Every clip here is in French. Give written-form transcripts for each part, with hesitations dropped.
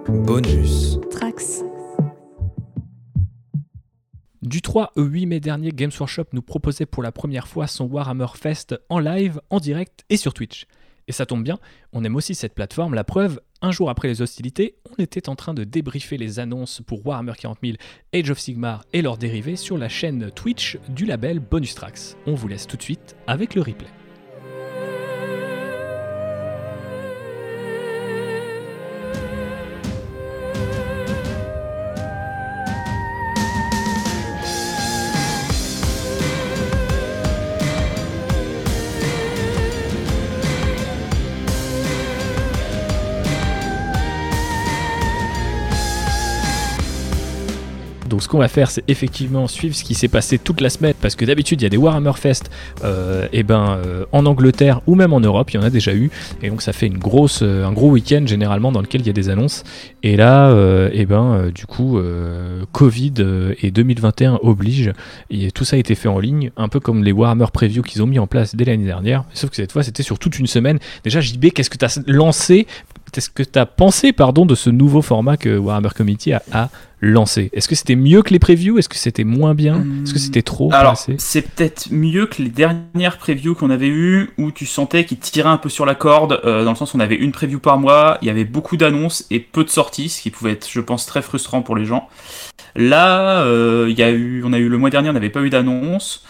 Bonus. Trax. Du 3 au 8 mai dernier, Games Workshop nous proposait pour la première fois son Warhammer Fest en live, en direct et sur Twitch. Et ça tombe bien, on aime aussi cette plateforme, la preuve, un jour après les hostilités, on était en train de débriefer les annonces pour Warhammer 40 000, Age of Sigmar et leurs dérivés sur la chaîne Twitch du label Bonus Trax. On vous laisse tout de suite avec le replay. Donc ce qu'on va faire, c'est effectivement suivre ce qui s'est passé toute la semaine, parce que d'habitude il y a des Warhammer Fest en Angleterre ou même en Europe, il y en a déjà eu, et donc ça fait un gros week-end généralement dans lequel il y a des annonces. Et là, Covid et 2021 oblige, et tout ça a été fait en ligne, un peu comme les Warhammer Preview qu'ils ont mis en place dès l'année dernière, sauf que cette fois c'était sur toute une semaine. Déjà JB, qu'est-ce que tu as pensé de ce nouveau format que Warhammer Community a lancé? Est-ce que c'était mieux que les previews? Est-ce que c'était moins bien? Est-ce que c'était trop? Alors, c'est peut-être mieux que les dernières previews qu'on avait eues, où tu sentais qu'ils tiraient un peu sur la corde, dans le sens où on avait une preview par mois, il y avait beaucoup d'annonces et peu de sorties, ce qui pouvait être, je pense, très frustrant pour les gens. Là, on a eu le mois dernier, on n'avait pas eu d'annonce.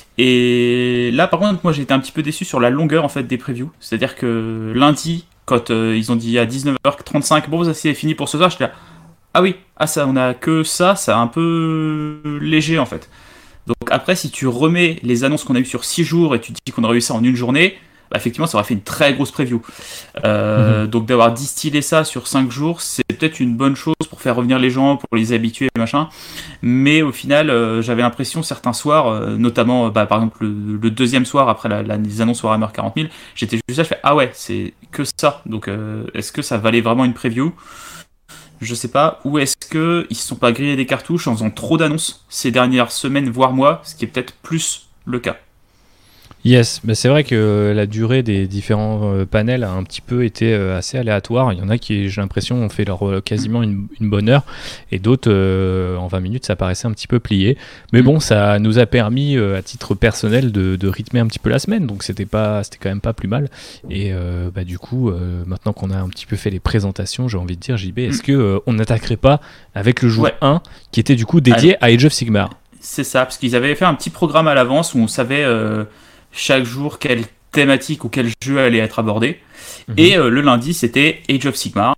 Et là, par contre, moi j'ai été un petit peu déçu sur la longueur en fait des previews. C'est-à-dire que lundi, quand ils ont dit à 19h35, bon, ça c'est fini pour ce soir, j'étais là. Ah oui, ça, on a que ça, c'est un peu léger en fait. Donc après, si tu remets les annonces qu'on a eues sur 6 jours et tu dis qu'on aurait eu ça en une journée, bah effectivement, ça aurait fait une très grosse preview. Donc d'avoir distillé ça sur 5 jours, c'est peut-être une bonne chose pour faire revenir les gens, pour les habituer, machin. Mais au final, j'avais l'impression, certains soirs, notamment par exemple le deuxième soir après les annonces Warhammer 40 000, j'étais juste là, je fais ah ouais, c'est que ça. Donc est-ce que ça valait vraiment une preview ? Je sais pas. Ou est-ce qu'ils se sont pas grillés des cartouches en faisant trop d'annonces ces dernières semaines, voire mois, ce qui est peut-être plus le cas. Yes, c'est vrai que la durée des différents panels a un petit peu été assez aléatoire. Il y en a qui, j'ai l'impression, ont fait quasiment une bonne heure, et d'autres, en 20 minutes, ça paraissait un petit peu plié. Mais bon, ça nous a permis, à titre personnel, de rythmer un petit peu la semaine, donc c'était quand même pas plus mal. Et du coup, maintenant qu'on a un petit peu fait les présentations, j'ai envie de dire, JB, est-ce qu'on n'attaquerait pas avec le jour 1, qui était du coup dédié à Age of Sigmar? C'est ça, parce qu'ils avaient fait un petit programme à l'avance où on savait... chaque jour quelle thématique ou quel jeu allait être abordé. Et le lundi c'était Age of Sigmar,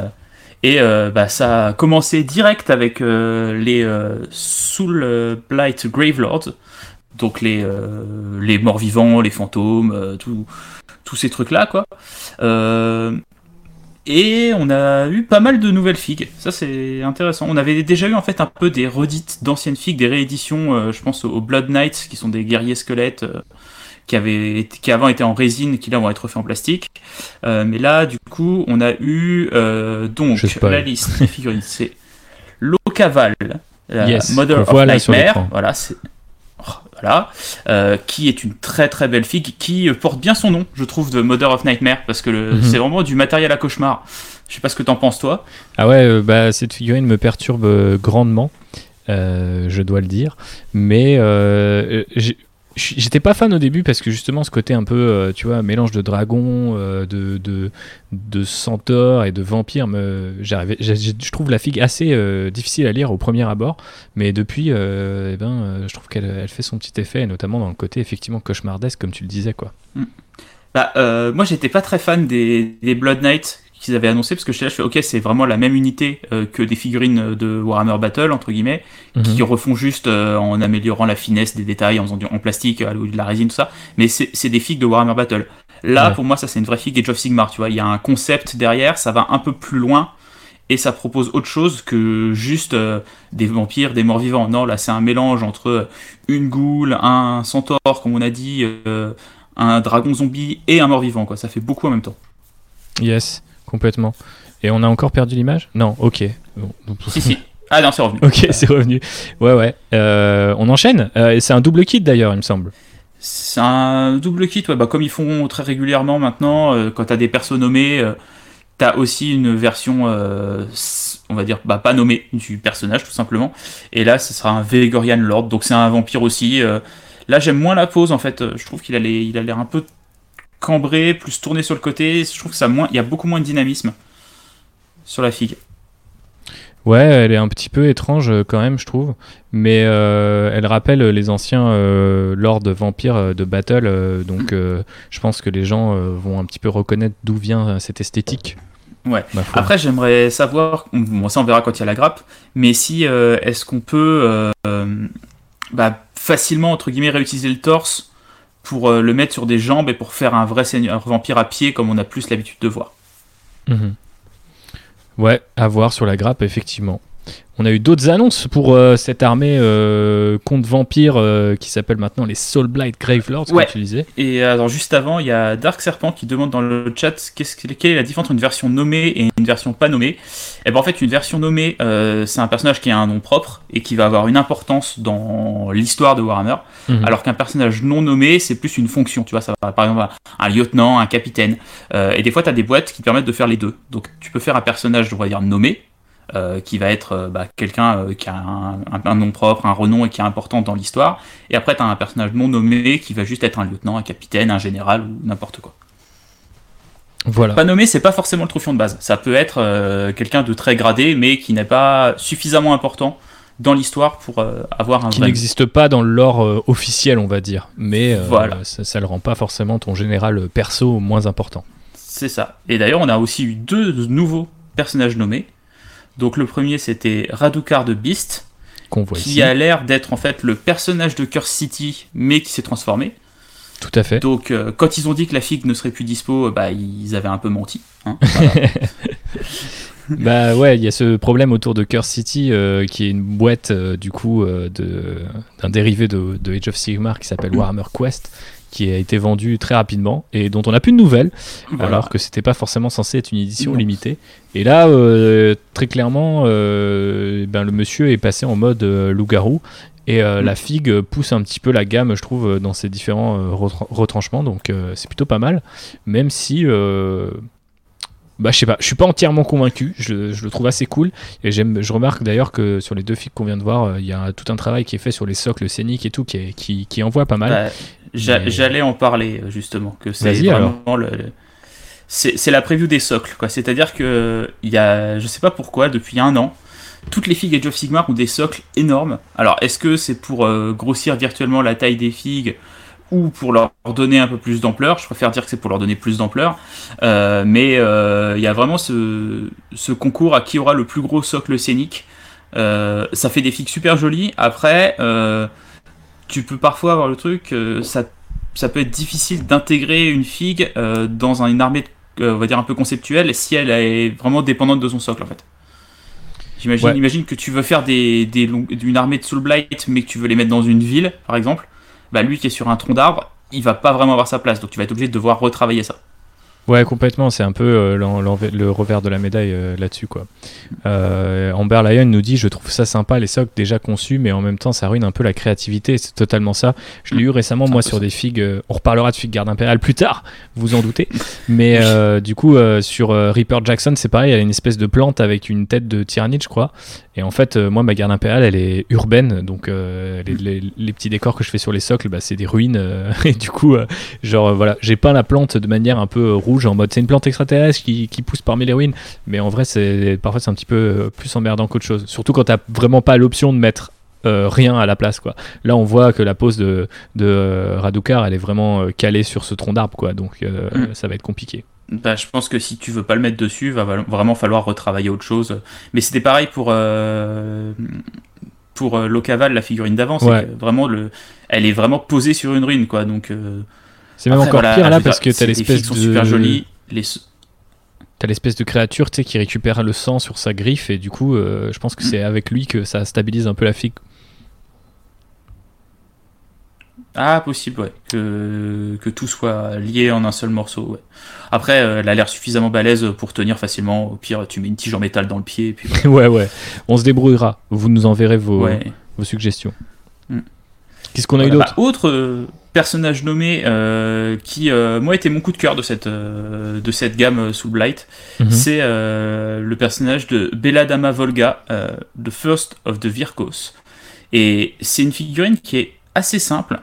ça a commencé direct avec les Soul Blight Gravelords, donc les morts vivants, les fantômes, tous ces trucs là quoi. Et on a eu pas mal de nouvelles figues, ça c'est intéressant. On avait déjà eu en fait un peu des redites d'anciennes figues, des rééditions, je pense aux Blood Knights qui sont des guerriers squelettes qui avant étaient en résine, qui là vont être faits en plastique. Mais là, du coup, on a eu la liste des figurines. C'est Locaval, Mother of Nightmare, qui est une très très belle figue qui porte bien son nom, je trouve, de Mother of Nightmare, parce que c'est vraiment du matériel à cauchemar. Je sais pas ce que t'en penses toi. Ah ouais, cette figurine me perturbe grandement, je dois le dire, mais j'étais pas fan au début parce que justement ce côté un peu mélange de dragon, de centaure et de vampire, je trouve la figue assez difficile à lire au premier abord, mais depuis je trouve qu'elle fait son petit effet, notamment dans le côté effectivement cauchemardesque comme tu le disais quoi. Moi j'étais pas très fan des Blood Knights qu'ils avaient annoncé, parce que je fais ok, c'est vraiment la même unité que des figurines de Warhammer Battle entre guillemets, qui refont juste en améliorant la finesse des détails, en faisant en plastique ou de la résine, tout ça, mais c'est des figues de Warhammer Battle. Là pour moi ça c'est une vraie figue Age of Sigmar, tu vois, il y a un concept derrière, ça va un peu plus loin et ça propose autre chose que juste des vampires, des morts vivants. Non, là c'est un mélange entre une ghoul, un centaure comme on a dit, un dragon zombie et un mort vivant quoi, ça fait beaucoup en même temps. Yes, complètement. Et on a encore perdu l'image ? Non, ok. Bon. Si. Ah non, c'est revenu. Ok, c'est revenu. Ouais. On enchaîne. C'est un double kit d'ailleurs, il me semble. C'est un double kit, comme ils font très régulièrement maintenant, quand t'as des persos nommés, T'as aussi une version, on va dire, pas nommée du personnage, tout simplement. Et là, ce sera un Vegorian Lord, donc c'est un vampire aussi. Là, j'aime moins la pose, en fait. Je trouve qu'il a l'air un peu cambré, plus tourné sur le côté. Je trouve que il y a beaucoup moins de dynamisme sur la figue. Ouais, elle est un petit peu étrange quand même, je trouve. Mais elle rappelle les anciens lords vampires de Battle. Donc je pense que les gens vont un petit peu reconnaître d'où vient cette esthétique. Ouais. Après, j'aimerais savoir, bon, ça on verra quand il y a la grappe, mais si est-ce qu'on peut facilement entre guillemets réutiliser le torse pour le mettre sur des jambes et pour faire un vrai seigneur vampire à pied comme on a plus l'habitude de voir. Ouais, à voir sur la grappe, effectivement. On a eu d'autres annonces pour cette armée contre vampires qui s'appelle maintenant les Soulblight Gravelords, comme tu disais. Et alors juste avant, il y a Dark Serpent qui demande dans le chat quelle est la différence entre une version nommée et une version pas nommée. Et ben en fait, une version nommée, c'est un personnage qui a un nom propre et qui va avoir une importance dans l'histoire de Warhammer, alors qu'un personnage non nommé, c'est plus une fonction. Tu vois, ça va par exemple un lieutenant, un capitaine. Et des fois, tu as des boîtes qui te permettent de faire les deux. Donc tu peux faire un personnage, on va dire, nommé, qui va être quelqu'un qui a un nom propre, un renom et qui est important dans l'histoire. Et après, tu as un personnage non nommé qui va juste être un lieutenant, un capitaine, un général ou n'importe quoi. Voilà. Pas nommé, c'est pas forcément le troufion de base. Ça peut être quelqu'un de très gradé, mais qui n'est pas suffisamment important dans l'histoire pour avoir un qui n'existe pas dans le lore officiel, on va dire. Mais voilà. ça le rend pas forcément ton général perso moins important. C'est ça. Et d'ailleurs, on a aussi eu 2 nouveaux personnages nommés. Donc le premier, c'était Radukar de Beast, qui a l'air d'être en fait le personnage de Curse City, mais qui s'est transformé. Tout à fait. Donc quand ils ont dit que la figue ne serait plus dispo, ils avaient un peu menti. Hein, voilà. Bah ouais, il y a ce problème autour de Curse City, qui est une boîte du coup d'un dérivé de Age of Sigmar qui s'appelle Warhammer Quest, qui a été vendu très rapidement et dont on n'a plus de nouvelles, alors que c'était pas forcément censé être une édition limitée. Et là, très clairement, le monsieur est passé en mode loup-garou, et la figue pousse un petit peu la gamme, je trouve, dans ses différents retranchements, donc c'est plutôt pas mal, même si... je sais pas, je suis pas entièrement convaincu, je le trouve assez cool, et je remarque d'ailleurs que sur les 2 figues qu'on vient de voir, il y a tout un travail qui est fait sur les socles scéniques et tout, qui envoie pas mal. J'allais en parler justement, que c'est vraiment c'est la preview des socles, quoi. C'est-à-dire que je sais pas pourquoi, depuis 1 an, toutes les figues Age of Sigmar ont des socles énormes. Alors est-ce que c'est pour grossir virtuellement la taille des figues ou pour leur donner un peu plus d'ampleur? Je préfère dire que c'est pour leur donner plus d'ampleur, mais il y a vraiment ce concours à qui aura le plus gros socle scénique. Ça fait des figues super jolies. Après, tu peux parfois avoir le truc, ça peut être difficile d'intégrer une figue dans une armée, on va dire un peu conceptuelle, si elle est vraiment dépendante de son socle en fait. Imagine que tu veux faire une armée de Soulblight, mais que tu veux les mettre dans une ville, par exemple. Lui qui est sur un tronc d'arbre, il va pas vraiment avoir sa place, donc tu vas être obligé de devoir retravailler ça. Ouais, complètement, c'est un peu le revers de la médaille là-dessus, quoi. Amber Lion nous dit: je trouve ça sympa les socles déjà conçus, mais en même temps ça ruine un peu la créativité. C'est totalement ça. Je l'ai eu récemment moi sur des figues, on reparlera de figues garde impériale plus tard, vous en doutez, mais du coup sur Reaper Jackson c'est pareil, elle a une espèce de plante avec une tête de tyrannide, je crois, et en fait moi ma garde impériale elle est urbaine, donc les petits décors que je fais sur les socles, c'est des ruines, et du coup voilà, j'ai peint la plante de manière un peu rouge, en mode c'est une plante extraterrestre qui pousse parmi les ruines, mais en vrai parfois c'est un petit peu plus emmerdant qu'autre chose, surtout quand t'as vraiment pas l'option de mettre rien à la place, quoi. Là on voit que la pose de Radukar elle est vraiment calée sur ce tronc d'arbre, quoi, donc ça va être compliqué. Je pense que si tu veux pas le mettre dessus, va vraiment falloir retravailler autre chose, mais c'était pareil pour Locaval, la figurine d'avant, ouais. Vraiment elle est vraiment posée sur une ruine, quoi, donc c'est même encore pire là, parce que t'as l'espèce de super jolies, t'as l'espèce de créature, tu sais, qui récupère le sang sur sa griffe, et du coup je pense que c'est avec lui que ça stabilise un peu la figue. Ah, possible, ouais, que tout soit lié en un seul morceau, ouais. Après elle a l'air suffisamment balèze pour tenir facilement, au pire tu mets une tige en métal dans le pied et puis ouais, on se débrouillera, vous nous enverrez vos suggestions. Qu'est-ce qu'on a eu d'autre? Autre personnage nommé qui, moi, était mon coup de cœur de cette gamme Soul Blight, c'est le personnage de Belladama Volga, The First of the Virkos. Et c'est une figurine qui est assez simple,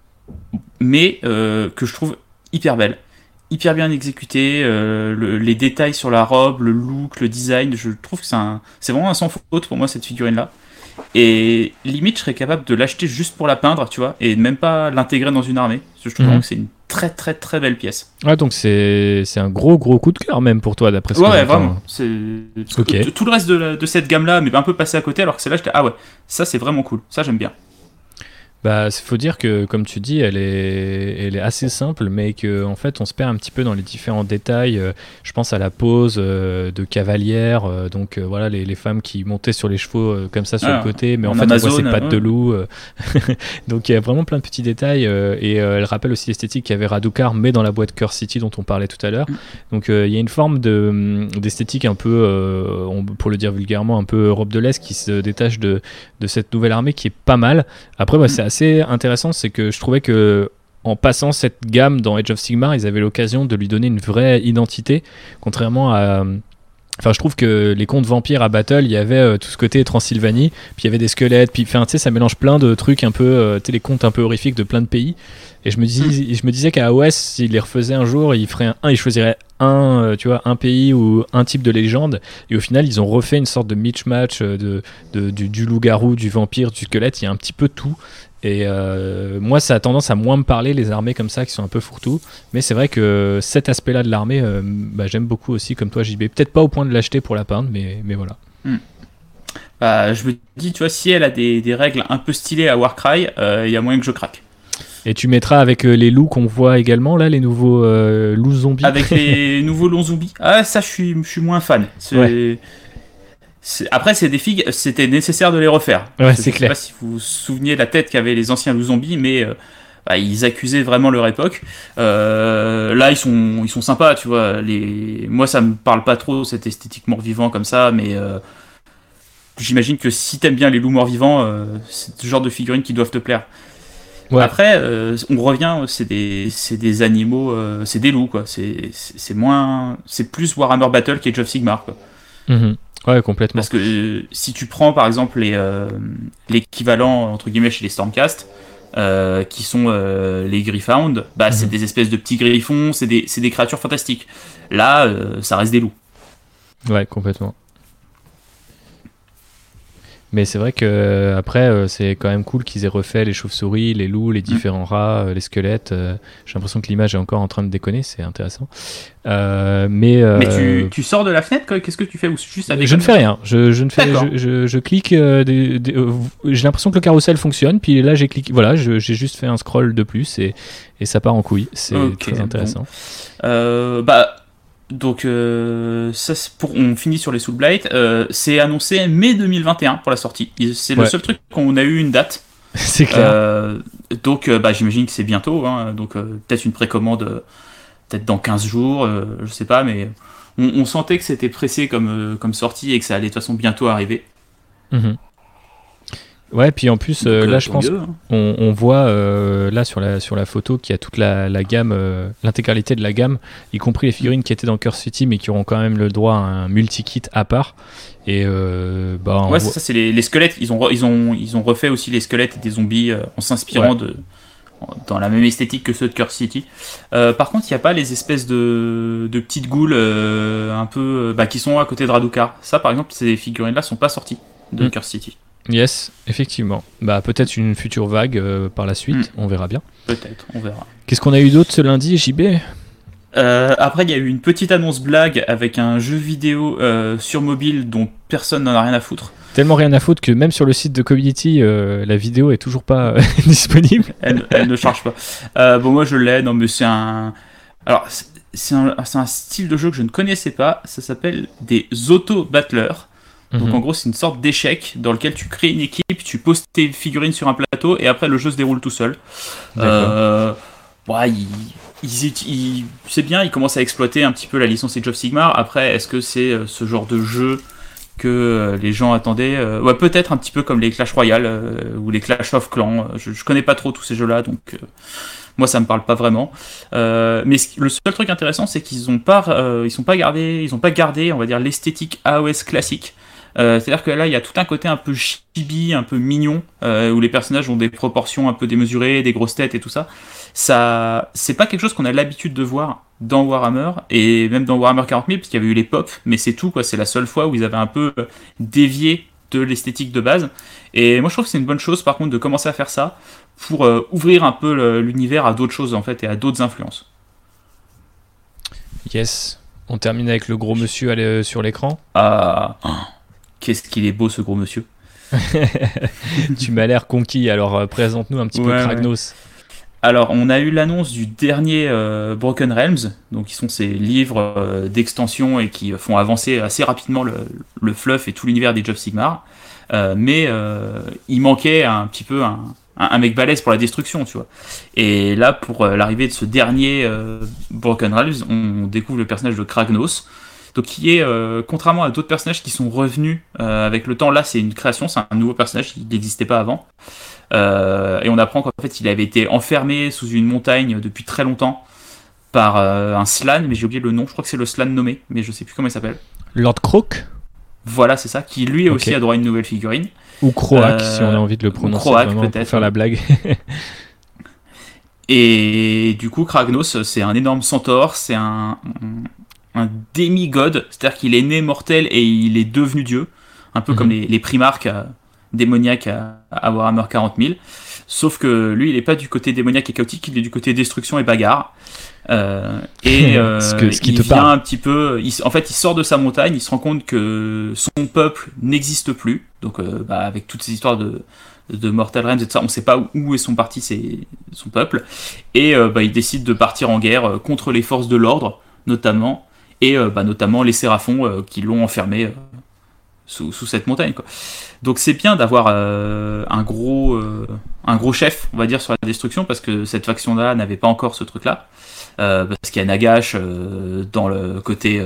mais que je trouve hyper belle, hyper bien exécutée. Les détails sur la robe, le look, le design, je trouve que c'est vraiment un sans faute pour moi, cette figurine-là. Et limite, je serais capable de l'acheter juste pour la peindre, tu vois, et même pas l'intégrer dans une armée. Je trouve vraiment que c'est une très très très belle pièce. Ah, donc c'est un gros coup de cœur même pour toi, d'après ce que ouais, j'entends. vraiment. Tout le reste de cette gamme-là m'est un peu passé à côté, alors que celle-là, j'étais, ah ouais, ça c'est vraiment cool, ça j'aime bien. Bah, faut dire que, comme tu dis, elle est assez simple, mais que en fait, on se perd un petit peu dans les différents détails. Je pense à la pose de cavalière, donc voilà, les femmes qui montaient sur les chevaux comme ça sur le côté, mais en fait, Amazon, on voit ces pattes de loup. Donc, il y a vraiment plein de petits détails, et elle rappelle aussi l'esthétique qu'avait Radukar, mais dans la boîte Curse City dont on parlait tout à l'heure. Donc, il y a une forme d'esthétique un peu, pour le dire vulgairement, un peu Europe de l'Est qui se détache de cette nouvelle armée qui est pas mal. Après, c'est assez intéressant, c'est que je trouvais que en passant cette gamme dans Age of Sigmar, ils avaient l'occasion de lui donner une vraie identité, contrairement à... Enfin, je trouve que les contes vampires à Battle, il y avait tout ce côté Transylvanie, puis il y avait des squelettes, puis enfin, tu sais, ça mélange plein de trucs un peu, tu sais, les contes un peu horrifiques de plein de pays. Et je me disais qu'à AOS, s'il les refaisait un jour, il choisirait tu vois, un pays ou un type de légende. Et au final, ils ont refait une sorte de mismatch du loup-garou, du vampire, du squelette. Il y a un petit peu tout. Et moi, ça a tendance à moins me parler, les armées comme ça qui sont un peu fourre-tout. Mais c'est vrai que cet aspect-là de l'armée, j'aime beaucoup aussi, comme toi, JB. Peut-être pas au point de l'acheter pour la peindre, mais voilà. Je me dis, tu vois, si elle a des règles un peu stylées à Warcry, il y a moyen que je craque. Et tu mettras avec les loups qu'on voit également, là, les nouveaux loups zombies. Avec les nouveaux loups zombies. Ah, ça, je suis moins fan. Après, c'est des figues, c'était nécessaire de les refaire. Ouais, c'est clair. Je sais pas si vous vous souveniez de la tête qu'avaient les anciens loups zombies, mais ils accusaient vraiment leur époque. Là, ils sont sympas, tu vois. Moi, ça me parle pas trop, cette esthétique mort-vivant comme ça, mais j'imagine que si t'aimes bien les loups morts-vivants, c'est le genre de figurines qui doivent te plaire. Ouais. Après, on revient, c'est des animaux, c'est des loups, quoi. C'est plus Warhammer Battle qu'Age of Sigmar, quoi. Ouais, complètement. Parce que si tu prends par exemple l'équivalent entre guillemets chez les Stormcast, qui sont les Gryphound, c'est des espèces de petits griffons, c'est des créatures fantastiques. Là, ça reste des loups. Ouais, complètement. Mais c'est vrai que après, c'est quand même cool qu'ils aient refait les chauves-souris, les loups, les différents rats, les squelettes. J'ai l'impression que l'image est encore en train de déconner, c'est intéressant. Mais tu sors de la fenêtre, qu'est-ce que tu fais ou juste je ne fais rien. Je clique. J'ai l'impression que le carrousel fonctionne. Puis là, j'ai cliqué. Voilà, j'ai juste fait un scroll de plus et ça part en couille. C'est très intéressant. Bon. Donc ça, on finit sur les Soul Blight. C'est annoncé mai 2021 pour la sortie. C'est le seul truc qu'on a eu une date. C'est clair. Donc j'imagine que c'est bientôt. Hein, donc peut-être une précommande, peut-être dans 15 jours, je sais pas, mais on sentait que c'était pressé comme sortie et que ça allait de toute façon bientôt arriver. Ouais, puis en plus, donc, là, je pense qu'on voit là sur la photo qu'il y a toute la gamme, l'intégralité de la gamme, y compris les figurines qui étaient dans Curse City, mais qui auront quand même le droit à un multi-kit à part. Et ça, c'est les squelettes. Ils ont refait aussi les squelettes et des zombies en s'inspirant dans la même esthétique que ceux de Curse City. Par contre, il n'y a pas les espèces de petites goules un peu qui sont à côté de Radukar. Ça, par exemple, ces figurines-là sont pas sorties de Curse City. Yes, effectivement. Peut-être une future vague par la suite, on verra bien. Peut-être, on verra. Qu'est-ce qu'on a eu d'autre ce lundi, JB ? Après, il y a eu une petite annonce blague avec un jeu vidéo sur mobile dont personne n'en a rien à foutre. Tellement rien à foutre que même sur le site de Community, la vidéo est toujours pas disponible. Elle ne charge pas. Moi je l'ai, non mais c'est un... Alors, c'est un style de jeu que je ne connaissais pas, ça s'appelle des auto-battlers. Donc en gros c'est une sorte d'échec dans lequel tu crées une équipe, tu poses tes figurines sur un plateau et après le jeu se déroule tout seul. C'est bien, ils commencent à exploiter un petit peu la licence Age of Sigmar. Après, est-ce que c'est ce genre de jeu que les gens attendaient. Ouais, peut-être un petit peu comme les Clash Royale ou les Clash of Clans. Je connais pas trop tous ces jeux-là, donc moi ça me parle pas vraiment. Mais le seul truc intéressant, c'est qu'ils ont pas gardé, on va dire, l'esthétique AOS classique. C'est-à-dire que là, il y a tout un côté un peu chibi, un peu mignon, où les personnages ont des proportions un peu démesurées, des grosses têtes et tout ça. Ça, c'est pas quelque chose qu'on a l'habitude de voir dans Warhammer, et même dans Warhammer 40 000, parce qu'il y avait eu les pop, mais c'est tout, quoi. C'est la seule fois où ils avaient un peu dévié de l'esthétique de base. Et moi, je trouve que c'est une bonne chose, par contre, de commencer à faire ça, pour ouvrir un peu l'univers à d'autres choses, en fait, et à d'autres influences. Yes. On termine avec le gros monsieur sur l'écran. Ah... Qu'est-ce qu'il est beau, ce gros monsieur. Tu m'as l'air conquis, alors présente-nous un petit peu Kragnos. Alors, on a eu l'annonce du dernier Broken Realms, donc qui sont ces livres d'extension et qui font avancer assez rapidement le fluff et tout l'univers des Age of Sigmar. Mais il manquait un petit peu un mec balèze pour la destruction, tu vois. Et là, pour l'arrivée de ce dernier Broken Realms, on découvre le personnage de Kragnos. Donc qui est, contrairement à d'autres personnages qui sont revenus avec le temps, là c'est une création, c'est un nouveau personnage qui n'existait pas avant. Et on apprend qu'en fait il avait été enfermé sous une montagne depuis très longtemps par un Slann, mais j'ai oublié le nom, je crois que c'est le Slann nommé, mais je sais plus comment il s'appelle. Lord Croak. Voilà, c'est ça, qui lui aussi a droit à une nouvelle figurine. Ou Croak, si on a envie de le prononcer Croak, vraiment peut-être, pour faire la blague. Et du coup Kragnos, c'est un énorme centaure, c'est un demi-god, c'est-à-dire qu'il est né mortel et il est devenu dieu, un peu comme les primarques démoniaques à Warhammer 40 000, sauf que lui il est pas du côté démoniaque et chaotique, il est du côté destruction et bagarre. Ce qui il vient un petit peu, il sort de sa montagne, il se rend compte que son peuple n'existe plus, donc avec toutes ces histoires de Mortal Realms et tout ça, on sait pas où sont partis son peuple, et il décide de partir en guerre contre les forces de l'ordre notamment, et notamment les Séraphons qui l'ont enfermé sous cette montagne, quoi. Donc c'est bien d'avoir un gros chef, on va dire, sur la destruction, parce que cette faction-là n'avait pas encore ce truc-là, parce qu'il y a Nagash dans le côté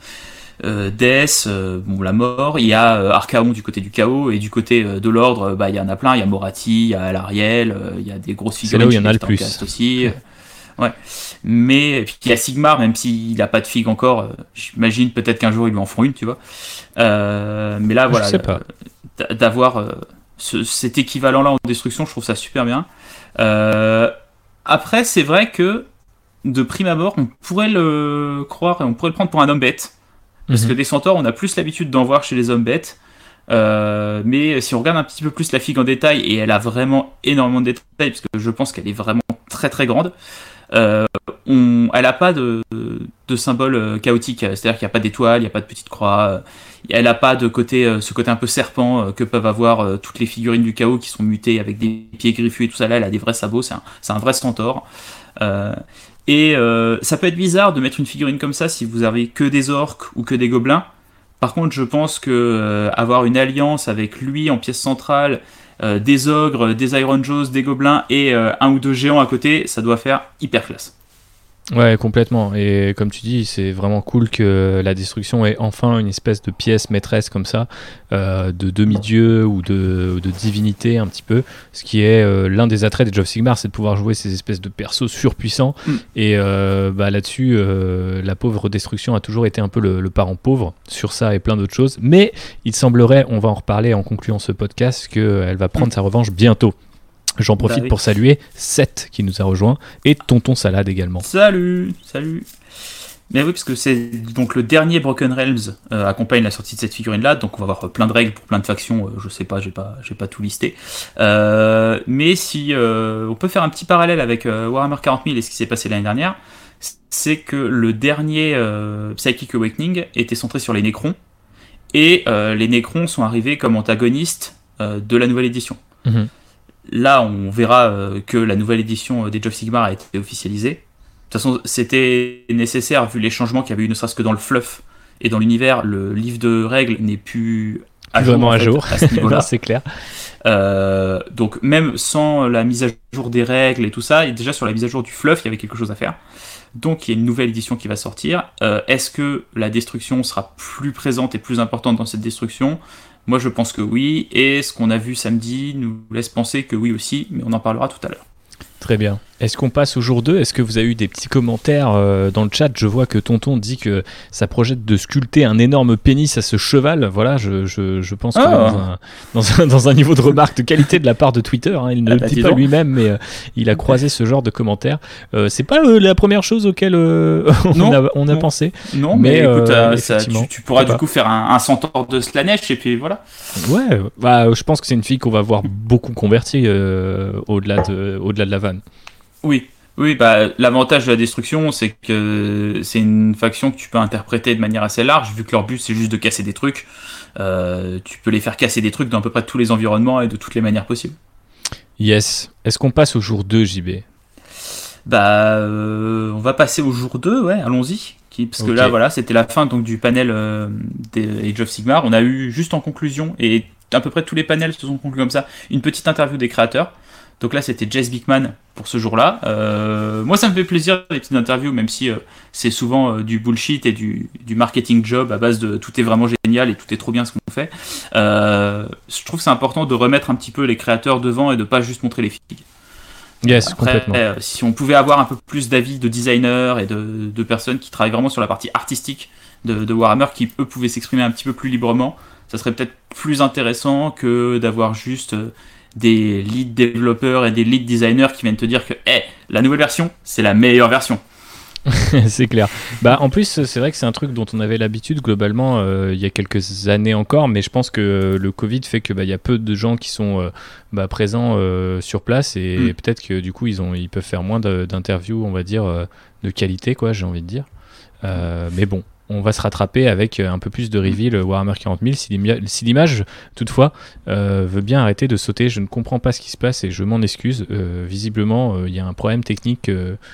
Death, la mort, il y a Archaon du côté du chaos, et du côté de l'ordre, il y en a plein, il y a Morathi, il y a Alariel, il y a des grosses figurines. C'est là où il y en a le plus. Aussi. Ouais, mais puis il y a Sigmar, même s'il n'a pas de figue encore, j'imagine peut-être qu'un jour ils lui en feront une, tu vois. Mais là, voilà, d'avoir cet équivalent-là en destruction, je trouve ça super bien. Après, c'est vrai que de prime abord, on pourrait le croire et on pourrait le prendre pour un homme bête, parce que des centaures, on a plus l'habitude d'en voir chez les hommes bêtes. Mais si on regarde un petit peu plus la figue en détail, et elle a vraiment énormément de détails, parce que je pense qu'elle est vraiment très très grande. Elle n'a pas de symbole chaotique, c'est-à-dire qu'il n'y a pas d'étoile, il n'y a pas de petite croix, elle n'a pas de ce côté un peu serpent que peuvent avoir toutes les figurines du chaos qui sont mutées avec des pieds griffus et tout ça. Là, elle a des vrais sabots, c'est un vrai centaure. Et ça peut être bizarre de mettre une figurine comme ça si vous avez que des orques ou que des gobelins. Par contre, je pense que avoir une alliance avec lui en pièce centrale, des ogres, des Iron Jaws, des gobelins et un ou deux géants à côté, ça doit faire hyper classe. Ouais, complètement. Et comme tu dis, c'est vraiment cool que la destruction ait enfin une espèce de pièce maîtresse comme ça, de demi-dieu ou de divinité un petit peu. Ce qui est l'un des attraits des Age of Sigmar, c'est de pouvoir jouer ces espèces de persos surpuissants. Et là-dessus, la pauvre destruction a toujours été un peu le parent pauvre sur ça et plein d'autres choses. Mais il semblerait, on va en reparler en concluant ce podcast, qu'elle va prendre sa revanche bientôt. J'en profite pour saluer Seth qui nous a rejoint et Tonton Salade également. Salut. Mais oui, parce que c'est donc le dernier Broken Realms accompagne la sortie de cette figurine-là, donc on va avoir plein de règles pour plein de factions. Je sais pas, j'ai pas tout listé. Mais si on peut faire un petit parallèle avec Warhammer 40 000 et ce qui s'est passé l'année dernière, c'est que le dernier Psychic Awakening était centré sur les Nécrons, et les Nécrons sont arrivés comme antagonistes de la nouvelle édition. Là, on verra que la nouvelle édition des Age of Sigmar a été officialisée. De toute façon, c'était nécessaire vu les changements qu'il y avait eu, ne serait-ce que dans le fluff et dans l'univers. Le livre de règles n'est plus vraiment à jour. À ce niveau-là. Non, c'est clair. Donc même sans la mise à jour des règles et tout ça, et déjà sur la mise à jour du fluff, il y avait quelque chose à faire. Donc il y a une nouvelle édition qui va sortir. Est-ce que la destruction sera plus présente et plus importante dans cette destruction ? Moi je pense que oui, et ce qu'on a vu samedi nous laisse penser que oui aussi, mais on en parlera tout à l'heure. Très bien. Est-ce qu'on passe au jour 2 ? Est-ce que vous avez eu des petits commentaires dans le chat ? Je vois que Tonton dit que ça projette de sculpter un énorme pénis à ce cheval. Voilà, je pense que dans un niveau de remarque de qualité de la part de Twitter, hein, il ne le dit pas lui-même, mais il a croisé ce genre de commentaires. C'est pas la première chose auquel on a pensé. Non, mais écoute, tu pourras du coup faire un centaure de Slanesh et puis voilà. Ouais, je pense que c'est une fille qu'on va voir beaucoup convertie au-delà de la vanne. Oui, l'avantage de la destruction, c'est que c'est une faction que tu peux interpréter de manière assez large, vu que leur but c'est juste de casser des trucs. Tu peux les faire casser des trucs dans à peu près tous les environnements et de toutes les manières possibles. Yes. Est-ce qu'on passe au jour 2, JB ? On va passer au jour 2, ouais, allons-y. Parce que là, voilà, c'était la fin donc, du panel des Age of Sigmar. On a eu juste en conclusion, et à peu près tous les panels se sont conclus comme ça, une petite interview des créateurs. Donc là, c'était Jess Bickman pour ce jour-là. Moi, ça me fait plaisir, les petites interviews, même si c'est souvent du bullshit et du marketing job à base de tout est vraiment génial et tout est trop bien ce qu'on fait. Je trouve que c'est important de remettre un petit peu les créateurs devant et de pas juste montrer les figues. Yes, après, complètement. Si on pouvait avoir un peu plus d'avis de designers et de personnes qui travaillent vraiment sur la partie artistique de Warhammer, qui eux pouvaient s'exprimer un petit peu plus librement, ça serait peut-être plus intéressant que d'avoir juste des lead développeurs et des lead designers qui viennent te dire que la nouvelle version, c'est la meilleure version. C'est clair. En plus, c'est vrai que c'est un truc dont on avait l'habitude globalement il y a quelques années encore, mais je pense que le Covid fait que il y a peu de gens qui sont présents sur place et peut-être que du coup ils peuvent faire moins d'interviews, on va dire, de qualité, quoi, j'ai envie de dire. Mais bon. On va se rattraper avec un peu plus de reveal Warhammer 40 000 si l'image, toutefois, veut bien arrêter de sauter. Je ne comprends pas ce qui se passe et je m'en excuse. Visiblement, il y a un problème technique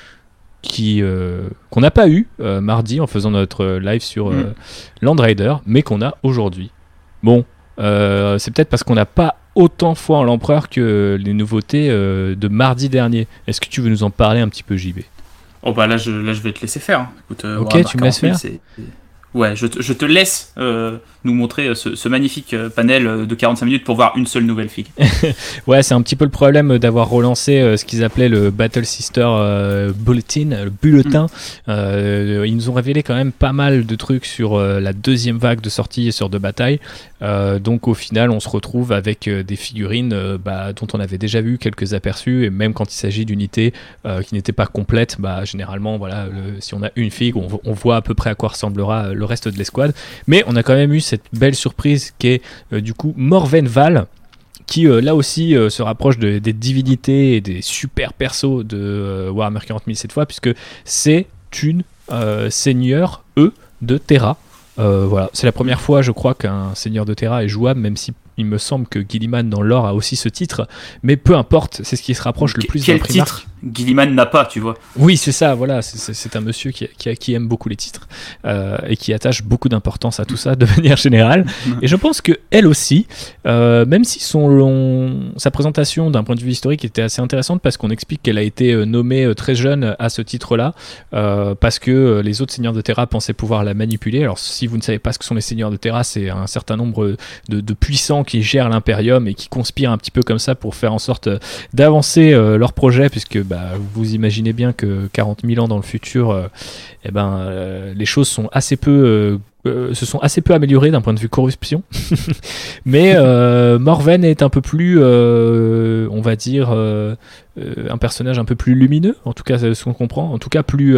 qu'on n'a pas eu mardi en faisant notre live sur Land Raider, mais qu'on a aujourd'hui. Bon, c'est peut-être parce qu'on n'a pas autant foi en l'empereur que les nouveautés de mardi dernier. Est-ce que tu veux nous en parler un petit peu, JB ? Oh là je vais te laisser faire. Écoute, ok, tu me laisses faire. Ouais, je te laisse nous montrer ce magnifique panel de 45 minutes pour voir une seule nouvelle figue. Ouais, c'est un petit peu le problème d'avoir relancé ce qu'ils appelaient le Battle Sister Bulletin, le bulletin. Ils nous ont révélé quand même pas mal de trucs sur la deuxième vague de sortie et sur de bataille. Donc au final, on se retrouve avec des figurines dont on avait déjà vu quelques aperçus, et même quand il s'agit d'unités qui n'étaient pas complètes, généralement, voilà, si on a une figue, on voit à peu près à quoi ressemblera le reste de l'escouade. Mais on a quand même eu cette belle surprise qui est du coup Morven Val, qui là aussi se rapproche des divinités et des super persos de Warhammer 40 000 cette fois, puisque c'est une seigneur de Terra. Voilà, c'est la première fois, je crois, qu'un seigneur de Terra est jouable, même si il me semble que Guilliman dans l'or a aussi ce titre, mais peu importe, c'est ce qui se rapproche le plus d'un Primarch. Quel titre Guilliman n'a pas, tu vois. Oui, c'est ça, voilà, c'est un monsieur qui aime beaucoup les titres et qui attache beaucoup d'importance à tout ça de manière générale. Et je pense qu'elle aussi, même si sa présentation d'un point de vue historique était assez intéressante, parce qu'on explique qu'elle a été nommée très jeune à ce titre-là, parce que les autres seigneurs de Terra pensaient pouvoir la manipuler. Alors si vous ne savez pas ce que sont les seigneurs de Terra, c'est un certain nombre de puissants qui gèrent l'Imperium et qui conspirent un petit peu comme ça pour faire en sorte d'avancer leur projet, puisque vous imaginez bien que 40 000 ans dans le futur, les choses sont assez peu se sont assez peu améliorées d'un point de vue corruption. Mais Morven est un peu plus on va dire un personnage un peu plus lumineux, en tout cas c'est ce qu'on comprend, en tout cas plus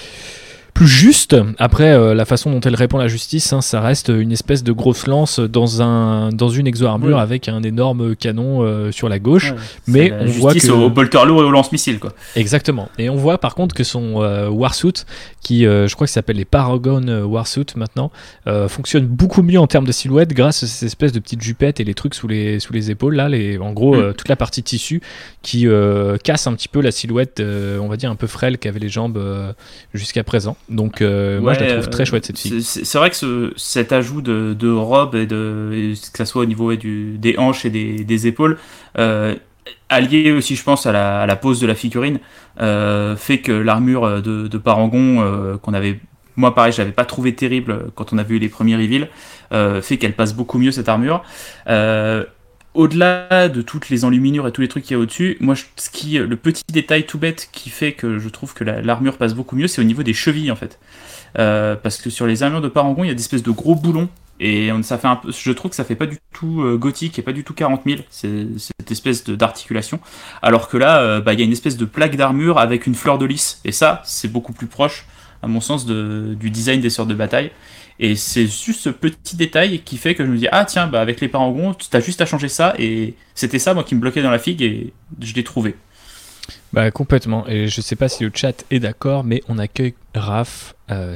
juste. Après, la façon dont elle répond à la justice, ça reste une espèce de grosse lance dans une exo-armure avec un énorme canon sur la gauche. Mais on voit que au bolter lourd et au lance-missile, quoi. Exactement. Et on voit par contre que son warsuit, qui je crois que ça s'appelle les Paragon warsuit maintenant, fonctionne beaucoup mieux en termes de silhouette grâce à ces espèces de petites jupettes et les trucs sous les épaules là, en gros toute la partie tissu qui casse un petit peu la silhouette, on va dire un peu frêle qu'avaient les jambes jusqu'à présent. Donc moi je la trouve très chouette cette fille. C'est vrai que cet ajout de robe et que ça soit au niveau des hanches et des épaules, allié aussi je pense à la pose de la figurine, fait que l'armure de Parangon qu'on avait, moi pareil je l'avais pas trouvé terrible quand on a vu les premiers reveals, fait qu'elle passe beaucoup mieux cette armure. Au-delà de toutes les enluminures et tous les trucs qu'il y a au-dessus, moi, le petit détail tout bête qui fait que je trouve que l'armure passe beaucoup mieux, c'est au niveau des chevilles, en fait. Parce que sur les armures de Parangon, il y a des espèces de gros boulons, et ça fait je trouve que ça fait pas du tout gothique et pas du tout 40 000, cette espèce d'articulation. Alors que là, il y a une espèce de plaque d'armure avec une fleur de lys, et ça, c'est beaucoup plus proche, à mon sens, du design des sœurs de bataille. Et c'est juste ce petit détail qui fait que je me dis, ah tiens, avec les Parangons, t'as juste à changer ça, et c'était ça moi qui me bloquait dans la figue, et je l'ai trouvé. Bah complètement, et je sais pas si le chat est d'accord, mais on accueille Raph,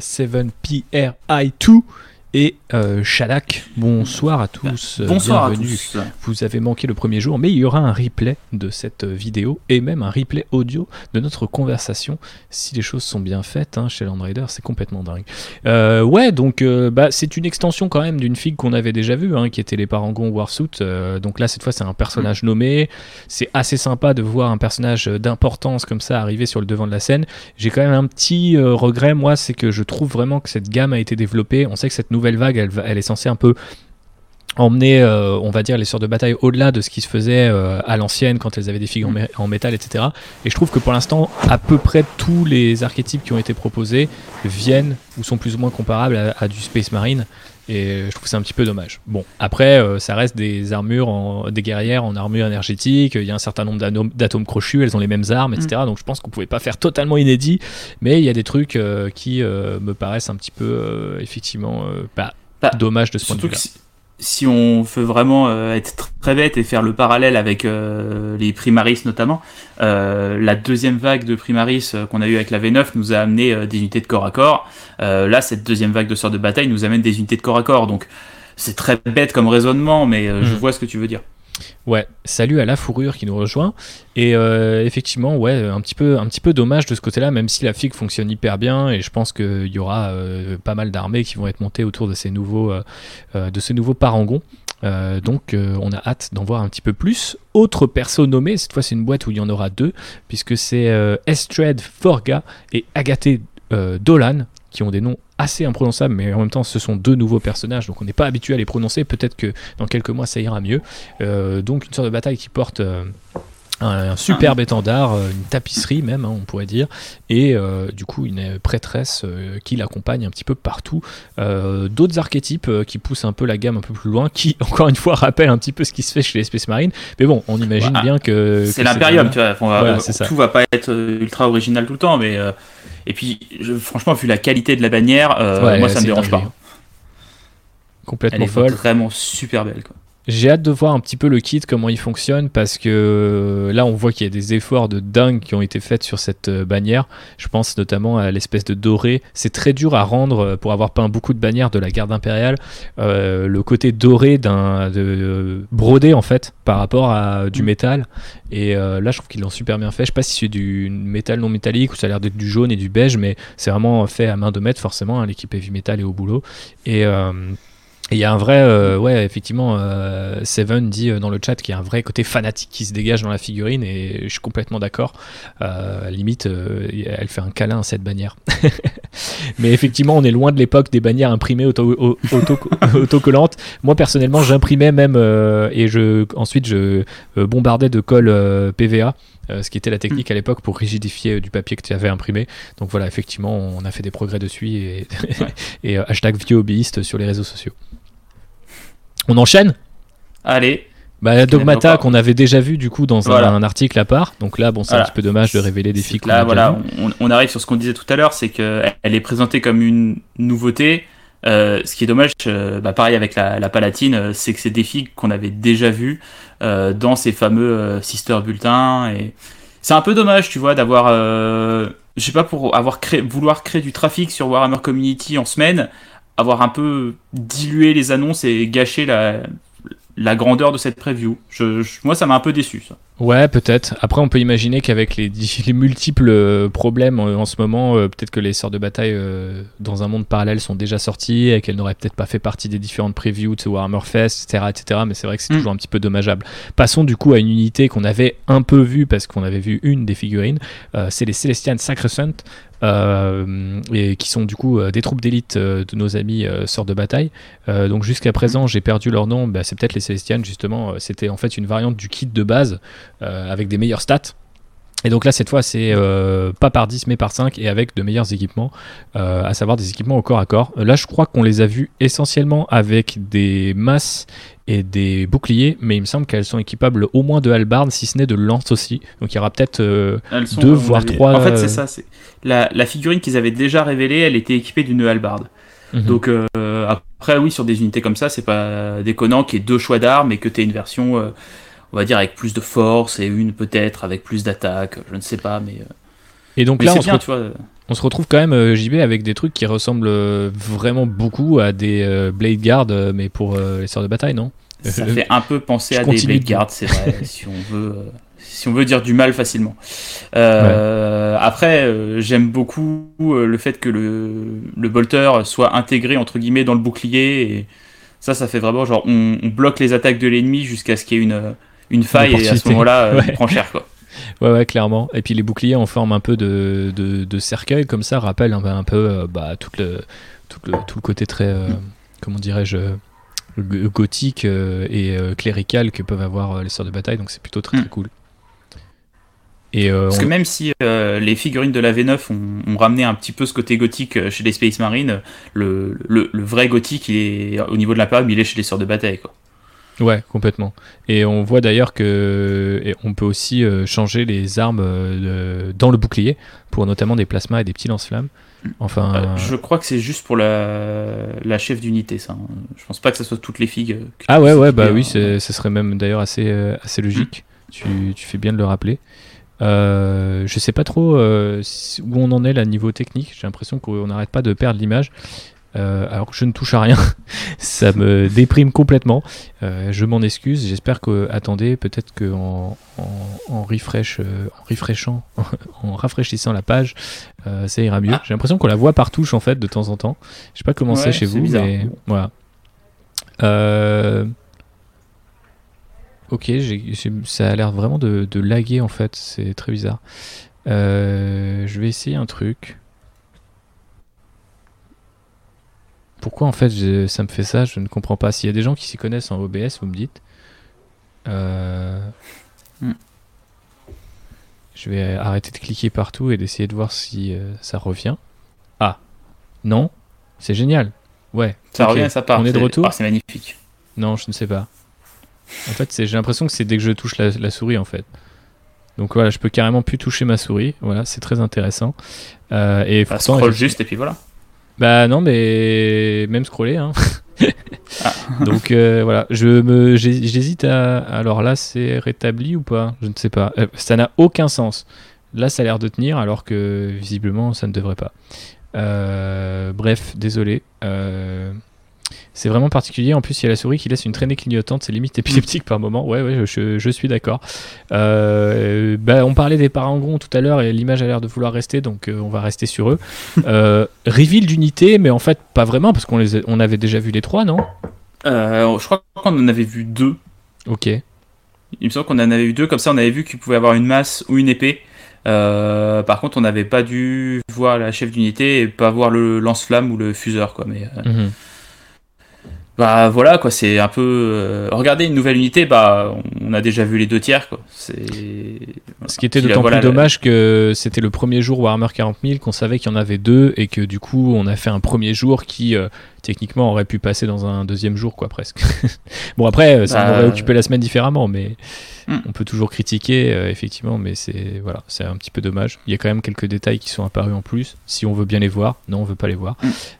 7PRI2 et Shadak. Bonsoir à tous, bonsoir bienvenue. À tous. Vous avez manqué le premier jour, mais il y aura un replay de cette vidéo et même un replay audio de notre conversation si les choses sont bien faites chez Land Raider, c'est complètement dingue. Ouais, donc c'est une extension quand même d'une figue qu'on avait déjà vue, qui était les Parangon Warsuit. Donc là, cette fois, c'est un personnage nommé. C'est assez sympa de voir un personnage d'importance comme ça arriver sur le devant de la scène. J'ai quand même un petit regret, moi, c'est que je trouve vraiment que cette gamme a été développée. On sait que cette nouvelle vague, elle est censée un peu emmener, on va dire, les sœurs de bataille au-delà de ce qui se faisait à l'ancienne quand elles avaient des figues en métal, etc. Et je trouve que pour l'instant, à peu près tous les archétypes qui ont été proposés viennent ou sont plus ou moins comparables à du Space Marine. Et je trouve que c'est un petit peu dommage. Bon, après, ça reste des armures, des guerrières en armure énergétique. Il y a un certain nombre d'atomes crochus, elles ont les mêmes armes, etc. Donc je pense qu'on pouvait pas faire totalement inédit. Mais il y a des trucs qui me paraissent un petit peu, effectivement, dommage de ce point de vue-là. Si on veut vraiment être très bête et faire le parallèle avec les Primaris notamment, la deuxième vague de Primaris qu'on a eu avec la V9 nous a amené des unités de corps à corps. Là, cette deuxième vague de sœurs de bataille nous amène des unités de corps à corps. Donc c'est très bête comme raisonnement, mais je vois ce que tu veux dire. Ouais, salut à la fourrure qui nous rejoint. Et effectivement, ouais, un petit peu dommage de ce côté-là, même si la figue fonctionne hyper bien. Et je pense qu'il y aura pas mal d'armées qui vont être montées autour de ces nouveaux parangons. Donc on a hâte d'en voir un petit peu plus. Autre perso nommé, cette fois c'est une boîte où il y en aura deux, puisque c'est Estred Forga et Agathé Dolan, qui ont des noms assez imprononçables, mais en même temps ce sont deux nouveaux personnages, donc on n'est pas habitué à les prononcer. Peut-être que dans quelques mois ça ira mieux. Donc une sorte de bataille qui porte un superbe étendard, une tapisserie même, on pourrait dire, et du coup une prêtresse qui l'accompagne un petit peu partout. D'autres archétypes qui poussent un peu la gamme un peu plus loin, qui encore une fois rappellent un petit peu ce qui se fait chez les Space Marines, mais bon, on imagine bien que c'est l'Imperium, tu vois, tout va pas être ultra original tout le temps, mais et puis franchement, vu la qualité de la bannière, moi ça me dérange pas. Complètement folle. Elle est vraiment super belle, quoi. J'ai hâte de voir un petit peu le kit, comment il fonctionne, parce que là on voit qu'il y a des efforts de dingue qui ont été faits sur cette bannière. Je pense notamment à l'espèce de doré. C'est très dur à rendre pour avoir peint beaucoup de bannières de la garde impériale. Le côté doré brodé en fait par rapport à du métal. Et là je trouve qu'ils l'ont super bien fait. Je sais pas si c'est du métal non métallique ou ça a l'air d'être du jaune et du beige, mais c'est vraiment fait à main de maître forcément. L'équipe Heavy Metal est au boulot. Et il y a un vrai, effectivement, Seven dit dans le chat qu'il y a un vrai côté fanatique qui se dégage dans la figurine, et je suis complètement d'accord. Limite, elle fait un câlin à cette bannière. Mais effectivement, on est loin de l'époque des bannières imprimées autocollantes. Moi, personnellement, j'imprimais même, et ensuite je bombardais de colle PVA. Ce qui était la technique à l'époque pour rigidifier du papier que tu avais imprimé. Donc voilà, effectivement, on a fait des progrès dessus, et hashtag vieux hobbyiste sur les réseaux sociaux. On enchaîne ? Allez. Dogmata qu'on avait déjà vu du coup dans un article à part. Donc là, c'est un petit peu dommage de révéler des filles qu'on a déjà vues. On arrive sur ce qu'on disait tout à l'heure, c'est qu'elle est présentée comme une nouveauté. Ce qui est dommage, pareil avec la Palatine, c'est que c'est des figues qu'on avait déjà vues dans ces fameux Sister Bulletins, et c'est un peu dommage, tu vois, d'avoir, je sais pas, pour vouloir créer du trafic sur Warhammer Community en semaine, avoir un peu dilué les annonces et gâché la grandeur de cette preview. Moi, ça m'a un peu déçu, ça. Ouais, peut-être. Après, on peut imaginer qu'avec les multiples problèmes en ce moment, peut-être que les sœurs de bataille dans un monde parallèle sont déjà sorties et qu'elles n'auraient peut-être pas fait partie des différentes previews de Warhammer Fest, etc., etc. Mais c'est vrai que c'est toujours un petit peu dommageable. Passons du coup à une unité qu'on avait un peu vue parce qu'on avait vu une des figurines. C'est les Celestian Sacrosanct. Et qui sont du coup des troupes d'élite de nos amis sœurs de bataille. Donc jusqu'à présent, j'ai perdu leur nom. Bah, c'est peut-être les Celestian, justement. C'était en fait une variante du kit de base avec des meilleures stats. Et donc là, cette fois, c'est pas par 10 mais par 5 et avec de meilleurs équipements, à savoir des équipements au corps à corps. Là, je crois qu'on les a vus essentiellement avec des masses et des boucliers, mais il me semble qu'elles sont équipables au moins de hallebardes, si ce n'est de lances aussi. Donc il y aura peut-être 2 voire 3. En fait, c'est ça. C'est la figurine qu'ils avaient déjà révélée, elle était équipée d'une hallebarde. Donc après, oui, sur des unités comme ça, c'est pas déconnant qu'il y ait 2 choix d'armes et que tu aies une version, on va dire, avec plus de force et une peut-être avec plus d'attaque. Je ne sais pas, mais. Et donc mais là, on se retrouve quand même, JB, avec des trucs qui ressemblent vraiment beaucoup à des Blade Guard, mais pour les sœurs de bataille, non ? Ça fait un peu penser à des Blade Guard, c'est vrai, si on veut dire du mal facilement. Après, j'aime beaucoup le fait que le bolter soit intégré entre guillemets dans le bouclier, et ça fait vraiment genre on bloque les attaques de l'ennemi jusqu'à ce qu'il y ait une faille, et à ce moment-là, il prend cher, quoi. Ouais, clairement. Et puis les boucliers en forme un peu de cercueil, comme ça, rappellent un peu tout le côté très, comment dirais-je, gothique et clérical que peuvent avoir les sœurs de bataille, donc c'est plutôt très cool. Et parce que même si les figurines de la V9 ont ramené un petit peu ce côté gothique chez les Space Marines, le vrai gothique, il est, au niveau de la période, il est chez les sœurs de bataille, quoi. Ouais, complètement. Et on voit d'ailleurs on peut aussi changer les armes dans le bouclier pour notamment des plasmas et des petits lance-flammes. Enfin, je crois que c'est juste pour la chef d'unité, ça. Je pense pas que ça soit toutes les figues. Ah ouais, bah oui, ce serait même d'ailleurs assez logique. Tu fais bien de le rappeler. Je sais pas trop où on en est là niveau technique. J'ai l'impression qu'on n'arrête pas de perdre l'image. Alors que je ne touche à rien, ça me déprime complètement. Je m'en excuse. J'espère que, attendez, peut-être que en rafraîchissant la page, ça ira mieux. J'ai l'impression qu'on la voit par touche en fait de temps en temps. Je sais pas comment c'est chez vous, bizarre. Mais voilà. Ok, ça a l'air vraiment de laguer en fait. C'est très bizarre. Je vais essayer un truc. Pourquoi en fait ça me fait ça, je ne comprends pas. S'il y a des gens qui s'y connaissent en OBS, vous me dites. Je vais arrêter de cliquer partout et d'essayer de voir si ça revient. Ah, non, c'est génial. Ouais. Ça revient, ça part. On est de retour. C'est magnifique. Non, je ne sais pas. En fait, j'ai l'impression que c'est dès que je touche la souris en fait. Donc voilà, je peux carrément plus toucher ma souris. Voilà, c'est très intéressant. Et pourtant, scroll juste et puis voilà. Bah non, mais même scroller, hein. Donc voilà, j'hésite à... Alors là, c'est rétabli ou pas ? Je ne sais pas. Ça n'a aucun sens. Là, ça a l'air de tenir, alors que visiblement, ça ne devrait pas. Bref, désolé. C'est vraiment particulier. En plus, il y a la souris qui laisse une traînée clignotante. C'est limite épileptique par moment. Ouais, je suis d'accord. On parlait des parangons tout à l'heure et l'image a l'air de vouloir rester, donc on va rester sur eux. Reveal d'unité, mais en fait, pas vraiment, parce qu'on avait déjà vu les 3, non ? Je crois qu'on en avait vu 2. Ok. Il me semble qu'on en avait vu 2. Comme ça, on avait vu qu'il pouvait avoir une masse ou une épée. Par contre, on n'avait pas dû voir la chef d'unité et pas voir le lance-flamme ou le fuseur, quoi. Mais bah voilà, quoi, c'est un peu regardez une nouvelle unité, bah on a déjà vu les 2 tiers, quoi. Ce qui était d'autant plus dommage que c'était le premier jour Warhammer 40 000, qu'on savait qu'il y en avait 2 et que du coup on a fait un premier jour qui techniquement aurait pu passer dans un deuxième jour, quoi, presque. Bon, après ça aurait occupé la semaine différemment, mais on peut toujours critiquer, effectivement, mais c'est un petit peu dommage. Il y a quand même quelques détails qui sont apparus en plus, si on veut bien les voir. Non, on veut pas les voir.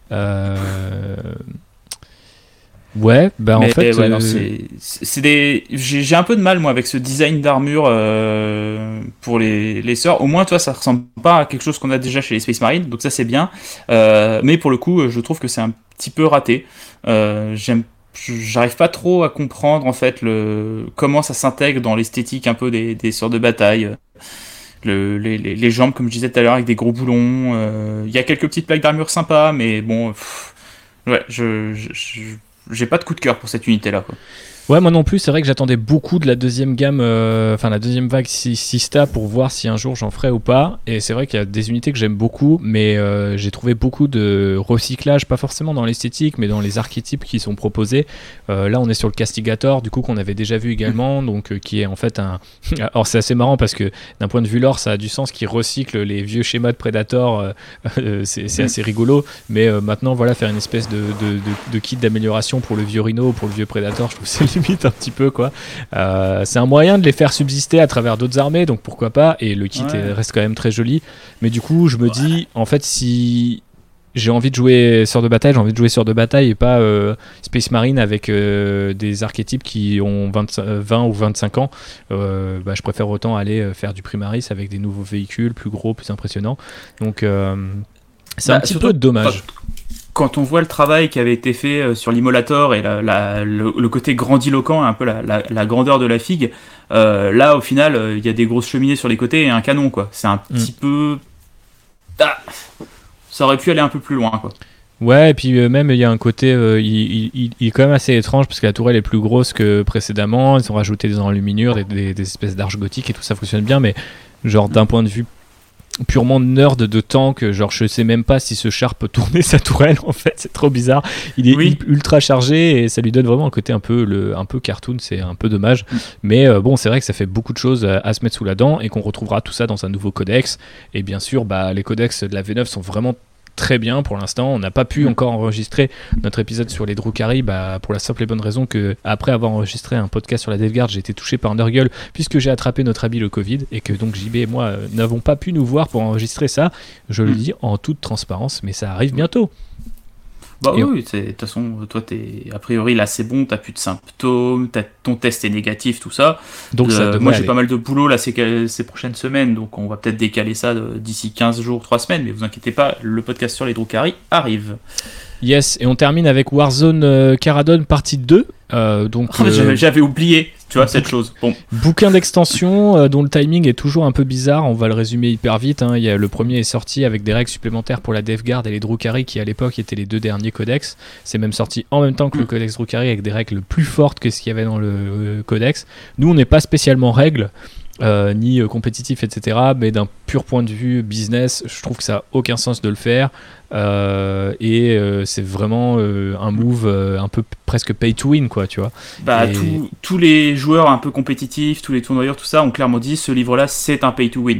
Ouais, bah en fait, ouais, non, j'ai un peu de mal moi avec ce design d'armure pour les sœurs. Au moins, toi, ça ressemble pas à quelque chose qu'on a déjà chez les Space Marines, donc ça c'est bien. Mais pour le coup, je trouve que c'est un petit peu raté. J'aime j'arrive pas trop à comprendre en fait comment ça s'intègre dans l'esthétique un peu des sorts de bataille. Les jambes, comme je disais tout à l'heure, avec des gros boulons. Il y a quelques petites plaques d'armure sympas, mais bon, ouais, j'ai pas de coup de cœur pour cette unité-là, quoi. Ouais, moi non plus, c'est vrai que j'attendais beaucoup de la deuxième gamme, la deuxième vague Sista pour voir si un jour j'en ferais ou pas. Et c'est vrai qu'il y a des unités que j'aime beaucoup, mais j'ai trouvé beaucoup de recyclage, pas forcément dans l'esthétique, mais dans les archétypes qui sont proposés. Là, on est sur le Castigator, du coup, qu'on avait déjà vu également, donc qui est en fait un. Alors, c'est assez marrant parce que d'un point de vue lore, ça a du sens qu'il recycle les vieux schémas de Predator, c'est assez rigolo. Mais maintenant, voilà, faire une espèce de kit d'amélioration pour le vieux Rhino, pour le vieux Predator, je trouve que c'est limite un petit peu, quoi. C'est un moyen de les faire subsister à travers d'autres armées, donc pourquoi pas, et le kit reste quand même très joli, mais du coup je me dis en fait, si j'ai envie de jouer sœur de bataille, j'ai envie de jouer sœur de bataille et pas Space Marine avec des archétypes qui ont 20 ou 25 ans. Je préfère autant aller faire du Primaris avec des nouveaux véhicules plus gros, plus impressionnants, donc c'est un petit peu dommage. Quand on voit le travail qui avait été fait sur l'Immolator et le côté grandiloquent, un peu la grandeur de la figue, là au final il y a des grosses cheminées sur les côtés et un canon, quoi. C'est un petit peu... ça aurait pu aller un peu plus loin, quoi. Ouais, et puis même il y a un côté, il est quand même assez étrange parce que la tourelle est plus grosse que précédemment, ils ont rajouté des enluminures, des espèces d'arches gothiques et tout ça fonctionne bien, mais genre d'un point de vue purement nerd de tank, genre je sais même pas si ce char peut tourner sa tourelle, en fait, c'est trop bizarre. Il est ultra chargé et ça lui donne vraiment un côté un peu cartoon, c'est un peu dommage, mais bon, c'est vrai que ça fait beaucoup de choses à se mettre sous la dent et qu'on retrouvera tout ça dans un nouveau codex. Et bien sûr, les codex de la V9 sont vraiment très bien pour l'instant. On n'a pas pu encore enregistrer notre épisode sur les Drukhari, pour la simple et bonne raison que après avoir enregistré un podcast sur la DevGuard, j'ai été touché par Nurgle puisque j'ai attrapé notre ami le Covid et que donc JB et moi n'avons pas pu nous voir pour enregistrer ça. Je le dis en toute transparence, mais ça arrive bientôt. Oui, de toute façon, toi, a priori là c'est bon, t'as plus de symptômes, ton test est négatif, tout ça. Donc moi j'ai pas mal de boulot là ces prochaines semaines, donc on va peut-être décaler ça d'ici 15 jours, 3 semaines, mais vous inquiétez pas, le podcast sur les Drukhari arrive. Yes, et on termine avec Warzone Caradon partie 2. J'avais oublié, tu vois, cette chose. Bon. Bouquin d'extension dont le timing est toujours un peu bizarre, on va le résumer hyper vite. Le premier est sorti avec des règles supplémentaires pour la DevGuard et les Drukhari qui à l'époque étaient les deux derniers codex. C'est même sorti en même temps que le codex Drukhari avec des règles plus fortes que ce qu'il y avait dans le codex. Nous on n'est pas spécialement règles. Ni compétitif, etc. Mais d'un pur point de vue business, je trouve que ça n'a aucun sens de le faire. C'est vraiment un move un peu presque pay to win, quoi, tu vois. Tous les joueurs un peu compétitifs, tous les tournoyeurs, tout ça, ont clairement dit ce livre-là, c'est un pay to win.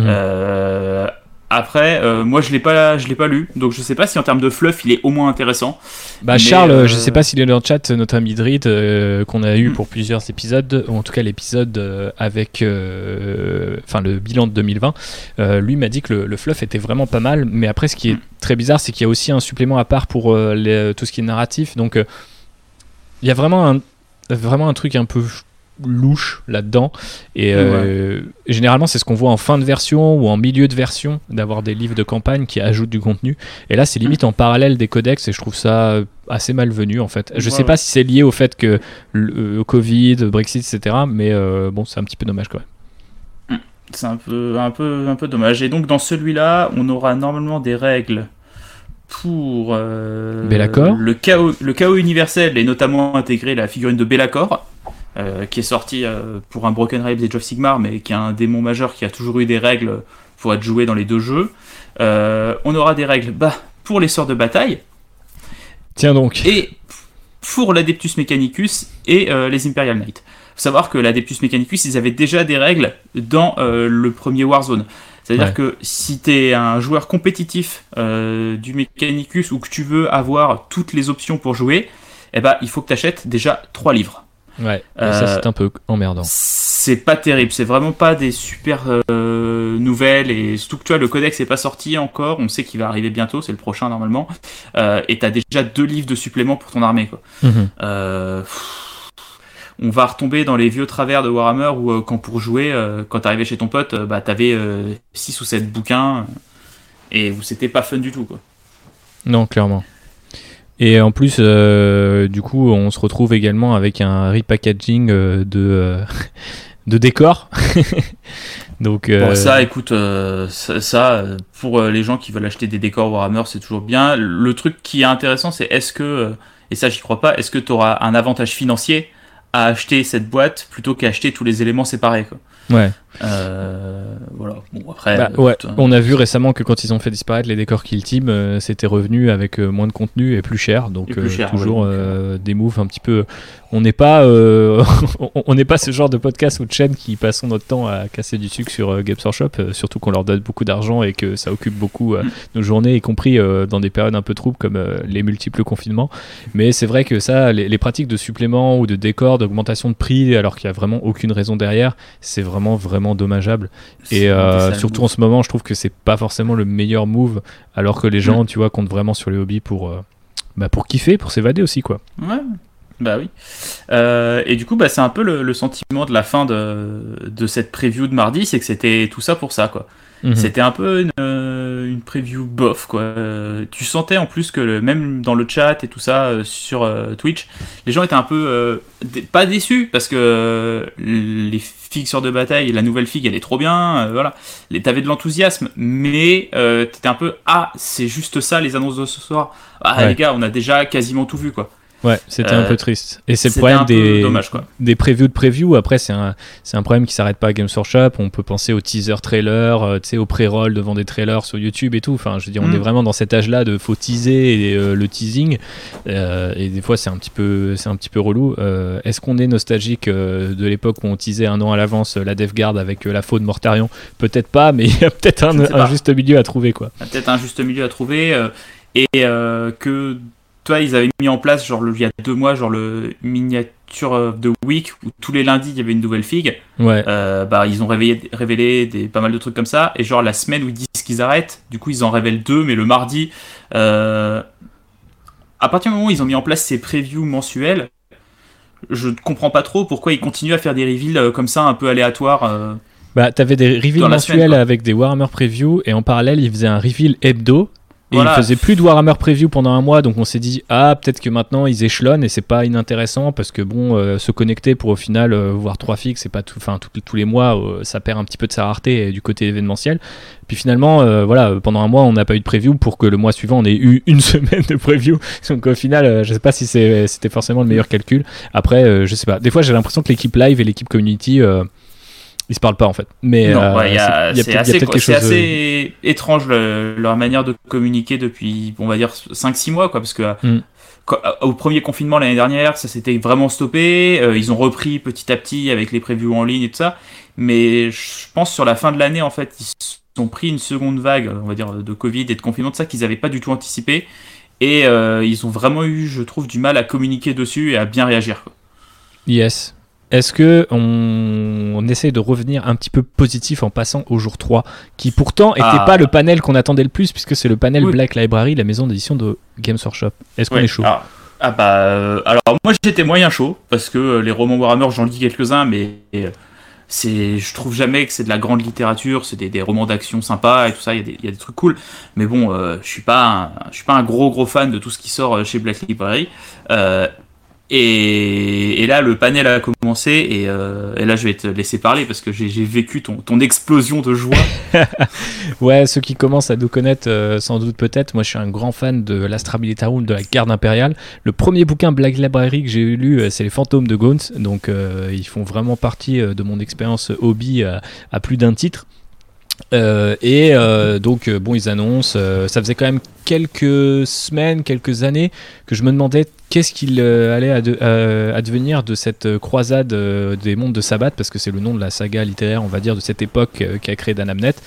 Après, moi je l'ai pas lu, donc je sais pas si en termes de fluff il est au moins intéressant. Charles, je sais pas s'il est dans le chat, notre ami Drid, qu'on a eu pour plusieurs épisodes, ou en tout cas l'épisode avec le bilan de 2020, lui m'a dit que le fluff était vraiment pas mal, mais après ce qui est très bizarre, c'est qu'il y a aussi un supplément à part pour tout ce qui est narratif, donc il y a vraiment un truc un peu louche là-dedans et généralement c'est ce qu'on voit en fin de version ou en milieu de version, d'avoir des livres de campagne qui ajoutent du contenu, et là c'est limite en parallèle des codex et je trouve ça assez malvenu en fait. Je sais pas si c'est lié au fait que le Covid, Brexit, etc., mais bon, c'est un petit peu dommage quand même. C'est un peu dommage. Et donc dans celui-là on aura normalement des règles pour Be'lakor, le chaos universel, et notamment intégrer la figurine de Be'lakor, qui est sorti pour un Broken Realms Age of Sigmar, mais qui est un démon majeur qui a toujours eu des règles pour être joué dans les deux jeux. On aura des règles pour les sorts de bataille. Tiens donc. Et pour l'Adeptus Mechanicus et les Imperial Knights. Faut savoir que l'Adeptus Mechanicus, ils avaient déjà des règles dans le premier Warzone. C'est-à-dire que si t'es un joueur compétitif du Mechanicus ou que tu veux avoir toutes les options pour jouer, il faut que t'achètes déjà 3 livres. Ouais, et ça c'est un peu emmerdant. C'est pas terrible, c'est vraiment pas des super nouvelles, et surtout que tu vois, le codex est pas sorti encore, on sait qu'il va arriver bientôt, c'est le prochain normalement, et t'as déjà 2 livres de supplément pour ton armée, quoi. On va retomber dans les vieux travers de Warhammer où quand pour jouer, quand t'arrivais chez ton pote, t'avais 6 ou 7 bouquins et c'était pas fun du tout, quoi. Non, clairement. Et en plus, du coup, on se retrouve également avec un repackaging de décors. Donc, Bon, ça, écoute, pour les gens qui veulent acheter des décors Warhammer, c'est toujours bien. Le truc qui est intéressant, c'est est-ce que, et ça j'y crois pas, est-ce que tu auras un avantage financier à acheter cette boîte plutôt qu'à acheter tous les éléments séparés, quoi. Ouais. Voilà. Bon, après. Ouais. On a vu récemment que quand ils ont fait disparaître les décors Kill Team, c'était revenu avec moins de contenu et plus cher. Donc toujours des moves un petit peu. On n'est pas, on n'est pas ce genre de podcast ou de chaîne qui passons notre temps à casser du sucre sur Games Workshop, surtout qu'on leur donne beaucoup d'argent et que ça occupe beaucoup nos journées, y compris dans des périodes un peu troubles comme les multiples confinements. Mais c'est vrai que ça, les pratiques de suppléments ou de décors, d'augmentation de prix, alors qu'il n'y a vraiment aucune raison derrière, c'est vraiment dommageable. Et surtout en ce moment, je trouve que c'est pas forcément le meilleur move, alors que les gens, tu vois, comptent vraiment sur les hobbies pour kiffer, pour s'évader aussi, quoi. Ouais. Bah oui. Et du coup, c'est un peu le sentiment de la fin de cette preview de mardi, c'est que c'était tout ça pour ça, quoi. C'était un peu une preview bof, quoi. Tu sentais en plus que même dans le chat et tout ça sur Twitch, les gens étaient un peu pas déçus parce que les figues sur de bataille, la nouvelle figue, elle est trop bien, voilà. T'avais de l'enthousiasme, mais t'étais un peu c'est juste ça les annonces de ce soir. Ouais. Les gars, on a déjà quasiment tout vu, quoi. Ouais, c'était un peu triste. Et c'est le problème des previews de preview. Après, c'est un problème qui s'arrête pas à Games Workshop. On peut penser aux teaser trailers, au pré-roll devant des trailers sur YouTube et tout. Enfin, je veux dire, on est vraiment dans cet âge-là de faut teaser et le teasing. Et des fois, c'est un petit peu relou. Est-ce qu'on est nostalgique de l'époque où on teasait un an à l'avance la Death Guard avec la faux de Mortarion? Peut-être pas, mais il y a peut-être un juste milieu à trouver, quoi. Il y a peut-être un juste milieu à trouver que toi, ils avaient mis en place, il y a 2 mois, le miniature de week où tous les lundis il y avait une nouvelle figue. Ouais. Ils ont révélé pas mal de trucs comme ça. Et la semaine où ils disent qu'ils arrêtent, du coup ils en révèlent 2, mais le mardi, à partir du moment où ils ont mis en place ces previews mensuels, je ne comprends pas trop pourquoi ils continuent à faire des reveals comme ça un peu aléatoires. T'avais des reveals mensuels avec des Warhammer Preview et en parallèle ils faisaient un reveal hebdo. Et ils faisaient plus de Warhammer Preview pendant un mois, donc on s'est dit peut-être que maintenant ils échelonnent et c'est pas inintéressant parce que se connecter pour au final voir 3 figues, c'est pas tous les mois, ça perd un petit peu de sa rareté du côté événementiel. Puis finalement, pendant un mois on n'a pas eu de preview pour que le mois suivant on ait eu une semaine de preview. Donc au final, je sais pas si c'était forcément le meilleur calcul. Après, je sais pas. Des fois j'ai l'impression que l'équipe live et l'équipe community ils se parlent pas en fait, mais c'est assez étrange leur manière de communiquer depuis, on va dire 5-6 mois, quoi, parce que au premier confinement l'année dernière, ça s'était vraiment stoppé. Ils ont repris petit à petit avec les previews en ligne et tout ça, mais je pense sur la fin de l'année en fait, ils se sont pris une seconde vague, on va dire, de Covid et de confinement de ça qu'ils n'avaient pas du tout anticipé, et ils ont vraiment eu, je trouve, du mal à communiquer dessus et à bien réagir, quoi. Yes. Est-ce que on essaie de revenir un petit peu positif en passant au jour 3, qui pourtant n'était pas le panel qu'on attendait le plus, puisque c'est le panel Black Library, la maison d'édition de Games Workshop. Est-ce qu'on est chaud? Alors moi j'étais moyen chaud, parce que les romans Warhammer, j'en lis quelques-uns, mais je trouve jamais que c'est de la grande littérature, c'est des romans d'action sympas et tout ça, il y a des trucs cool, mais bon, je suis pas un gros fan de tout ce qui sort chez Black Library. Et là, le panel a commencé, et là, je vais te laisser parler parce que j'ai vécu ton explosion de joie. Ouais, ceux qui commencent à nous connaître, sans doute peut-être. Moi, je suis un grand fan de l'Astra Militarum, de la Garde Impériale. Le premier bouquin Black Library que j'ai lu, c'est Les Fantômes de Gaunt. Donc, ils font vraiment partie de mon expérience hobby à plus d'un titre. Donc, ils annoncent. Ça faisait quand même quelques semaines, quelques années que je me demandais qu'est-ce qu'il allait advenir de cette croisade des mondes de Sabbath, parce que c'est le nom de la saga littéraire, on va dire, de cette époque qu'a créé Dan Abnett,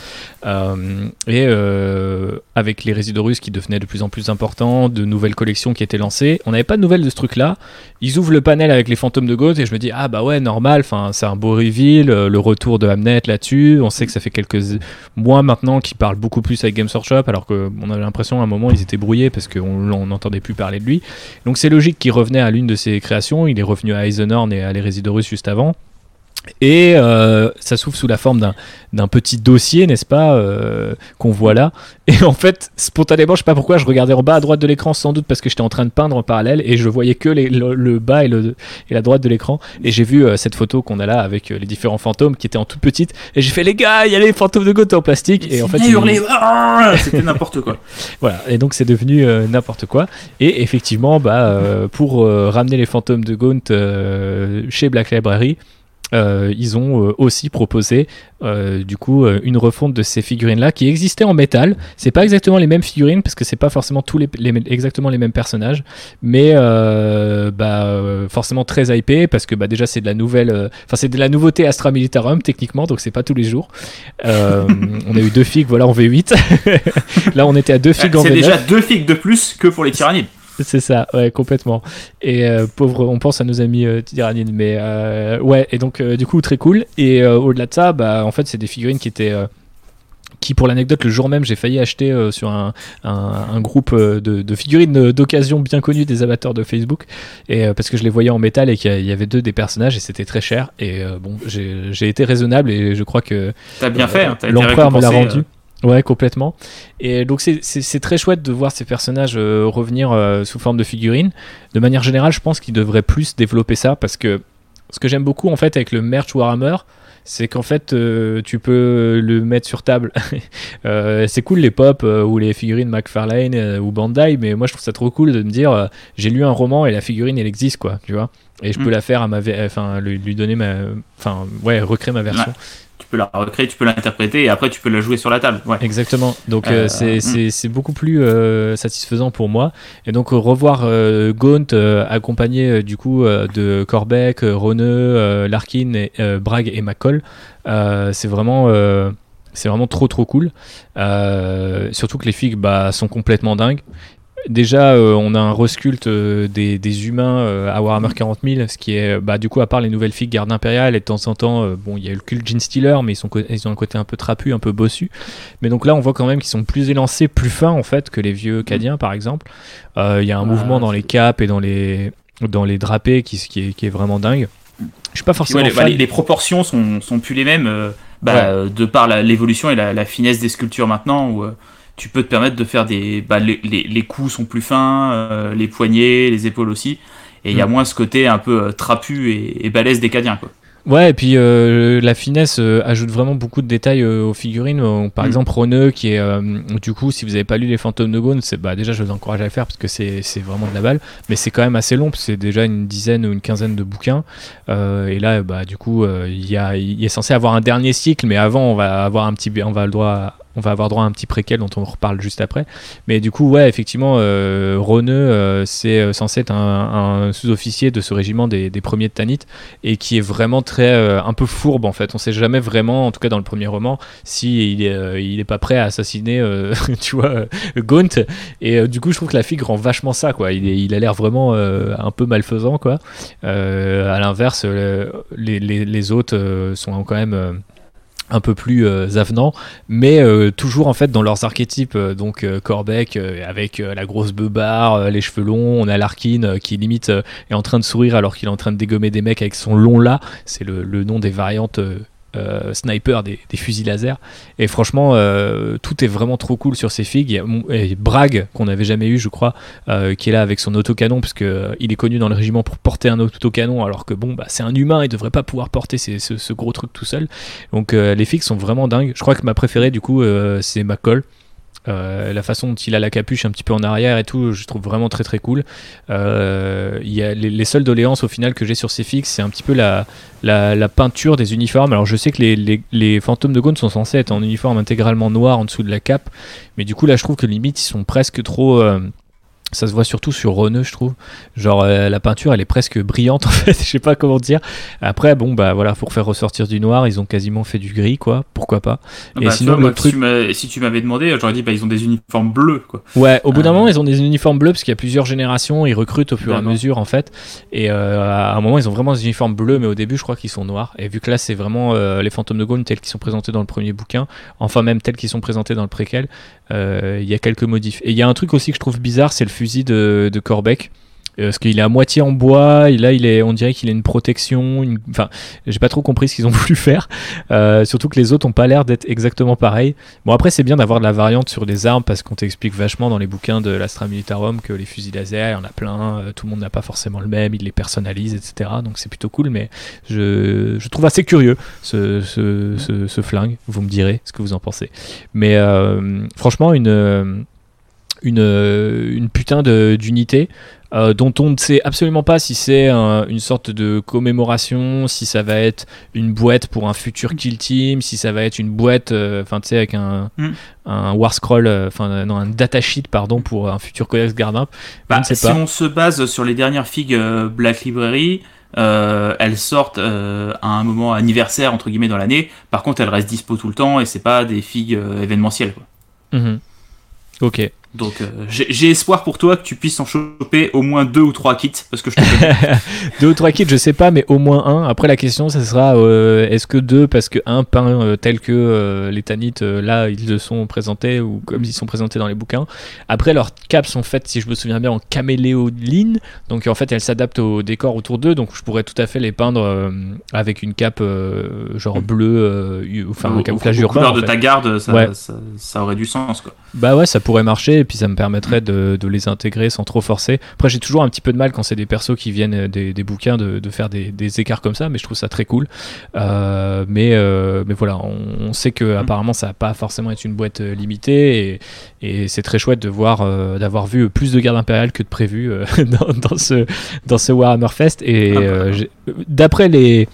avec les résidus russes qui devenaient de plus en plus importants, de nouvelles collections qui étaient lancées. On n'avait pas de nouvelles de ce truc-là. Ils ouvrent le panel avec les fantômes de Gaunt et je me dis normal, c'est un beau reveal, le retour de Abnett là-dessus. On sait que ça fait quelques mois maintenant qu'ils parlent beaucoup plus avec Games Workshop, alors qu'on avait l'impression à un moment ils étaient brouillés parce qu'on n'entendait plus parler de lui. Donc c'est logique qu'il revenait à l'une de ses créations. Il est revenu à Eisenhorn et à Les Résidus Russes juste avant. Et ça s'ouvre sous la forme d'un petit dossier, n'est-ce pas, qu'on voit là. Et en fait, spontanément, je sais pas pourquoi, je regardais en bas à droite de l'écran, sans doute parce que j'étais en train de peindre en parallèle, et je voyais que le bas et la droite de l'écran. Et j'ai vu cette photo qu'on a là avec les différents fantômes qui étaient en toute petite. Et j'ai fait, les gars, il y a les fantômes de Gaunt en plastique. Et en fait, c'était n'importe quoi. Voilà, et donc c'est devenu n'importe quoi. Et effectivement, pour ramener les fantômes de Gaunt chez Black Library, ils ont aussi proposé du coup une refonte de ces figurines là qui existaient en métal. C'est pas exactement les mêmes figurines parce que c'est pas forcément exactement les mêmes personnages, mais forcément très hypé parce que déjà c'est de la nouvelle, c'est de la nouveauté Astra Militarum techniquement, donc c'est pas tous les jours. On a eu 2 figues en V8. Là on était à 2 figues en V9. C'est déjà 2 figues de plus que pour les tyrannides. C'est ça, ouais, complètement. Et pauvre, on pense à nos amis tyrannides, mais ouais, et donc du coup très cool. Et au-delà de ça, en fait, c'est des figurines qui étaient qui, pour l'anecdote, le jour même, j'ai failli acheter sur un groupe de figurines d'occasion bien connu des amateurs de Facebook, et parce que je les voyais en métal et qu'il y avait 2 des personnages et c'était très cher. Et j'ai été raisonnable et je crois que t'as bien fait. Hein, l'empereur me l'a rendu. Ouais, complètement. Et donc c'est très chouette de voir ces personnages revenir sous forme de figurines. De manière générale, je pense qu'ils devraient plus développer ça, parce que ce que j'aime beaucoup en fait avec le merch Warhammer, c'est qu'en fait tu peux le mettre sur table. C'est cool les pop ou les figurines McFarlane ou Bandai, mais moi je trouve ça trop cool de me dire j'ai lu un roman et la figurine elle existe, quoi, tu vois, et je peux la faire à lui donner recréer ma version. Ouais. Tu peux la recréer, tu peux l'interpréter et après tu peux la jouer sur la table. Ouais. Exactement. Donc c'est beaucoup plus satisfaisant pour moi. Et donc revoir Gaunt accompagné du coup de Corbeck, Roneux, Larkin, Bragg et McCall, c'est vraiment trop cool. Surtout que les figues sont complètement dingues. Déjà, on a un resculpte des humains à Warhammer 40 000, ce qui est, du coup, à part les nouvelles figues garde impériale, et de temps en temps, il y a eu le culte Gene Stealer, mais ils ont un côté un peu trapu, un peu bossu. Mais donc là, on voit quand même qu'ils sont plus élancés, plus fins, en fait, que les vieux Cadiens, par exemple. Il y a un mouvement dans les capes et dans les drapés qui est vraiment dingue. Je suis pas forcément fan. Les proportions sont plus les mêmes, de par l'évolution et la finesse des sculptures maintenant, où tu peux te permettre de faire les coups sont plus fins, les poignets, les épaules aussi, et il y a moins ce côté un peu trapu et balèze des Cadiens, quoi. Ouais, et puis la finesse ajoute vraiment beaucoup de détails aux figurines. Par exemple, Roneux, qui est du coup, si vous n'avez pas lu les Fantômes de Gaunt, déjà je vous encourage à le faire parce que c'est vraiment de la balle, mais c'est quand même assez long, parce que c'est déjà une dizaine ou une quinzaine de bouquins. Et là, du coup, il est censé avoir un dernier cycle, mais avant, on va avoir droit à un petit préquel dont on reparle juste après. Mais du coup, ouais, effectivement, Roneux, c'est censé être un sous-officier de ce régiment des premiers de Tanith, et qui est vraiment un peu fourbe, en fait. On sait jamais vraiment, en tout cas dans le premier roman, si il est pas prêt à assassiner tu vois, Gaunt. Et du coup, je trouve que la figue rend vachement ça, quoi. Il a l'air vraiment un peu malfaisant, quoi. À l'inverse, les autres sont quand même un peu plus avenants, mais toujours en fait dans leurs archétypes. Donc Corbeck avec la grosse beubare, les cheveux longs. On a Larkin qui limite est en train de sourire alors qu'il est en train de dégommer des mecs avec son long là. C'est le nom des variantes sniper des fusils laser. Et franchement, tout est vraiment trop cool sur ces figues. Il y a Bragg, qu'on n'avait jamais eu, je crois, qui est là avec son autocanon, parce que il est connu dans le régiment pour porter un autocanon, alors que c'est un humain, il devrait pas pouvoir porter ce gros truc tout seul. Donc les figues sont vraiment dingues. Je crois que ma préférée du coup c'est McCall. La façon dont il a la capuche un petit peu en arrière et tout, je trouve vraiment très très cool. Il y a les seules doléances au final que j'ai sur ces figues, c'est un petit peu la peinture des uniformes. Alors je sais que les fantômes de Gaunt sont censés être en uniforme intégralement noir en dessous de la cape, mais du coup là je trouve que limite ils sont presque trop... ça se voit surtout sur Roneux, je trouve. Genre la peinture elle est presque brillante en fait, je sais pas comment dire. Après voilà, pour faire ressortir du noir, ils ont quasiment fait du gris, quoi, pourquoi pas. Et sinon le truc, si tu m'avais demandé, j'aurais dit ils ont des uniformes bleus, quoi. Ouais, au bout d'un moment ils ont des uniformes bleus parce qu'il y a plusieurs générations, ils recrutent au fur et à mesure en fait. Et à un moment ils ont vraiment des uniformes bleus, mais au début je crois qu'ils sont noirs. Et vu que là c'est vraiment les fantômes de Gaunt tels qu'ils sont présentés dans le premier bouquin, enfin même tels qu'ils sont présentés dans le préquel, il y a quelques modifs. Et il y a un truc aussi que je trouve bizarre, c'est le fusil de Corbeck. parce qu'il est à moitié en bois, et là on dirait qu'il a une protection, enfin j'ai pas trop compris ce qu'ils ont voulu faire, surtout que les autres ont pas l'air d'être exactement pareils. Bon après c'est bien d'avoir de la variante sur les armes parce qu'on t'explique vachement dans les bouquins de l'Astra Militarum que les fusils laser, il y en a plein, tout le monde n'a pas forcément le même, ils les personnalisent, etc. Donc c'est plutôt cool, mais je trouve assez curieux ce flingue, vous me direz ce que vous en pensez. Mais franchement une putain d'unité dont on ne sait absolument pas si c'est une sorte de commémoration, si ça va être une boîte pour un futur kill team, si ça va être une boîte, enfin tu sais avec un war scroll, non un datasheet pardon pour un futur codex Gardimp. Si on se base sur les dernières figues Black Library, elles sortent à un moment anniversaire entre guillemets dans l'année. Par contre, elles restent dispo tout le temps et c'est pas des figues événementielles, quoi. Ok. Donc j'ai espoir pour toi que tu puisses en choper au moins 2 ou 3 kits parce que je te connais. 2 ou 3 kits je sais pas, mais au moins un. Après la question ça sera est-ce que 2 parce que un peint tel que les Tanites là ils le sont présentés ou comme ils sont présentés dans les bouquins. Après leurs capes sont faites si je me souviens bien en caméléoline, donc en fait elles s'adaptent au décor autour d'eux, donc je pourrais tout à fait les peindre avec une cape genre bleue, enfin un camouflage urbain. Couleur de ta garde, ça aurait du sens quoi. Bah ouais, ça pourrait marcher et puis ça me permettrait de les intégrer sans trop forcer. Après j'ai toujours un petit peu de mal quand c'est des persos qui viennent des bouquins de faire des écarts comme ça, mais je trouve ça très cool. Mais voilà, on sait que apparemment ça va pas forcément être une boîte limitée et c'est très chouette de voir d'avoir vu plus de gardes impériales que de prévu dans ce Warhammer Fest et d'après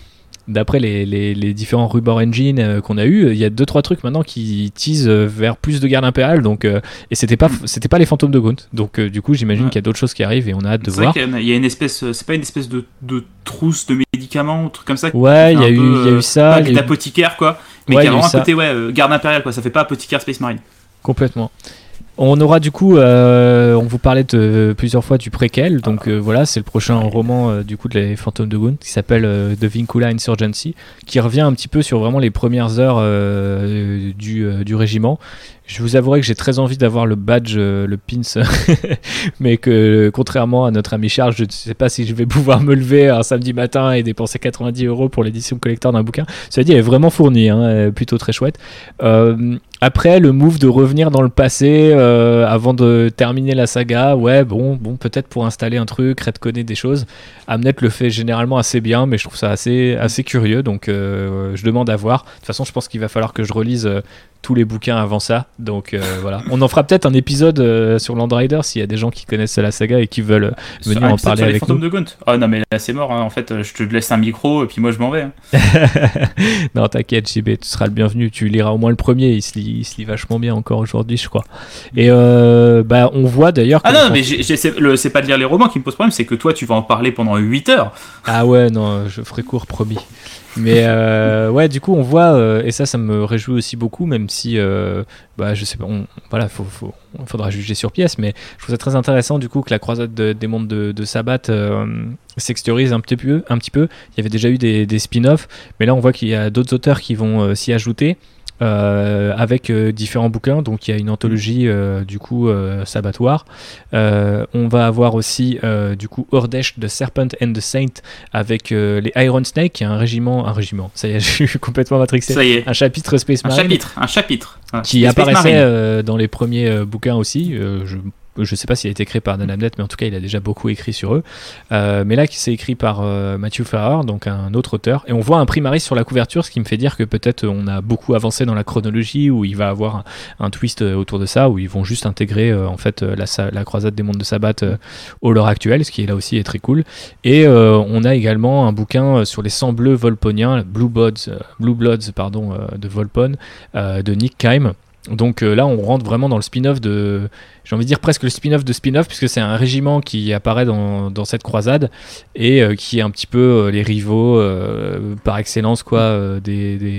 les différents Rubor Engine qu'on a eu, il y a 2-3 trucs maintenant qui teasent vers plus de garde impériale, donc et c'était pas les fantômes de Gaunt, donc du coup j'imagine qu'il y a d'autres choses qui arrivent et on a hâte de voir. Il y a une espèce, c'est pas une espèce de trousse de médicaments, un truc comme ça. Ouais, il y a eu ça, pas d'apothicaire quoi, mais qui a vraiment un côté garde impériale quoi, ça fait pas apothicaire Space Marine. Complètement. On aura du coup, on vous parlait plusieurs fois du préquel, donc voilà, c'est le prochain roman du coup de les Fantômes de Gaunt qui s'appelle The Vincula Insurgency, qui revient un petit peu sur vraiment les premières heures du régiment. Je vous avouerai que j'ai très envie d'avoir le badge, le pins, mais que contrairement à notre ami Charles, je ne sais pas si je vais pouvoir me lever un samedi matin et dépenser 90 € pour l'édition collector d'un bouquin. Cela dit, elle est vraiment fournie, plutôt très chouette. Après, le move de revenir dans le passé avant de terminer la saga, bon, peut-être pour installer un truc, retconner des choses. Amnet le fait généralement assez bien, mais je trouve ça assez curieux, donc je demande à voir. De toute façon, je pense qu'il va falloir que je relise tous les bouquins avant ça, donc voilà. On en fera peut-être un épisode sur Land Rider s'il y a des gens qui connaissent la saga et qui veulent venir en parler avec nous. Fantômes de Gaunt. Oh non mais là c'est mort, en fait je te laisse un micro et puis moi je m'en vais. Non t'inquiète JB, tu seras le bienvenu, tu liras au moins le premier, il se lit vachement bien encore aujourd'hui je crois. Et on voit d'ailleurs... Ah non mais c'est pas de lire les romans qui me pose problème, c'est que toi tu vas en parler pendant 8 heures. Ah ouais non, je ferai court promis. Mais du coup on voit et ça me réjouit aussi beaucoup, même si je sais pas, voilà, faudra juger sur pièce, mais je trouve ça très intéressant du coup que la croisade des mondes de Sabbath s'extériorise un petit peu. Il y avait déjà eu des spin-offs, mais là on voit qu'il y a d'autres auteurs qui vont s'y ajouter. Avec différents bouquins, donc il y a une anthologie du coup Sabbath War. On va avoir aussi du coup Ordesh the Serpent and the Saint avec les Iron Snake, qui est un régiment, ça y est, je suis complètement matrixé. Ça y est. Un chapitre Space Marine. Un chapitre. Qui apparaissait dans les premiers bouquins aussi. Je sais pas s'il a été créé par Dan Abnett, mais en tout cas il a déjà beaucoup écrit sur eux. Mais là c'est écrit par Matthew Farrar, donc un autre auteur, et on voit un primaris sur la couverture, ce qui me fait dire que peut-être on a beaucoup avancé dans la chronologie, où il va avoir un twist autour de ça, où ils vont juste intégrer en fait la croisade des mondes de Sabbath au lore actuel, ce qui là aussi est très cool. Et on a également un bouquin sur les sangs bleus volponiens, Blue Bloods de Volpone, de Nick Kime. Donc là on rentre vraiment dans le spin-off j'ai envie de dire presque le spin-off de spin-off, puisque c'est un régiment qui apparaît dans cette croisade et qui est un petit peu les rivaux par excellence quoi, des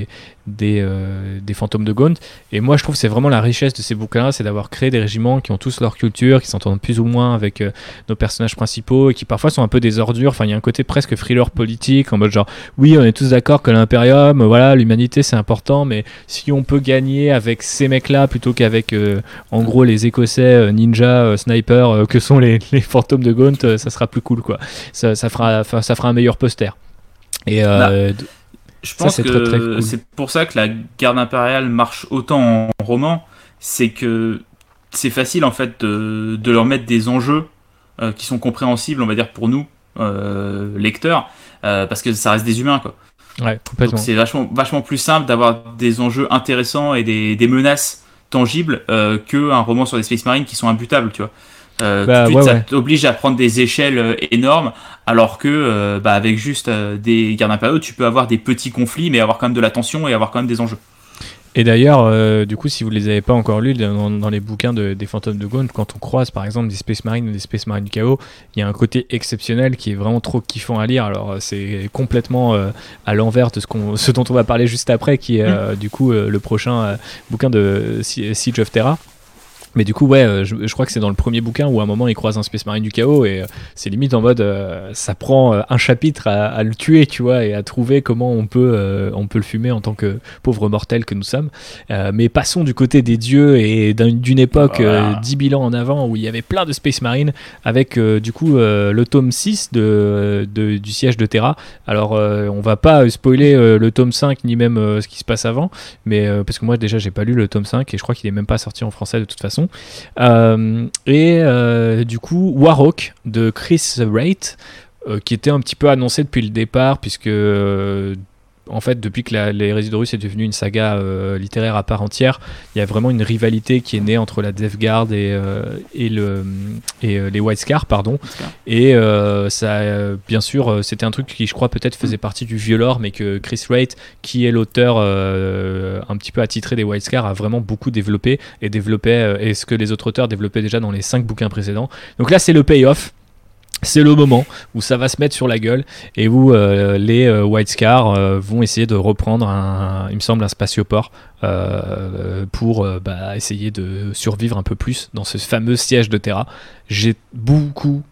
des fantômes de Gaunt. Et moi je trouve que c'est vraiment la richesse de ces bouquins-là, c'est d'avoir créé des régiments qui ont tous leur culture, qui s'entendent plus ou moins avec nos personnages principaux et qui parfois sont un peu des ordures. Enfin, il y a un côté presque thriller politique en mode genre oui, on est tous d'accord que l'Imperium, voilà, l'humanité c'est important, mais si on peut gagner avec ces mecs-là plutôt qu'avec en gros les Écossais ninja sniper que sont les fantômes de Gaunt, ça sera plus cool quoi. Ça fera un meilleur poster. Et je pense ça, que très, très cool. c'est pour ça que la garde impériale marche autant en roman, c'est que c'est facile en fait de leur mettre des enjeux qui sont compréhensibles, on va dire pour nous lecteurs, parce que ça reste des humains quoi. Ouais, complètement. Donc c'est vachement plus simple d'avoir des enjeux intéressants et des menaces tangibles qu'un roman sur des Space Marines qui sont imbutables, tu vois. Tout de suite, ça t'oblige à prendre des échelles énormes, alors que avec juste des gardes impériaux, tu peux avoir des petits conflits, mais avoir quand même de la tension et avoir quand même des enjeux. Et d'ailleurs, du coup, si vous ne les avez pas encore lus, dans les bouquins des fantômes de Gaunt, quand on croise par exemple des Space Marines ou des Space Marines du Chaos, il y a un côté exceptionnel qui est vraiment trop kiffant à lire. Alors c'est complètement à l'envers de ce dont on va parler juste après, qui est du coup le prochain bouquin de Siege of Terra. Mais du coup, ouais, je crois que c'est dans le premier bouquin où à un moment il croise un Space Marine du Chaos et c'est limite en mode ça prend un chapitre à le tuer, tu vois, et à trouver comment on peut le fumer en tant que pauvre mortel que nous sommes. Mais passons du côté des dieux et d'une époque 10 000 ans en avant où il y avait plein de Space Marines avec du coup le tome 6 du siège de Terra. Alors on va pas spoiler le tome 5 ni même ce qui se passe avant, mais parce que moi déjà j'ai pas lu le tome 5 et je crois qu'il est même pas sorti en français de toute façon. Du coup Warhawk de Chris Wright qui était un petit peu annoncé depuis le départ puisque en fait depuis que les Résidorus est devenu une saga littéraire à part entière, il y a vraiment une rivalité qui est née entre la Death Guard et les White Scars pardon. Et ça bien sûr c'était un truc qui je crois peut-être faisait partie du vieux lore, mais que Chris Wright qui est l'auteur un petit peu attitré des White Scars a vraiment beaucoup développé et ce que les autres auteurs développaient déjà dans les 5 bouquins précédents. Donc là c'est le payoff. C'est le moment où ça va se mettre sur la gueule et où les White Scars vont essayer de reprendre il me semble un spatioport pour essayer de survivre un peu plus dans ce fameux siège de Terra. J'ai beaucoup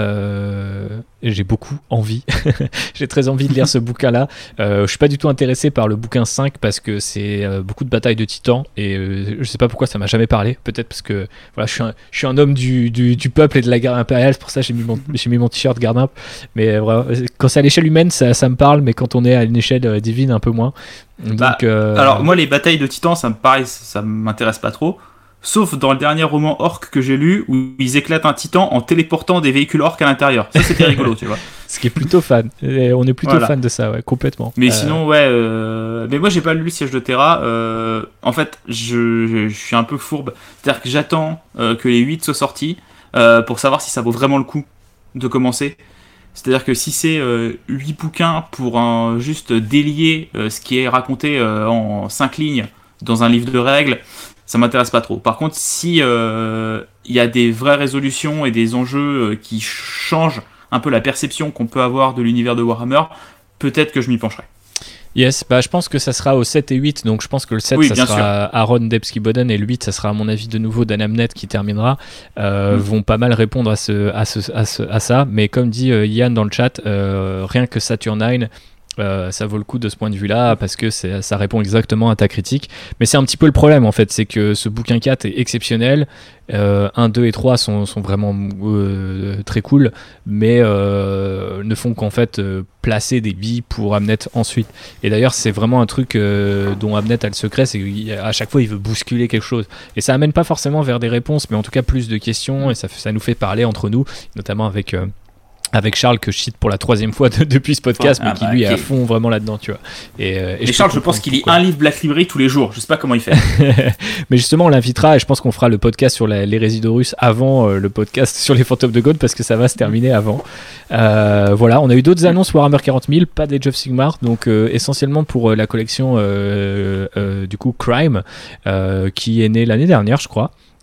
envie j'ai très envie de lire ce bouquin là. Je suis pas du tout intéressé par le bouquin 5 parce que c'est beaucoup de batailles de titans et je sais pas pourquoi ça m'a jamais parlé, peut-être parce que voilà, je suis un homme du peuple et de la garde impériale, c'est pour ça que j'ai mis mon t-shirt garde imp, mais voilà, quand c'est à l'échelle humaine ça me parle, mais quand on est à une échelle divine un peu moins. Donc, alors moi les batailles de titans ça m'intéresse pas trop. Sauf dans le dernier roman orc que j'ai lu où ils éclatent un titan en téléportant des véhicules orcs à l'intérieur. Ça c'était rigolo, tu vois. Ce qui est plutôt fan. Et on est plutôt fan de ça, ouais, complètement. Mais sinon, ouais. Mais moi j'ai pas lu le siège de Terra. En fait, je suis un peu fourbe. C'est-à-dire que j'attends que les 8 soient sortis pour savoir si ça vaut vraiment le coup de commencer. C'est-à-dire que si c'est 8 bouquins pour juste délier ce qui est raconté en 5 lignes dans un livre de règles, ça m'intéresse pas trop. Par contre, si y a des vraies résolutions et des enjeux qui changent un peu la perception qu'on peut avoir de l'univers de Warhammer, peut-être que je m'y pencherai. Yes, je pense que ça sera au 7 et 8, donc je pense que le 7 ça sera Aaron Debski-Boden et le 8 ça sera à mon avis de nouveau Dan Abnett qui terminera. Vont pas mal répondre à ça, mais comme dit Yann dans le chat, rien que Saturnine, ça vaut le coup de ce point de vue là parce que ça répond exactement à ta critique, mais c'est un petit peu le problème en fait, c'est que ce bouquin 4 est exceptionnel, 1, 2 et 3 sont vraiment très cool, mais ne font qu'en fait placer des billes pour Abnett ensuite. Et d'ailleurs c'est vraiment un truc dont Abnett a le secret, c'est qu'à chaque fois il veut bousculer quelque chose et ça amène pas forcément vers des réponses, mais en tout cas plus de questions, et ça nous fait parler entre nous, notamment avec Charles que je cite pour la 3e fois depuis ce podcast, mais qui lui est à fond vraiment là-dedans, tu vois. Et Charles, je pense qu'il lit un livre Black Library tous les jours. Je sais pas comment il fait. Mais justement, on l'invitera et je pense qu'on fera le podcast sur les Résidorus avant le podcast sur les fantômes de Gaunt parce que ça va se terminer avant. Voilà, on a eu d'autres annonces Warhammer 40 000, pas d'Age of Sigmar, donc essentiellement pour la collection du coup Crime qui est née l'année dernière, je crois.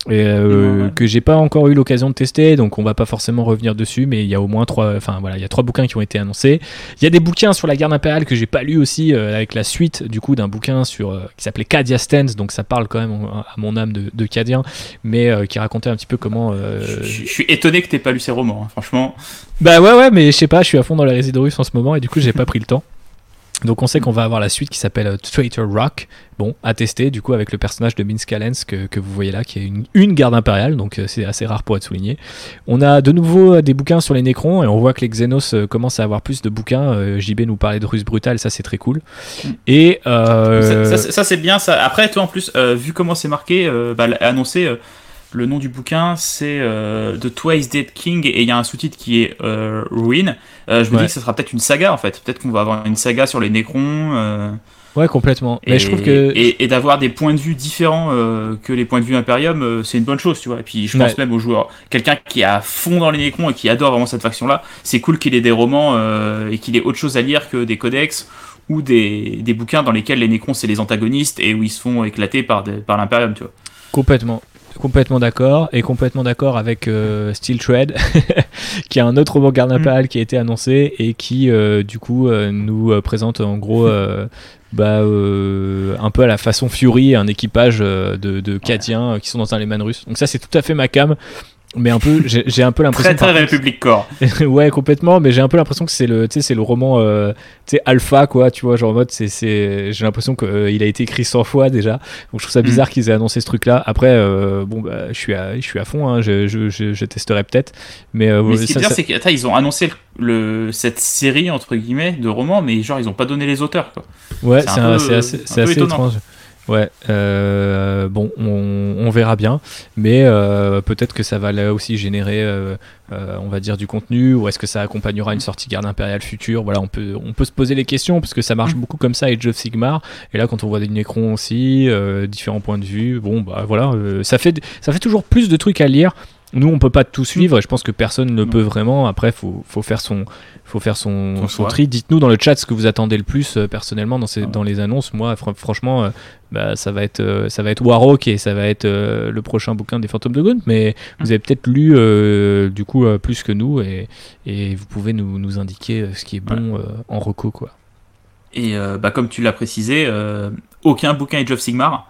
et que j'ai pas encore eu l'occasion de tester, donc on va pas forcément revenir dessus, mais il y a au moins il y a 3 bouquins qui ont été annoncés. Il y a des bouquins sur la garde impériale que j'ai pas lu aussi, avec la suite du coup d'un bouquin qui s'appelait Cadia Stands, donc ça parle quand même à mon âme de Cadien, mais qui racontait un petit peu comment. Je suis étonné que t'aies pas lu ces romans, hein, franchement. Bah ouais, mais je sais pas, je suis à fond dans la Résidus russe en ce moment et du coup j'ai pas pris le temps. Donc on sait qu'on va avoir la suite qui s'appelle Traitor Rock, bon, à tester du coup avec le personnage de Minsk Kalens que vous voyez là, qui est une garde impériale, donc c'est assez rare pour être souligné. On a de nouveau des bouquins sur les Nécrons, et on voit que les Xenos commencent à avoir plus de bouquins. JB nous parlait de Russe Brutal, ça c'est très cool. Et ça c'est bien, ça. Après toi en plus, vu comment c'est marqué, annoncé... le nom du bouquin, c'est The Twice Dead King, et il y a un sous-titre qui est Ruin. Je me dis que ça sera peut-être une saga en fait. Peut-être qu'on va avoir une saga sur les Nécrons. Ouais, complètement. Mais je trouve que et d'avoir des points de vue différents que les points de vue Imperium, c'est une bonne chose, tu vois. Et puis je pense même aux joueurs, quelqu'un qui est à fond dans les Nécrons et qui adore vraiment cette faction-là, c'est cool qu'il ait des romans et qu'il ait autre chose à lire que des codex ou des bouquins dans lesquels les Nécrons c'est les antagonistes et où ils se font éclater par l'Imperium, tu vois. Complètement d'accord, et complètement d'accord avec Steel Tread qui est un autre roman garde impériale qui a été annoncé et qui du coup nous présente en gros un peu à la façon Fury un équipage de Cadiens qui sont dans un Lehman russe. Donc ça c'est tout à fait ma cam. Mais un peu, j'ai un peu l'impression très République Corps. Ouais, complètement, mais j'ai un peu l'impression que c'est le roman alpha, quoi, tu vois, genre en mode j'ai l'impression qu'il a été écrit 100 fois déjà. Donc je trouve ça bizarre qu'ils aient annoncé ce truc là. Après je suis à fond, hein, je testerai peut-être, mais ce qui est bien, c'est qu'ils ont annoncé cette série entre guillemets de romans, mais genre ils ont pas donné les auteurs, quoi. Ouais, c'est assez étrange. Ouais, on verra bien, mais peut-être que ça va là aussi générer, on va dire, du contenu, ou est-ce que ça accompagnera une sortie garde impériale future. Voilà, on peut se poser les questions, parce que ça marche beaucoup comme ça, Age of Sigmar, et là quand on voit des Nécrons aussi, différents points de vue, ça fait toujours plus de trucs à lire. Nous, on peut pas tout suivre, et je pense que personne ne peut vraiment. Après, faut faire son tri. Dites-nous dans le chat ce que vous attendez le plus personnellement dans les annonces. Moi, franchement, ça va être Warhawk, et ça va être le prochain bouquin des Fantômes de Gaunt. Mais vous avez peut-être lu du coup plus que nous, et vous pouvez nous indiquer ce qui est bon en reco, quoi. Et comme tu l'as précisé, aucun bouquin Age of Sigmar.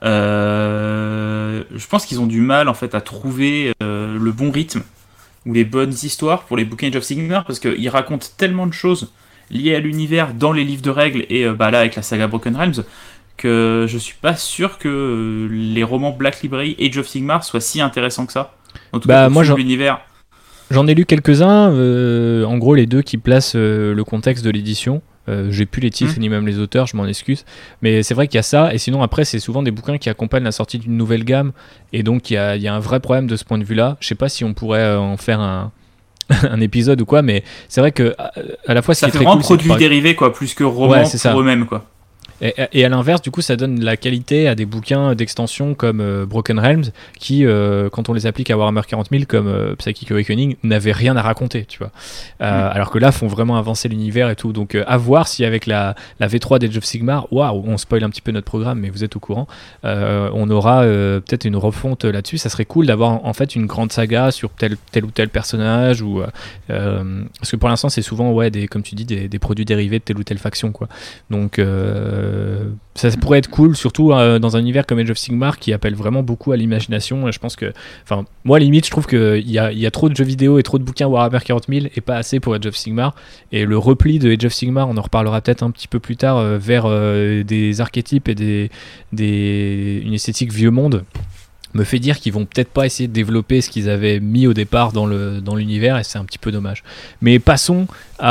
Je pense qu'ils ont du mal en fait à trouver le bon rythme ou les bonnes histoires pour les bouquins Age of Sigmar, parce qu'ils racontent tellement de choses liées à l'univers dans les livres de règles et là avec la saga Broken Realms, que je suis pas sûr que les romans Black Library Age of Sigmar soient si intéressants que ça. En tout cas, moi l'univers. J'en ai lu quelques-uns, en gros les deux qui placent le contexte de l'édition. J'ai plus les titres ni même les auteurs, je m'en excuse, mais c'est vrai qu'il y a ça. Et sinon après c'est souvent des bouquins qui accompagnent la sortie d'une nouvelle gamme, et donc il y a un vrai problème de ce point de vue là. Je sais pas si on pourrait en faire un épisode ou quoi, mais c'est vrai que à la fois ça fait vraiment produits dérivés, quoi, plus que romans pour eux-mêmes, quoi. Et à l'inverse, du coup, ça donne la qualité à des bouquins d'extension comme Broken Realms, qui, quand on les applique à Warhammer 40 000, comme Psychic Awakening, n'avaient rien à raconter, tu vois. Alors que là, font vraiment avancer l'univers et tout. Donc, à voir si avec la V3 d'Age of Sigmar, waouh, on spoil un petit peu notre programme, mais vous êtes au courant, on aura peut-être une refonte là-dessus. Ça serait cool d'avoir en fait une grande saga sur tel ou tel personnage, ou parce que pour l'instant, c'est souvent, comme tu dis, des produits dérivés de telle ou telle faction, quoi. Donc, ça pourrait être cool, surtout dans un univers comme Age of Sigmar qui appelle vraiment beaucoup à l'imagination. Et je pense que, moi limite, je trouve qu'il y a trop de jeux vidéo et trop de bouquins Warhammer 40 000 et pas assez pour Age of Sigmar. Et le repli de Age of Sigmar, on en reparlera peut-être un petit peu plus tard, vers des archétypes et une esthétique vieux monde, me fait dire qu'ils vont peut-être pas essayer de développer ce qu'ils avaient mis au départ dans l'univers, et c'est un petit peu dommage. Mais passons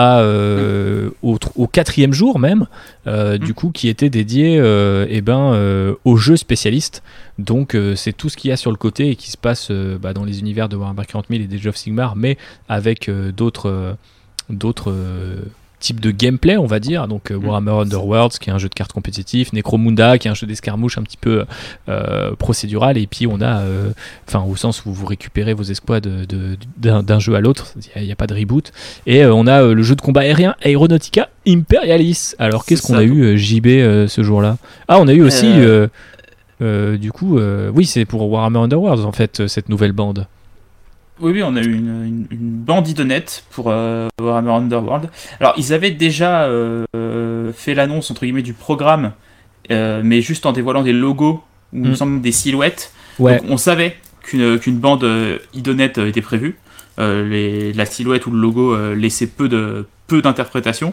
au 4e jour même, du coup, qui était dédié aux jeux spécialistes. Donc c'est tout ce qu'il y a sur le côté et qui se passe dans les univers de Warhammer 40 000 et des Age of Sigmar, mais avec d'autres type de gameplay, on va dire. Donc Warhammer Underworlds, qui est un jeu de cartes compétitif, Necromunda, qui est un jeu d'escarmouche un petit peu procédural, et puis on a au sens où vous récupérez vos exploits d'un jeu à l'autre, il n'y a pas de reboot, et on a le jeu de combat aérien Aeronautica Imperialis. Alors qu'est-ce qu'on a eu, JB, ce jour-là? On a eu aussi Du coup, oui, c'est pour Warhammer Underworlds en fait, cette nouvelle bande. Oui, on a eu une bande idonette pour Warhammer Underworld. Alors, ils avaient déjà fait l'annonce, entre guillemets, du programme, mais juste en dévoilant des logos, ou il me semble des silhouettes. Ouais. Donc, on savait qu'une bande idonette était prévue. La silhouette ou le logo laissait peu d'interprétation.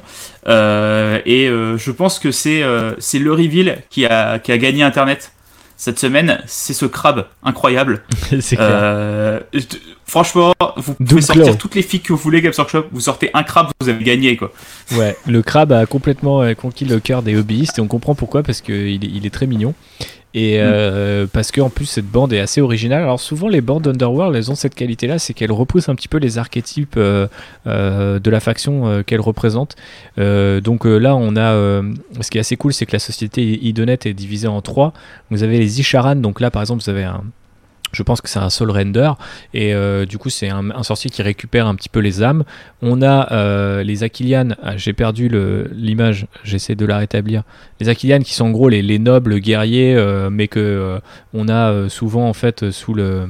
Et je pense que c'est le reveal qui a gagné Internet cette semaine, c'est ce crabe incroyable. C'est clair. Franchement, vous pouvez sortir toutes les figues que vous voulez, Games Workshop, vous sortez un crabe, vous avez gagné, quoi. Ouais, le crabe a complètement conquis le cœur des hobbyistes et on comprend pourquoi, parce qu'il est très mignon. Et parce qu'en plus cette bande est assez originale. Alors souvent les bandes Underworld, elles ont cette qualité là, c'est qu'elles repoussent un petit peu les archétypes de la faction qu'elles représentent. Donc là on a ce qui est assez cool, c'est que la société Idonet est divisée en 3. Vous avez les Isharan, donc là par exemple vous avez je pense que c'est un Soul Render et du coup c'est un sorcier qui récupère un petit peu les âmes. On a les Aquilian, j'ai perdu l'image, j'essaie de la rétablir. Les Aquilian qui sont en gros les nobles guerriers mais que on a souvent en fait sous le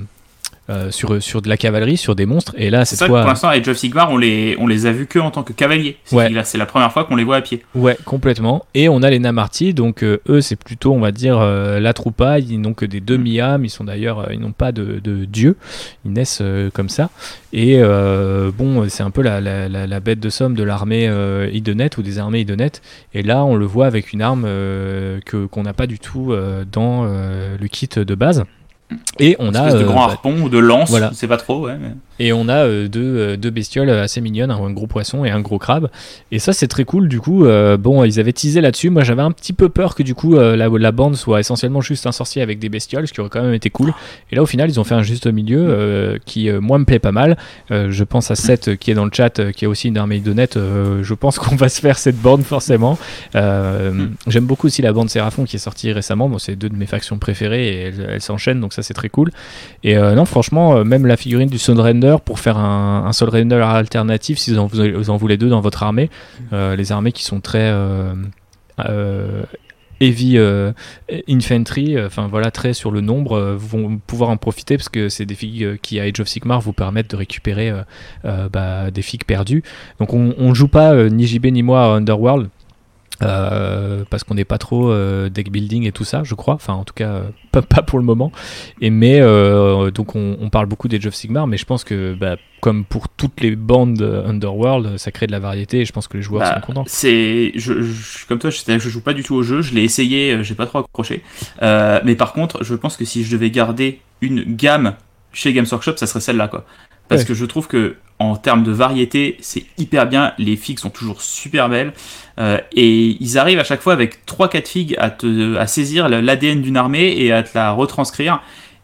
sur de la cavalerie, sur des monstres, et là c'est ça. Pour l'instant avec Age of Sigmar on les a vus que en tant que cavaliers. C'est la première fois qu'on les voit à pied. Ouais, complètement. Et on a les Namarti, donc eux c'est plutôt on va dire la troupa, ils n'ont que des demi-âmes, ils sont d'ailleurs ils n'ont pas de dieu, ils naissent comme ça. Et bon, c'est un peu la bête de somme de l'armée Idonet ou des armées Idonet. Et là on le voit avec une arme qu'on n'a pas du tout dans le kit de base. Et on a de grands harpons ou de lances, voilà. Je sais pas trop, ouais. Mais... Et on a deux bestioles assez mignonnes, un gros poisson et un gros crabe. Et ça c'est très cool. Du coup, bon, ils avaient teasé là-dessus. Moi j'avais un petit peu peur que du coup la bande soit essentiellement juste un sorcier avec des bestioles, ce qui aurait quand même été cool. Et là au final ils ont fait un juste milieu qui moi me plaît pas mal. Je pense à Seth qui est dans le chat, qui est aussi une armée d'honnête. Je pense qu'on va se faire cette bande forcément. J'aime beaucoup aussi la bande Séraphon qui est sortie récemment. Bon, c'est deux de mes factions préférées et elles s'enchaînent, donc ça c'est très cool. Et non, franchement, même la figurine du Soul Render pour faire un Soul Render alternatif, si vous en voulez deux dans votre armée, les armées qui sont très heavy infantry, enfin voilà, très sur le nombre, vont pouvoir en profiter parce que c'est des figues qui à Age of Sigmar vous permettent de récupérer des figues perdues. Donc on joue pas ni JB ni moi à Underworld. Parce qu'on n'est pas trop deck building et tout ça, je crois, enfin en tout cas pas pour le moment. Mais donc on parle beaucoup d'Age of Sigmar, mais je pense que comme pour toutes les bandes Underworld, ça crée de la variété et je pense que les joueurs sont contents. Comme toi, je joue pas du tout au jeu, je l'ai essayé, j'ai pas trop accroché. Mais par contre, je pense que si je devais garder une gamme chez Games Workshop, ça serait celle-là, quoi. Parce que je trouve que en termes de variété, c'est hyper bien. Les figues sont toujours super belles. Et ils arrivent à chaque fois avec 3-4 figues à saisir l'ADN d'une armée et à te la retranscrire.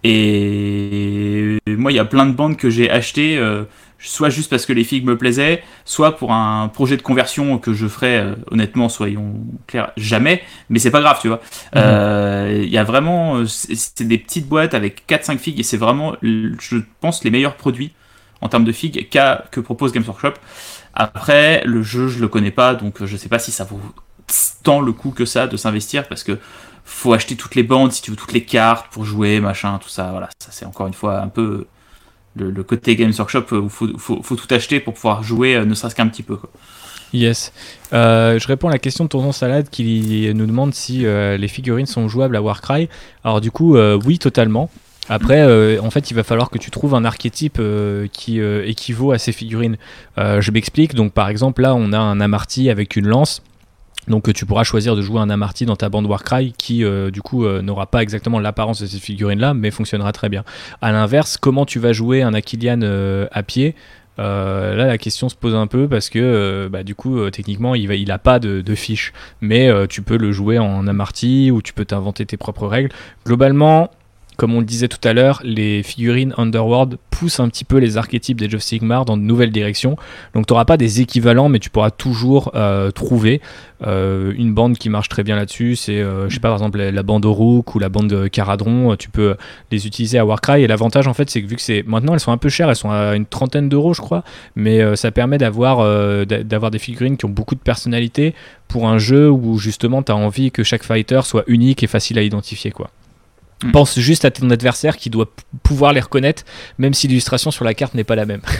Et moi, il y a plein de bandes que j'ai achetées, soit juste parce que les figues me plaisaient, soit pour un projet de conversion que je ferai, honnêtement, soyons clairs, jamais. Mais c'est pas grave, tu vois. Il y a vraiment... C'est des petites boîtes avec 4-5 figues et c'est vraiment, je pense, les meilleurs produits en termes de figues que propose Games Workshop. Après, le jeu, je le connais pas, donc je sais pas si ça vaut tant le coup que ça de s'investir, parce que faut acheter toutes les bandes, si tu veux toutes les cartes pour jouer, machin, tout ça. Voilà, ça c'est encore une fois un peu le côté Games Workshop où faut tout acheter pour pouvoir jouer, ne serait-ce qu'un petit peu, quoi. Yes. Je réponds à la question de Tonton Salade qui nous demande si les figurines sont jouables à Warcry. Alors du coup, oui, totalement. Après, en fait, il va falloir que tu trouves un archétype qui équivaut à ces figurines. Je m'explique. Donc, par exemple, là, on a un Amarty avec une lance. Donc, tu pourras choisir de jouer un Amarty dans ta bande Warcry qui, du coup, n'aura pas exactement l'apparence de cette figurine-là, mais fonctionnera très bien. À l'inverse, comment tu vas jouer un Aquilian à pied ? Là la question se pose un peu parce que du coup techniquement il a pas de fiche, mais tu peux le jouer en Amarty ou tu peux t'inventer tes propres règles. Globalement, comme on le disait tout à l'heure, les figurines Underworld poussent un petit peu les archétypes d'Age of Sigmar dans de nouvelles directions. Donc tu n'auras pas des équivalents, mais tu pourras toujours trouver une bande qui marche très bien là-dessus. C'est, je sais pas, par exemple la bande Oruk ou la bande Caradron, tu peux les utiliser à Warcry. Et l'avantage en fait, c'est que vu que maintenant elles sont un peu chères, elles sont à une 30aine d'euros je crois, mais ça permet d'avoir des figurines qui ont beaucoup de personnalité pour un jeu où justement tu as envie que chaque fighter soit unique et facile à identifier, quoi. Pense juste à ton adversaire qui doit pouvoir les reconnaître, même si l'illustration sur la carte n'est pas la même.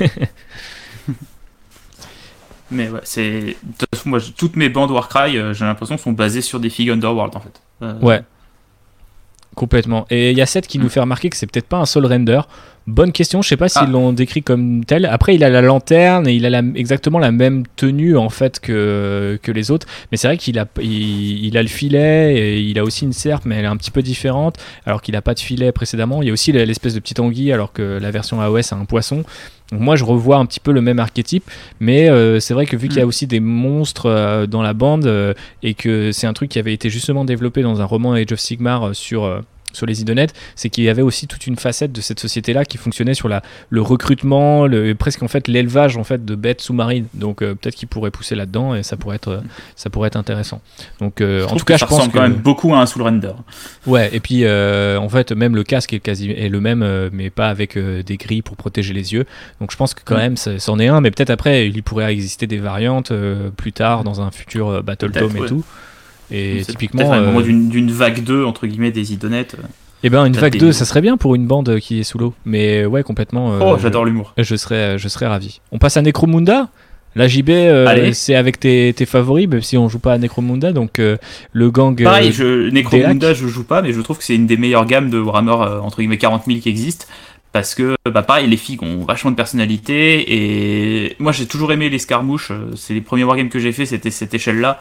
Mais ouais, de toute façon, moi, toutes mes bandes Warcry, j'ai l'impression, sont basées sur des figues Underworld, en fait. Ouais, complètement. Et il y a Seth qui nous fait remarquer que c'est peut-être pas un Soul Render. Bonne question, je sais pas s'ils l'ont décrit comme tel. Après, il a la lanterne et il a exactement la même tenue en fait que les autres. Mais c'est vrai qu'il a le filet et il a aussi une serpe, mais elle est un petit peu différente. Alors qu'il a pas de filet précédemment. Il y a aussi l'espèce de petite anguille, alors que la version AOS a un poisson. Donc moi, je revois un petit peu le même archétype, mais c'est vrai que vu qu'il y a aussi des monstres dans la bande et que c'est un truc qui avait été justement développé dans un roman Age of Sigmar sur les Idonets, c'est qu'il y avait aussi toute une facette de cette société-là qui fonctionnait sur le recrutement, presque en fait l'élevage en fait de bêtes sous-marines. Donc peut-être qu'il pourrait pousser là-dedans et ça pourrait être intéressant. Donc en tout cas, je pense que quand même beaucoup à un Soul Render. Ouais, et puis en fait même le casque est le même, mais pas avec des grilles pour protéger les yeux. Donc je pense que quand même c'en est un, mais peut-être après il pourrait exister des variantes plus tard dans un futur Battletome et tout. Et c'est typiquement à un moment d'une vague 2 entre guillemets des Idonets. Eh ben une vague 2 ça serait bien pour une bande qui est sous l'eau, mais ouais complètement. J'adore l'humour. Je serais ravi. On passe à Necromunda. La JB c'est avec tes favoris, même si on joue pas à Necromunda, donc le gang. Pareil, Necromunda je joue pas, mais je trouve que c'est une des meilleures gammes de Warhammer entre guillemets 40 000 qui existent. Parce que, pareil, les filles ont vachement de personnalité, et moi j'ai toujours aimé les Scarmouches, c'est les premiers wargames que j'ai fait, c'était cette échelle-là,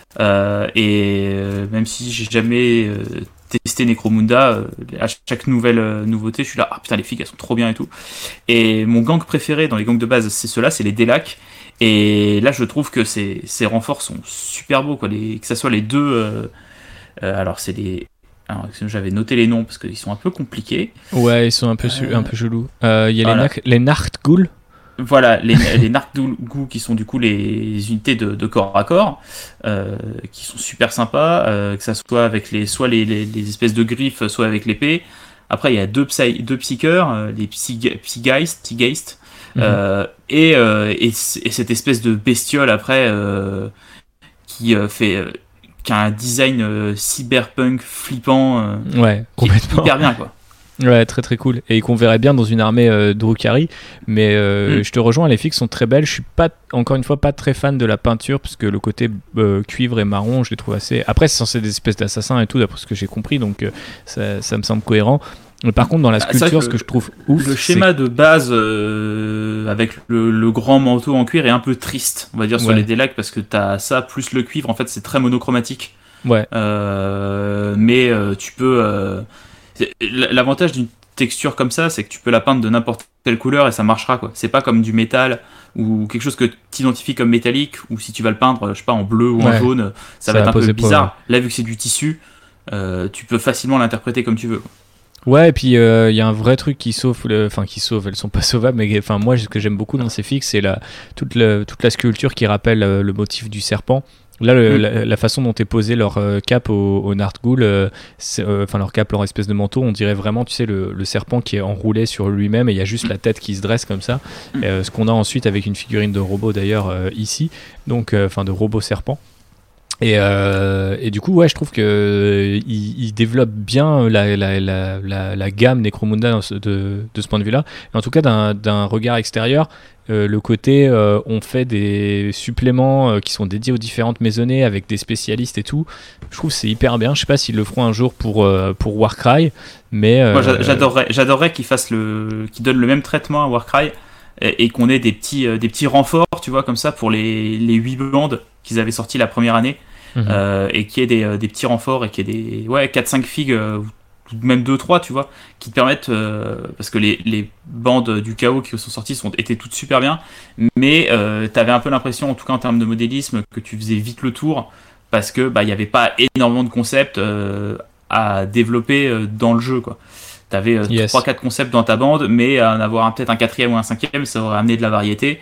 même si j'ai jamais testé Necromunda, à chaque nouvelle nouveauté, je suis là, ah putain les filles elles sont trop bien et tout. Et mon gang préféré dans les gangs de base, c'est ceux-là, c'est les Delac, et là je trouve que ces renforts sont super beaux, quoi, que ça soit les deux, alors c'est les... Alors, j'avais noté les noms parce qu'ils sont un peu compliqués. Ouais, ils sont un peu chelous. Il y a les Nartghoul. Voilà, les Nartghoul qui sont du coup les unités de corps à corps, qui sont super sympas, que ça soit avec soit les espèces de griffes, soit avec l'épée. Après, il y a deux psycheurs, les Psygeist, et cette espèce de bestiole après qui a un design cyberpunk flippant, ouais, complètement hyper bien quoi. Ouais, très très cool, et qu'on verrait bien dans une armée Drukhari, mais je te rejoins, les figues sont très belles. Je suis pas, encore une fois, pas très fan de la peinture parce que le côté cuivre et marron, je les trouve assez. Après, c'est censé être des espèces d'assassins et tout, d'après ce que j'ai compris, donc ça me semble cohérent. Mais par contre, dans la sculpture, ce que je trouve ouf, le schéma de base avec le grand manteau en cuir est un peu triste, on va dire, sur les Delac, parce que t'as ça plus le cuivre. En fait, c'est très monochromatique. Ouais. Mais tu peux. L'avantage d'une texture comme ça, c'est que tu peux la peindre de n'importe quelle couleur et ça marchera, quoi. C'est pas comme du métal ou quelque chose que tu identifies comme métallique, ou si tu vas le peindre, je sais pas, en bleu ou en jaune, ça va être un peu bizarre. Là, vu que c'est du tissu, tu peux facilement l'interpréter comme tu veux, quoi. Ouais, et puis il y a un vrai truc qui sauve, elles sont pas sauvables, mais moi ce que j'aime beaucoup dans ces figues, c'est toute la sculpture qui rappelle le motif du serpent. Là, la façon dont est posé leur cape au Nartghoul, leur cape, leur espèce de manteau, on dirait vraiment, tu sais, le serpent qui est enroulé sur lui-même, et il y a juste la tête qui se dresse comme ça. Ce qu'on a ensuite avec une figurine de robot d'ailleurs ici, donc de robot serpent. Et du coup, ouais, je trouve que il développe bien la gamme Necromunda de ce point de vue-là. Et en tout cas, d'un regard extérieur, le côté on fait des suppléments qui sont dédiés aux différentes maisonnées avec des spécialistes et tout. Je trouve que c'est hyper bien. Je sais pas s'ils le feront un jour pour Warcry, mais moi j'adorerais qu'ils donnent le même traitement à Warcry et qu'on ait des petits renforts, tu vois, comme ça pour les 8 bandes qu'ils avaient sorti la première année. Et qu'il y ait des petits renforts et qu'il y ait des 4-5 figues ou même 2-3, tu vois, qui te permettent, parce que les bandes du chaos qui sont sorties étaient toutes super bien, mais t'avais un peu l'impression, en tout cas en termes de modélisme, que tu faisais vite le tour parce que il n'y avait pas énormément de concepts à développer dans le jeu, quoi. T'avais 3-4 concepts dans ta bande, mais en avoir peut-être un 4e ou un 5e, ça aurait amené de la variété,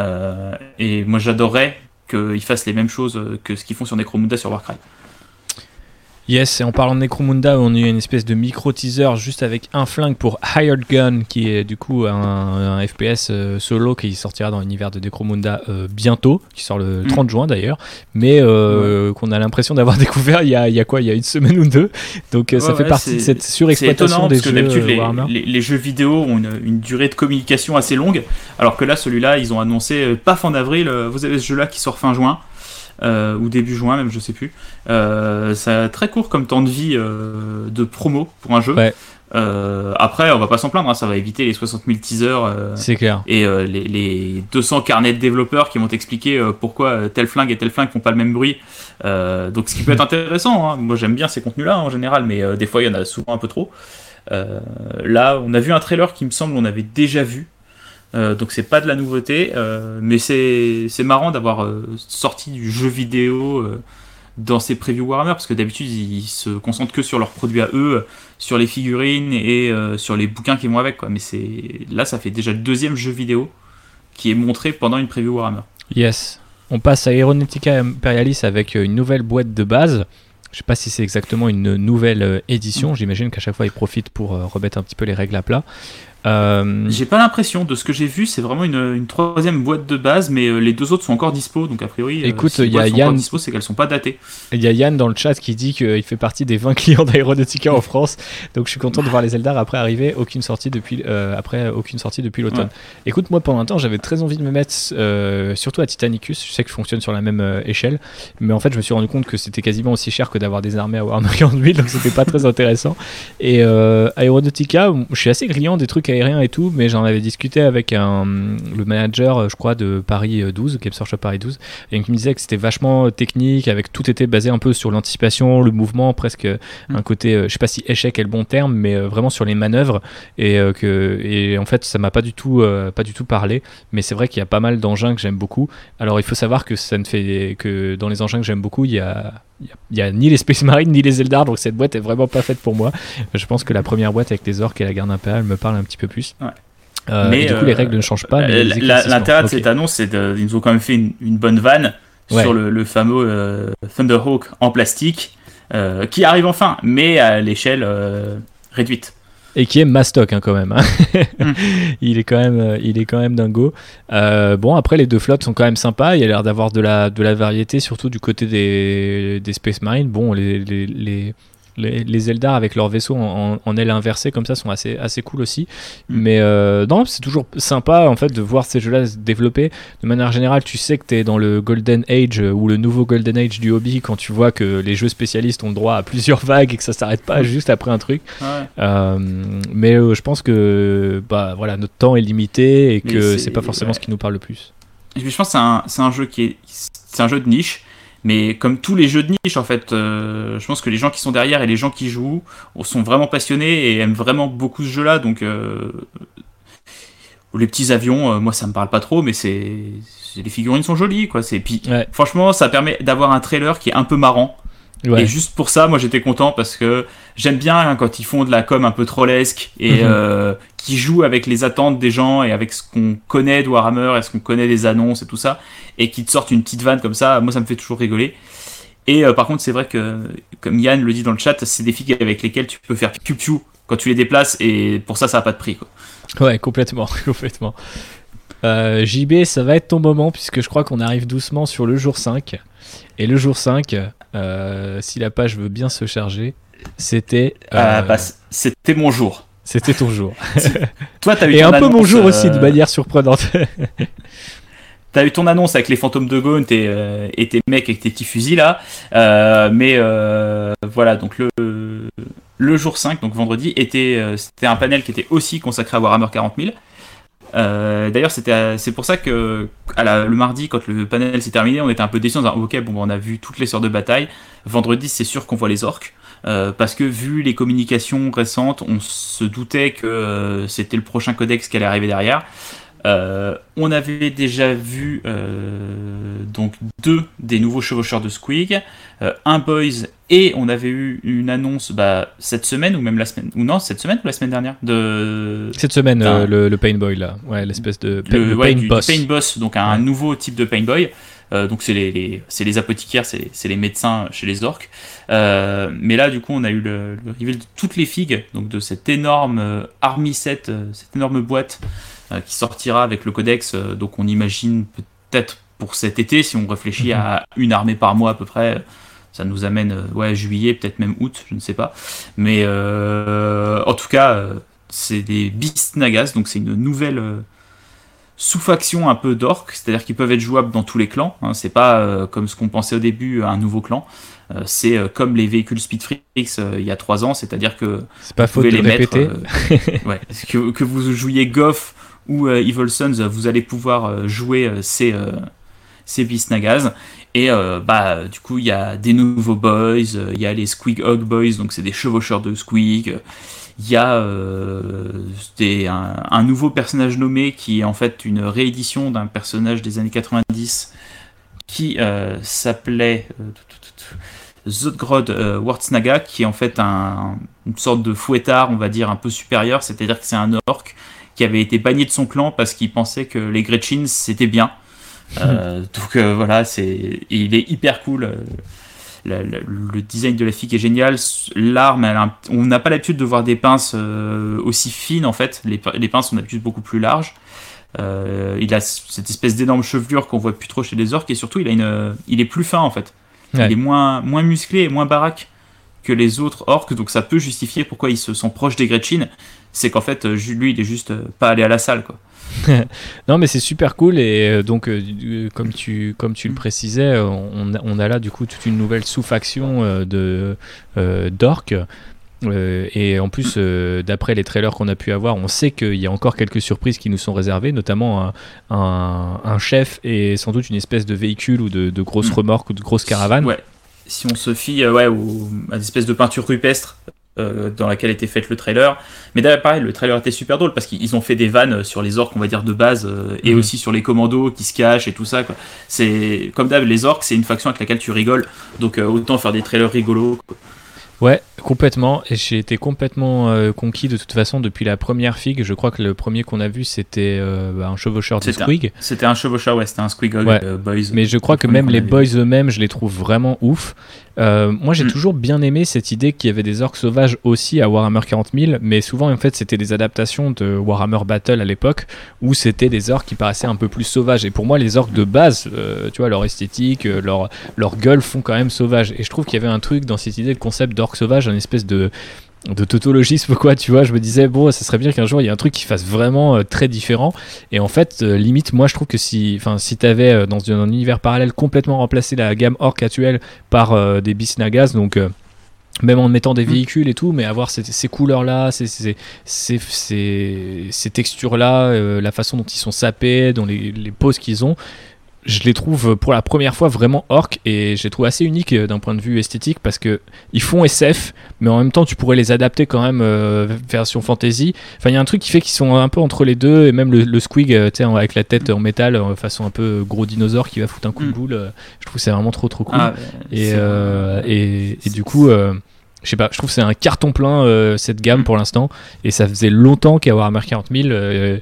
et moi j'adorerais qu'ils fassent les mêmes choses que ce qu'ils font sur Necromunda sur Warcry. Yes, et en parlant de Necromunda, on a eu une espèce de micro-teaser juste avec un flingue pour Hired Gun, qui est du coup un FPS solo qui sortira dans l'univers de Necromunda bientôt, qui sort le 30 juin d'ailleurs, mais qu'on a l'impression d'avoir découvert il y a une semaine ou deux. Donc ça fait partie de cette surexploitation des jeux Warhammer. Les jeux vidéo ont une durée de communication assez longue, alors que là, celui-là, ils ont annoncé, paf, en avril, vous avez ce jeu-là qui sort fin juin. Ou début juin même, je sais plus. C'est très court comme temps de vie de promo pour un jeu. Ouais. Après, on va pas s'en plaindre, hein, ça va éviter les 60 000 teasers c'est clair. Et les 200 carnets de développeurs qui vont t'expliquer pourquoi tel flingue et tel flingue font pas le même bruit. Donc ce qui peut être intéressant, hein. Moi j'aime bien ces contenus-là en général, mais des fois il y en a souvent un peu trop. Là, on a vu un trailer qui me semble on avait déjà vu. Donc c'est pas de la nouveauté, mais c'est marrant d'avoir sorti du jeu vidéo dans ces previews Warhammer, parce que d'habitude ils se concentrent que sur leurs produits à eux, sur les figurines et sur les bouquins qui vont avec, quoi. Mais là ça fait déjà le deuxième jeu vidéo qui est montré pendant une preview Warhammer. Yes. On passe à Aeronautica Imperialis avec une nouvelle boîte de base. Je sais pas si c'est exactement une nouvelle édition, j'imagine qu'à chaque fois ils profitent pour remettre un petit peu les règles à plat. J'ai pas l'impression, de ce que j'ai vu, c'est vraiment une troisième boîte de base, mais les deux autres sont encore dispo, donc a priori, écoute, si les boîtes sont encore dispo, c'est qu'elles sont pas datées. Il y a Yann dans le chat qui dit qu'il fait partie des 20 clients d'Aeronautica en France, donc je suis content de voir les Eldar après arriver, aucune sortie depuis l'automne. Ouais. Écoute, moi pendant un temps j'avais très envie de me mettre surtout à Titanicus, je sais que je fonctionne sur la même échelle, mais en fait je me suis rendu compte que c'était quasiment aussi cher que d'avoir des armées à Warhammer 40 000, donc c'était pas très intéressant. Et Aeronautica, je suis assez client des trucs aérien et tout, mais j'en avais discuté avec le manager, je crois, de Paris 12, Games Workshop Paris 12, et qui me disait que c'était vachement technique, avec tout était basé un peu sur l'anticipation, le mouvement, presque un côté, je sais pas si échec est le bon terme, mais vraiment sur les manœuvres, et en fait ça m'a pas du tout parlé, mais c'est vrai qu'il y a pas mal d'engins que j'aime beaucoup. Alors il faut savoir que ça ne fait que dans les engins que j'aime beaucoup, il y a ni les Space Marines ni les Eldar, donc cette boîte est vraiment pas faite pour moi. Je pense que la première boîte avec les orques et la garde impériale me parle un petit peu plus. Ouais. Mais du coup les règles ne changent pas. L'intérêt de cette annonce, c'est qu'ils nous ont quand même fait une bonne vanne sur le fameux Thunderhawk en plastique qui arrive enfin, mais à l'échelle réduite. Et qui est mastoc quand même. Il est quand même dingo. Bon, après les deux flottes sont quand même sympas. Il y a l'air d'avoir de la variété, surtout du côté des Space Marines. Bon, les Eldar avec leur vaisseau en aile inversée comme ça sont assez cool aussi. Mais non, c'est toujours sympa en fait de voir ces jeux-là se développer. De manière générale, tu sais que tu es dans le Golden Age ou le nouveau Golden Age du hobby quand tu vois que les jeux spécialistes ont le droit à plusieurs vagues et que ça s'arrête pas juste après un truc. Mais je pense que voilà, notre temps est limité et que c'est pas forcément ce qui nous parle le plus. Je pense que c'est un jeu c'est un jeu de niche. Mais comme tous les jeux de niche, en fait, je pense que les gens qui sont derrière et les gens qui jouent sont vraiment passionnés et aiment vraiment beaucoup ce jeu-là. Donc, les petits avions, moi, ça me parle pas trop, mais les figurines sont jolies, quoi. Puis, franchement, ça permet d'avoir un trailer qui est un peu marrant. Ouais. Et juste pour ça, moi, j'étais content parce que j'aime bien quand ils font de la com un peu trollesque et qui jouent avec les attentes des gens et avec ce qu'on connaît de Warhammer et ce qu'on connaît des annonces et tout ça, et qui te sortent une petite vanne comme ça. Moi, ça me fait toujours rigoler. Et par contre, c'est vrai que, comme Yann le dit dans le chat, c'est des figues avec lesquelles tu peux faire piou-piou quand tu les déplaces, et pour ça n'a pas de prix, quoi. Ouais, complètement. JB, ça va être ton moment puisque je crois qu'on arrive doucement sur le jour 5. Et le jour 5, si la page veut bien se charger, c'était... c'était mon jour. C'était ton jour. Toi, t'as eu et un peu mon jour aussi, de manière surprenante. T'as eu ton annonce avec les fantômes de Gaunt et tes mecs avec tes petits fusils là. Mais voilà, donc le jour 5, donc vendredi, c'était un panel qui était aussi consacré à Warhammer 40 000. D'ailleurs, c'est pour ça que le mardi, quand le panel s'est terminé, on était un peu déçus en disant ok, bon, on a vu toutes les sœurs de bataille. Vendredi, c'est sûr qu'on voit les orques. Parce que vu les communications récentes, on se doutait que c'était le prochain codex qui allait arriver derrière. On avait déjà vu donc 2 des nouveaux chevaucheurs de Squig, un Boys, et on avait eu une annonce cette semaine ou même la semaine, ou non, cette semaine ou la semaine dernière cette semaine, le Pain Boy là, ouais, l'espèce de Pain Boss, donc un nouveau type de Pain Boy. Donc c'est les apothicaires, c'est les médecins chez les orques. Mais là, du coup, on a eu le reveal de toutes les figues, donc de cette énorme Army Set, cette énorme boîte qui sortira avec le codex. Donc on imagine peut-être pour cet été, si on réfléchit à une armée par mois à peu près, ça nous amène juillet, peut-être même août, je ne sais pas. Mais en tout cas, c'est des Beast Nagas, donc c'est une nouvelle sous-faction un peu d'orques, c'est-à-dire qu'ils peuvent être jouables dans tous les clans. Hein, c'est pas comme ce qu'on pensait au début, un nouveau clan. C'est comme les véhicules Speedfreaks il y a 3 ans, c'est-à-dire que c'est pas faute de les répéter. Que vous jouiez Goff ou Evil Sons, vous allez pouvoir jouer ces Beast Nagas. Et du coup, il y a des nouveaux boys, il y a les Squeak Hog Boys, donc c'est des chevaucheurs de Squeak. Il y a un nouveau personnage nommé qui est en fait une réédition d'un personnage des années 90 qui s'appelait Zodgrod Wartsnaga, qui est en fait une sorte de fouettard, on va dire, un peu supérieur, c'est-à-dire que c'est un orc qui avait été banni de son clan parce qu'il pensait que les Gretchins c'était bien. Donc voilà, il est hyper cool. Le design de la figue est génial. L'arme, on n'a pas l'habitude de voir des pinces aussi fines en fait. Les pinces sont d'habitude beaucoup plus larges. Il a cette espèce d'énorme chevelure qu'on voit plus trop chez les orques, et surtout il est plus fin en fait. Ouais. Il est moins musclé et moins baraque que les autres orques, donc ça peut justifier pourquoi ils se sont proches des Gretchins. C'est qu'en fait lui il est juste pas allé à la salle quoi. Non mais c'est super cool, et donc comme tu le précisais, on a là du coup toute une nouvelle sous-faction d'orques, et en plus d'après les trailers qu'on a pu avoir, on sait qu'il y a encore quelques surprises qui nous sont réservées, notamment un chef et sans doute une espèce de véhicule ou de grosse remorque ou de grosse caravane. Ouais. Si on se fie à des espèces de peinture rupestre dans laquelle était fait le trailer. Mais d'ailleurs, pareil, le trailer était super drôle parce qu'ils ont fait des vannes sur les orques, on va dire, de base, et aussi sur les commandos qui se cachent et tout ça, quoi. C'est, comme d'hab, les orques, c'est une faction avec laquelle tu rigoles, donc autant faire des trailers rigolos, quoi. Ouais, complètement. Et j'ai été complètement conquis de toute façon depuis la première figue. Je crois que le premier qu'on a vu, c'était un chevaucheur de Squig. C'était un chevaucheur, c'était un Squig Boys. Mais je crois que même les boys eux-mêmes, je les trouve vraiment ouf. Moi, j'ai toujours bien aimé cette idée qu'il y avait des orques sauvages aussi à Warhammer 40 000, mais souvent, en fait, c'était des adaptations de Warhammer Battle à l'époque, où c'était des orques qui paraissaient un peu plus sauvages. Et pour moi, les orques de base, tu vois, leur esthétique, leur gueule font quand même sauvage. Et je trouve qu'il y avait un truc dans cette idée, le concept d'orque sauvage, une espèce de tautologisme, quoi, tu vois. Je me disais, bon, ça serait bien qu'un jour il y ait un truc qui fasse vraiment très différent. Et en fait, limite, moi je trouve que si t'avais dans un univers parallèle complètement remplacé la gamme orc actuelle par des Beast Nagas, donc même en mettant des véhicules et tout, mais avoir ces couleurs là, ces textures là, la façon dont ils sont sapés, dans les poses qu'ils ont, je les trouve pour la première fois vraiment orques, et je les trouve assez uniques d'un point de vue esthétique, parce que ils font SF, mais en même temps tu pourrais les adapter quand même version fantasy. Enfin, il y a un truc qui fait qu'ils sont un peu entre les deux, et même le Squig, avec la tête en métal, façon un peu gros dinosaure qui va foutre un coup de boule. Je trouve que c'est vraiment trop cool. Et du coup, je sais pas, je trouve que c'est un carton plein cette gamme pour l'instant, et ça faisait longtemps qu'à Warhammer 40 000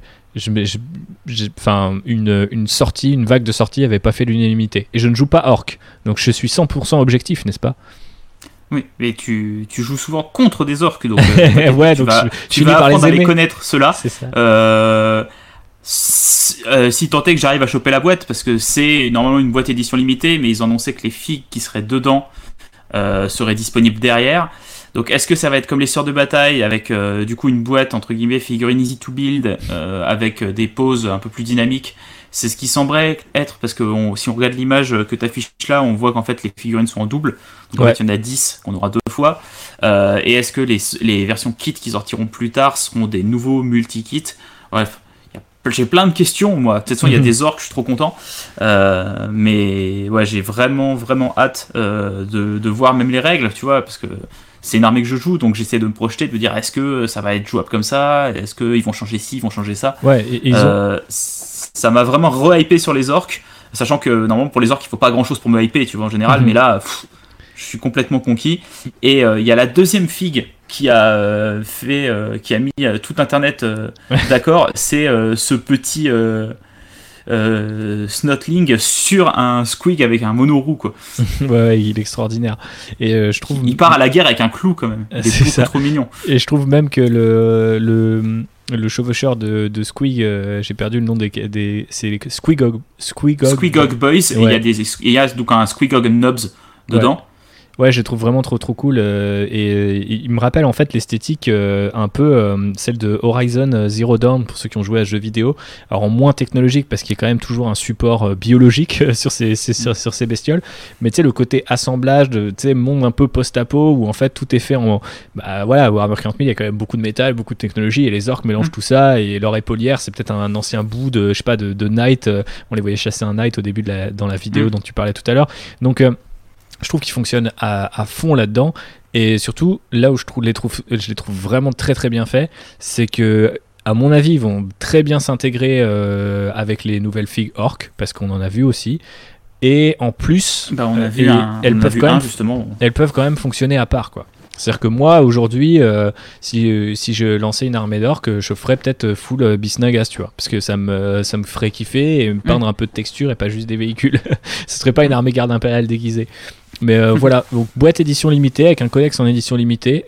une vague de sortie avait pas fait l'unanimité. Et je ne joue pas orc, donc je suis 100% objectif, n'est-ce pas? Oui, mais tu joues souvent contre des orques, donc ouais, tu vas apprendre à les connaître, ceux-là. C'est ça. Si tant est que j'arrive à choper la boîte, parce que c'est normalement une boîte édition limitée, mais ils annonçaient que les figues qui seraient dedans seraient disponibles derrière. Donc est-ce que ça va être comme les sœurs de bataille, avec du coup une boîte entre guillemets figurine easy to build, avec des poses un peu plus dynamiques? C'est ce qui semblerait être, parce que si on regarde l'image que tu affiches là, on voit qu'en fait les figurines sont en double. Donc en fait il y en a 10 qu'on aura 2 fois. Et est-ce que les versions kit qui sortiront plus tard seront des nouveaux multi-kits? Bref, j'ai plein de questions, moi. De toute façon, il y a des orques, je suis trop content. Mais ouais, j'ai vraiment hâte de voir même les règles, tu vois, parce que c'est une armée que je joue, donc j'essaie de me projeter, de me dire, est-ce que ça va être jouable comme ça? Est-ce qu'ils vont changer ci, ils vont changer ça? Ouais, ça m'a vraiment re-hypé sur les orques, sachant que normalement pour les orques il faut pas grand-chose pour me hyper, tu vois, en général, mais là je suis complètement conquis. Et il y a la deuxième figue qui a mis tout internet d'accord. C'est ce petit Snotling sur un Squig avec un monoroue, quoi. Ouais, il est extraordinaire. Et je trouve. Il part à la guerre avec un clou, quand même. Des clous, c'est trop mignon. Et je trouve même que le chevaucheur de Squig, j'ai perdu le nom c'est les Squigog Boys. Ouais. Et il y a donc un Squigog Nobs dedans. Ouais, je les trouve vraiment trop cool et il me rappelle en fait l'esthétique un peu celle de Horizon Zero Dawn pour ceux qui ont joué à ce jeu vidéo. Alors en moins technologique parce qu'il y a quand même toujours un support biologique sur ces bestioles, mais tu sais le côté assemblage de monde un peu post-apo où en fait tout est fait en Warhammer 40 000, il y a quand même beaucoup de métal, beaucoup de technologie et les orques mélangent tout ça et leur épaulière c'est peut-être un ancien bout de je sais pas de Knight, on les voyait chasser un Knight au début dans la vidéo dont tu parlais tout à l'heure. Donc je trouve qu'ils fonctionnent à fond là-dedans et surtout là où je les trouve vraiment très très bien faits, c'est que à mon avis ils vont très bien s'intégrer avec les nouvelles figues orques parce qu'on en a vu aussi et en plus elles peuvent quand même fonctionner à part quoi. C'est-à-dire que moi aujourd'hui si je lançais une armée d'orques je ferais peut-être full Bisnagas tu vois parce que ça me ferait kiffer et me peindre un peu de texture et pas juste des véhicules. Ce serait pas une armée garde impériale déguisée. Mais voilà, donc boîte édition limitée avec un codex en édition limitée,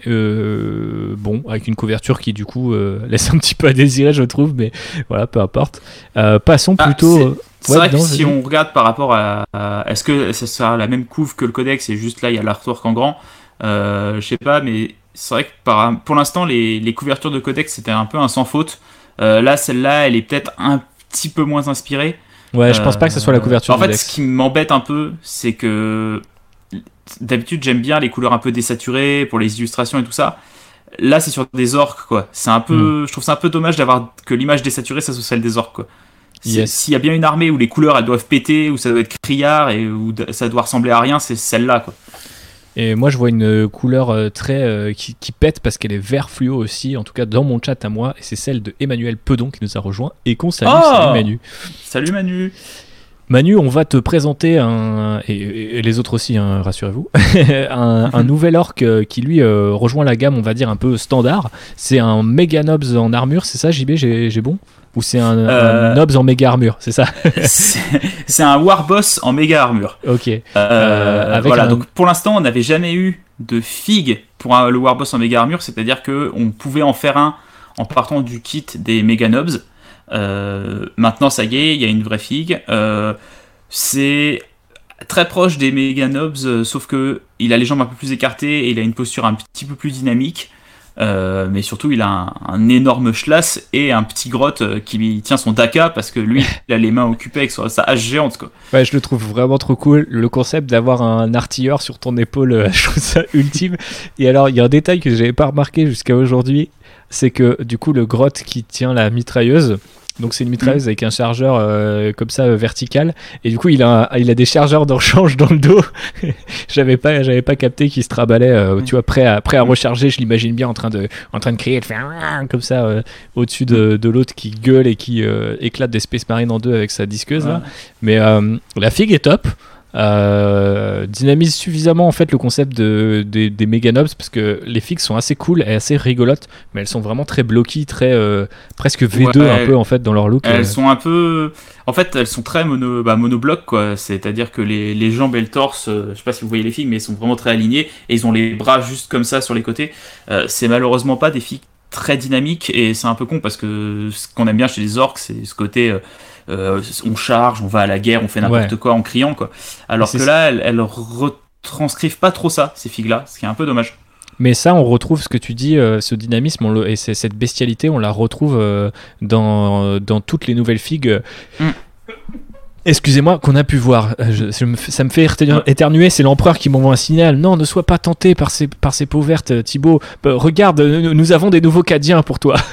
avec une couverture qui du coup laisse un petit peu à désirer je trouve, mais voilà, peu importe. Passons plutôt... C'est vrai que si on regarde par rapport à est-ce que ça sera la même couve que le codex et juste là il y a l'artwork en grand, je sais pas, mais c'est vrai que pour l'instant les couvertures de codex c'était un peu un sans faute. Là celle-là elle est peut-être un petit peu moins inspirée. Ouais, je pense pas que ce soit la couverture du codex. En fait ce qui m'embête un peu c'est que d'habitude j'aime bien les couleurs un peu désaturées pour les illustrations et tout ça. Là c'est sur des orques quoi. C'est un peu, je trouve ça un peu dommage d'avoir que l'image désaturée ça soit celle des orques quoi. S'il y a bien une armée où les couleurs elles doivent péter, où ça doit être criard et où ça doit ressembler à rien, c'est celle-là quoi. Et moi je vois une couleur très qui pète parce qu'elle est vert fluo aussi, en tout cas dans mon chat à moi, et c'est celle de Emmanuel Pedon qui nous a rejoint et qu'on salue. Salut Manu. Salut Manu. Manu, on va te présenter et les autres aussi, hein, rassurez-vous, un nouvel orc qui lui rejoint la gamme, on va dire un peu standard. C'est un méga nobs en armure, c'est ça JB, j'ai bon? Ou c'est un nobs en méga armure, c'est ça? C'est un warboss en méga armure. Ok. Donc pour l'instant, on n'avait jamais eu de figue pour le warboss en méga armure, c'est-à-dire qu'on pouvait en faire un en partant du kit des méga nobs. Maintenant ça y est, il y a une vraie figue. C'est très proche des méga nobs, sauf que il a les jambes un peu plus écartées et il a une posture un petit peu plus dynamique. Mais surtout il a un énorme schlass et un petit grotte qui tient son daka parce que lui il a les mains occupées avec sa hache géante quoi. Ouais, je le trouve vraiment trop cool le concept d'avoir un artilleur sur ton épaule. Je trouve ça ultime. Et alors il y a un détail que j'avais pas remarqué jusqu'à aujourd'hui, c'est que du coup le grotte qui tient la mitrailleuse, donc c'est une mitrailleuse avec un chargeur comme ça vertical, et du coup il a des chargeurs de rechange dans le dos. j'avais pas capté qu'il se traballait tu vois, prêt à recharger. Je l'imagine bien en train de crier, de faire comme ça au-dessus de l'autre qui gueule et qui éclate des Space Marines en deux avec sa disqueuse là. Mais la figue est top. Dynamise suffisamment en fait le concept des Meganobs parce que les figues sont assez cool et assez rigolotes, mais elles sont vraiment très blocky, très presque V2 un peu en fait dans leur look. Elles sont un peu, en fait elles sont très monobloc quoi, c'est-à-dire que les jambes et le torse, je sais pas si vous voyez les figues mais elles sont vraiment très alignées et ils ont les bras juste comme ça sur les côtés. C'est malheureusement pas des figues très dynamiques et c'est un peu con parce que ce qu'on aime bien chez les orques c'est ce côté on charge, on va à la guerre, on fait n'importe quoi en criant quoi. Alors que là, elles retranscrivent pas trop ça, ces figues-là, ce qui est un peu dommage. Mais ça, on retrouve ce que tu dis, ce dynamisme et cette bestialité, on la retrouve dans toutes les nouvelles figues. Excusez-moi, qu'on a pu voir. Ça me fait éternuer, c'est l'empereur qui m'envoie un signal. Non, ne sois pas tenté par ces peaux vertes, Thibaut. Regarde, nous avons des nouveaux Cadiens pour toi.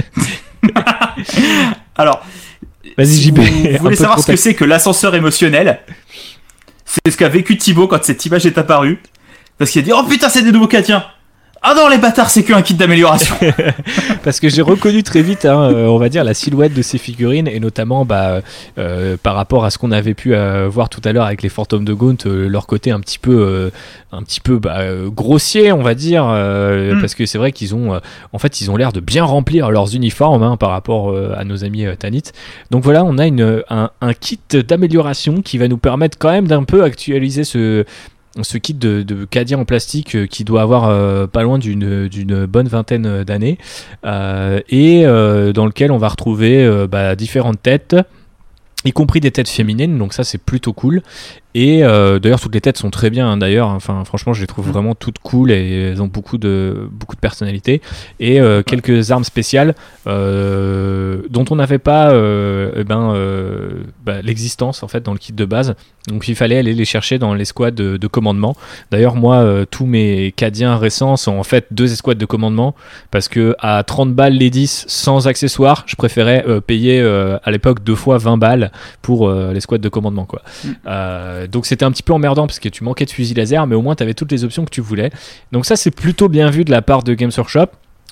Alors... Vas-y, JB. Vous voulez savoir ce que c'est que l'ascenseur émotionnel? C'est ce qu'a vécu Thibaut quand cette image est apparue. Parce qu'il a dit « Oh putain, c'est des nouveaux Cadiens !» Ah non, les bâtards, c'est qu'un kit d'amélioration. Parce que j'ai reconnu très vite, on va dire, la silhouette de ces figurines, et notamment par rapport à ce qu'on avait pu voir tout à l'heure avec les fantômes de Gaunt, leur côté un petit peu grossier, on va dire, parce que c'est vrai qu'ils ont, en fait, ils ont l'air de bien remplir leurs uniformes par rapport à nos amis Tanit. Donc voilà, on a un kit d'amélioration qui va nous permettre quand même d'un peu actualiser ce kit de Cadia en plastique qui doit avoir pas loin d'une bonne vingtaine d'années et dans lequel on va retrouver différentes têtes, y compris des têtes féminines, donc ça c'est plutôt cool. Et d'ailleurs toutes les têtes sont très bien d'ailleurs, enfin franchement je les trouve vraiment toutes cool et elles ont beaucoup de personnalité, et quelques armes spéciales dont on n'avait pas l'existence en fait dans le kit de base, donc il fallait aller les chercher dans les squads de commandement. D'ailleurs moi tous mes Cadiens récents sont en fait 2 escouades de commandement, parce que à 30 balles les 10 sans accessoires, je préférais payer à l'époque 2 fois 20 balles pour les squads de commandement quoi. Donc c'était un petit peu emmerdant parce que tu manquais de fusil laser, mais au moins tu avais toutes les options que tu voulais. Donc ça c'est plutôt bien vu de la part de Games Workshop.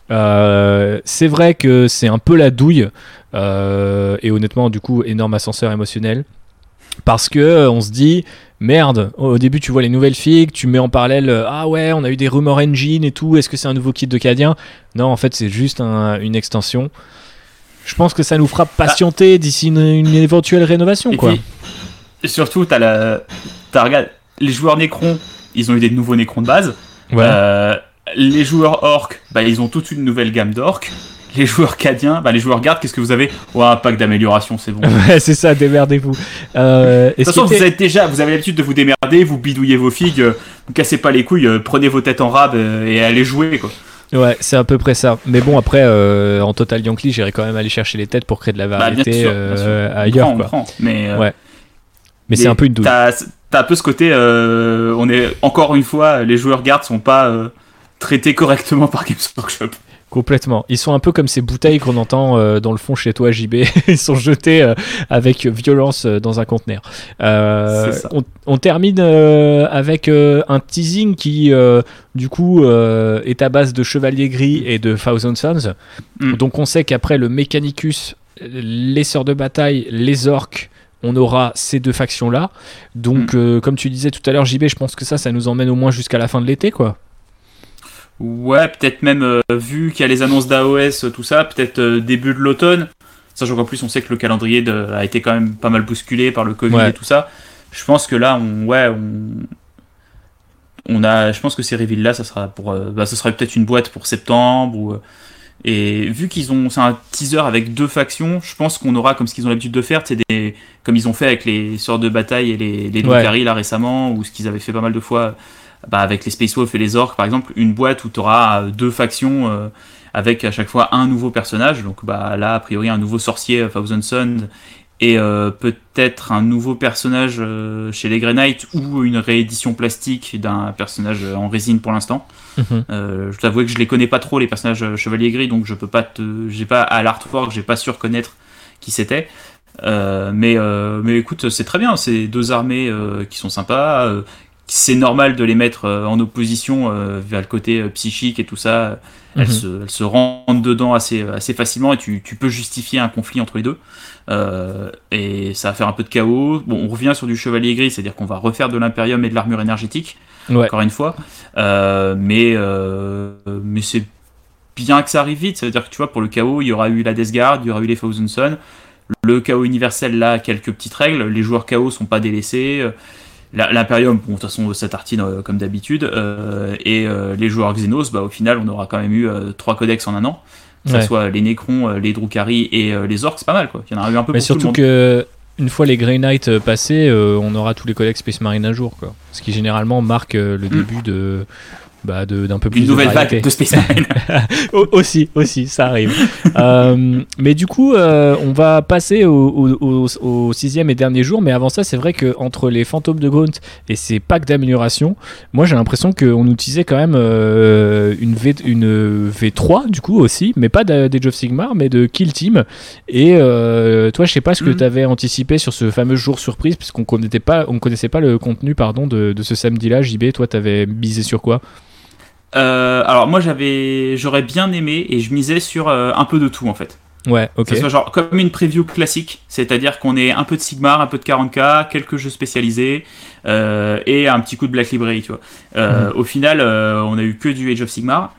C'est vrai que c'est un peu la douille et honnêtement du coup énorme ascenseur émotionnel, parce que on se dit merde, au début tu vois les nouvelles figues, tu mets en parallèle ah ouais on a eu des rumeurs engine et tout, est-ce que c'est un nouveau kit de Cadien? Non, en fait c'est juste une extension. Je pense que ça nous fera patienter d'ici une éventuelle rénovation quoi. Et surtout, regarde, les joueurs Necron, ils ont eu des nouveaux Necrons de base. Ouais. Les joueurs Orc, ils ont toute une nouvelle gamme d'Orc. Les joueurs Cadiens, les joueurs Garde, qu'est-ce que vous avez? Un pack d'amélioration, c'est bon. Ouais, c'est ça, démerdez-vous. De toute façon, vous avez l'habitude de vous démerder, vous bidouillez vos figues, vous cassez pas les couilles, prenez vos têtes en rab et allez jouer, quoi. Ouais, c'est à peu près ça. Mais bon, après, en Total Yankee, j'irai quand même aller chercher les têtes pour créer de la variété bien sûr. ailleurs. On prend. Mais c'est un peu une douille. T'as un peu ce côté, on est encore une fois, les joueurs Garde sont pas traités correctement par Games Workshop. Complètement. Ils sont un peu comme ces bouteilles qu'on entend dans le fond chez toi, JB. Ils sont jetés avec violence dans un conteneur. On termine avec un teasing qui, du coup, est à base de Chevalier Gris et de Thousand Sons. Donc on sait qu'après le Mechanicus, les Sœurs de Bataille, les Orques, on aura ces 2 factions-là. Donc, comme tu disais tout à l'heure, JB, je pense que ça nous emmène au moins jusqu'à la fin de l'été, quoi. Ouais, peut-être même, vu qu'il y a les annonces d'AOS, tout ça, peut-être début de l'automne. Sachant qu'en plus, on sait que le calendrier a été quand même pas mal bousculé par le Covid et tout ça. Je pense que là, je pense que ces reveals-là, ça sera ça sera peut-être une boîte pour septembre et vu c'est un teaser avec 2 factions, je pense qu'on aura, comme ce qu'ils ont l'habitude de faire, comme ils ont fait avec les Sœurs de Bataille et les Drukhari là récemment, ou ce qu'ils avaient fait pas mal de fois avec les Space Wolves et les Orcs par exemple, une boîte où tu auras 2 factions avec à chaque fois un nouveau personnage. Donc là a priori un nouveau sorcier Thousand Sons et peut-être un nouveau personnage chez les Grey Knights, ou une réédition plastique d'un personnage en résine pour l'instant. Je t'avoue que je les connais pas trop, les personnages Chevalier Gris, donc je peux pas j'ai pas à l'artwork, j'ai pas su reconnaître qui c'était. Mais écoute, c'est très bien, c'est 2 armées qui sont sympas. C'est normal de les mettre en opposition vers le côté psychique et tout ça. Elles se rendent dedans assez facilement, et tu peux justifier un conflit entre les deux. Et ça va faire un peu de chaos. Bon, on revient sur du Chevalier Gris, c'est-à-dire qu'on va refaire de l'Imperium et de l'armure énergétique, encore une fois. Mais c'est bien que ça arrive vite. Ça veut dire que tu vois, pour le chaos, il y aura eu la Death Guard, il y aura eu les Thousand Sons. Le chaos universel, là, quelques petites règles. Les joueurs chaos sont pas délaissés. L'Imperium, bon, de toute façon, ça tartine comme d'habitude. Et les joueurs Xenos, au final, on aura quand même eu 3 codex en un an. Que ce soit les Necrons, les Drukhari et les Orcs, c'est pas mal, quoi. Il y en a eu un peu pour tout le monde. Mais surtout que, une fois les Grey Knights passés, on aura tous les codex Space Marine à jour, quoi. Ce qui généralement marque le début d'un peu plus une nouvelle vague de Space Marine. aussi, ça arrive. Mais du coup, on va passer au 6e et dernier jour. Mais avant ça, c'est vrai qu'entre les fantômes de Gaunt et ces packs d'amélioration, moi j'ai l'impression qu'on utilisait quand même une V3 du coup aussi, mais pas d'Age of Sigmar, mais de Kill Team. Et toi, je sais pas ce que tu avais anticipé sur ce fameux jour surprise, puisqu'on connaissait pas le contenu de ce samedi-là. JB, toi, t'avais misé sur quoi? Alors moi j'aurais bien aimé et je misais sur un peu de tout en fait. Ouais, ok. Que ce soit genre comme une preview classique, c'est-à-dire qu'on ait un peu de Sigmar, un peu de 40K, quelques jeux spécialisés et un petit coup de Black Library, tu vois. Au final, on a eu que du Age of Sigmar,